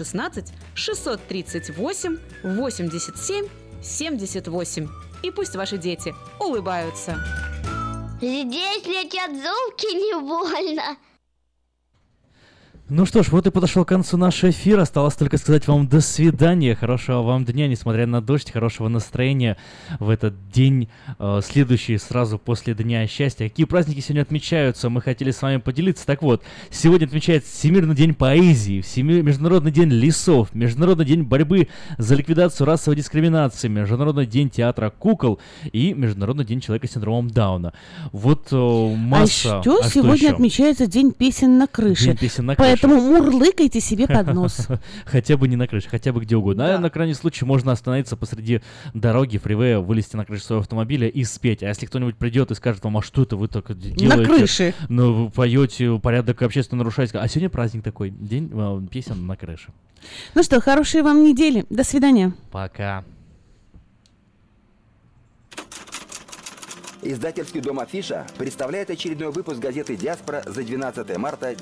Speaker 10: 916-638-87-78. И пусть ваши дети улыбаются.
Speaker 17: Здесь летят зубки, не больно.
Speaker 5: Ну что ж, вот и подошел к концу наш эфир. Осталось только сказать вам до свидания. Хорошего вам дня, несмотря на дождь, хорошего настроения в этот день, следующий сразу после Дня счастья. Какие праздники сегодня отмечаются, мы хотели с вами поделиться. Так вот, сегодня отмечается Всемирный день поэзии, Международный день лесов, Международный день борьбы за ликвидацию расовой дискриминации, Международный день театра кукол и Международный день человека с синдромом Дауна. Вот масса.
Speaker 6: А что сегодня отмечается День песен на крыше?
Speaker 5: День песен на крыше.
Speaker 6: Поэтому мурлыкайте себе под нос.
Speaker 5: Хотя бы не на крыше, хотя бы где угодно. Да. А на крайний случай можно остановиться посреди дороги, фривея, вылезти на крышу своего автомобиля и спеть. А если кто-нибудь придет и скажет вам, а что это вы так делаете?
Speaker 6: На крыше.
Speaker 5: Ну, вы поете, порядок общественно нарушаете. А сегодня праздник такой, день песен на крыше.
Speaker 6: Ну что, хорошей вам недели. До свидания.
Speaker 5: Пока.
Speaker 9: Издательский дом «Афиша» представляет очередной выпуск газеты «Диаспора» за 12 марта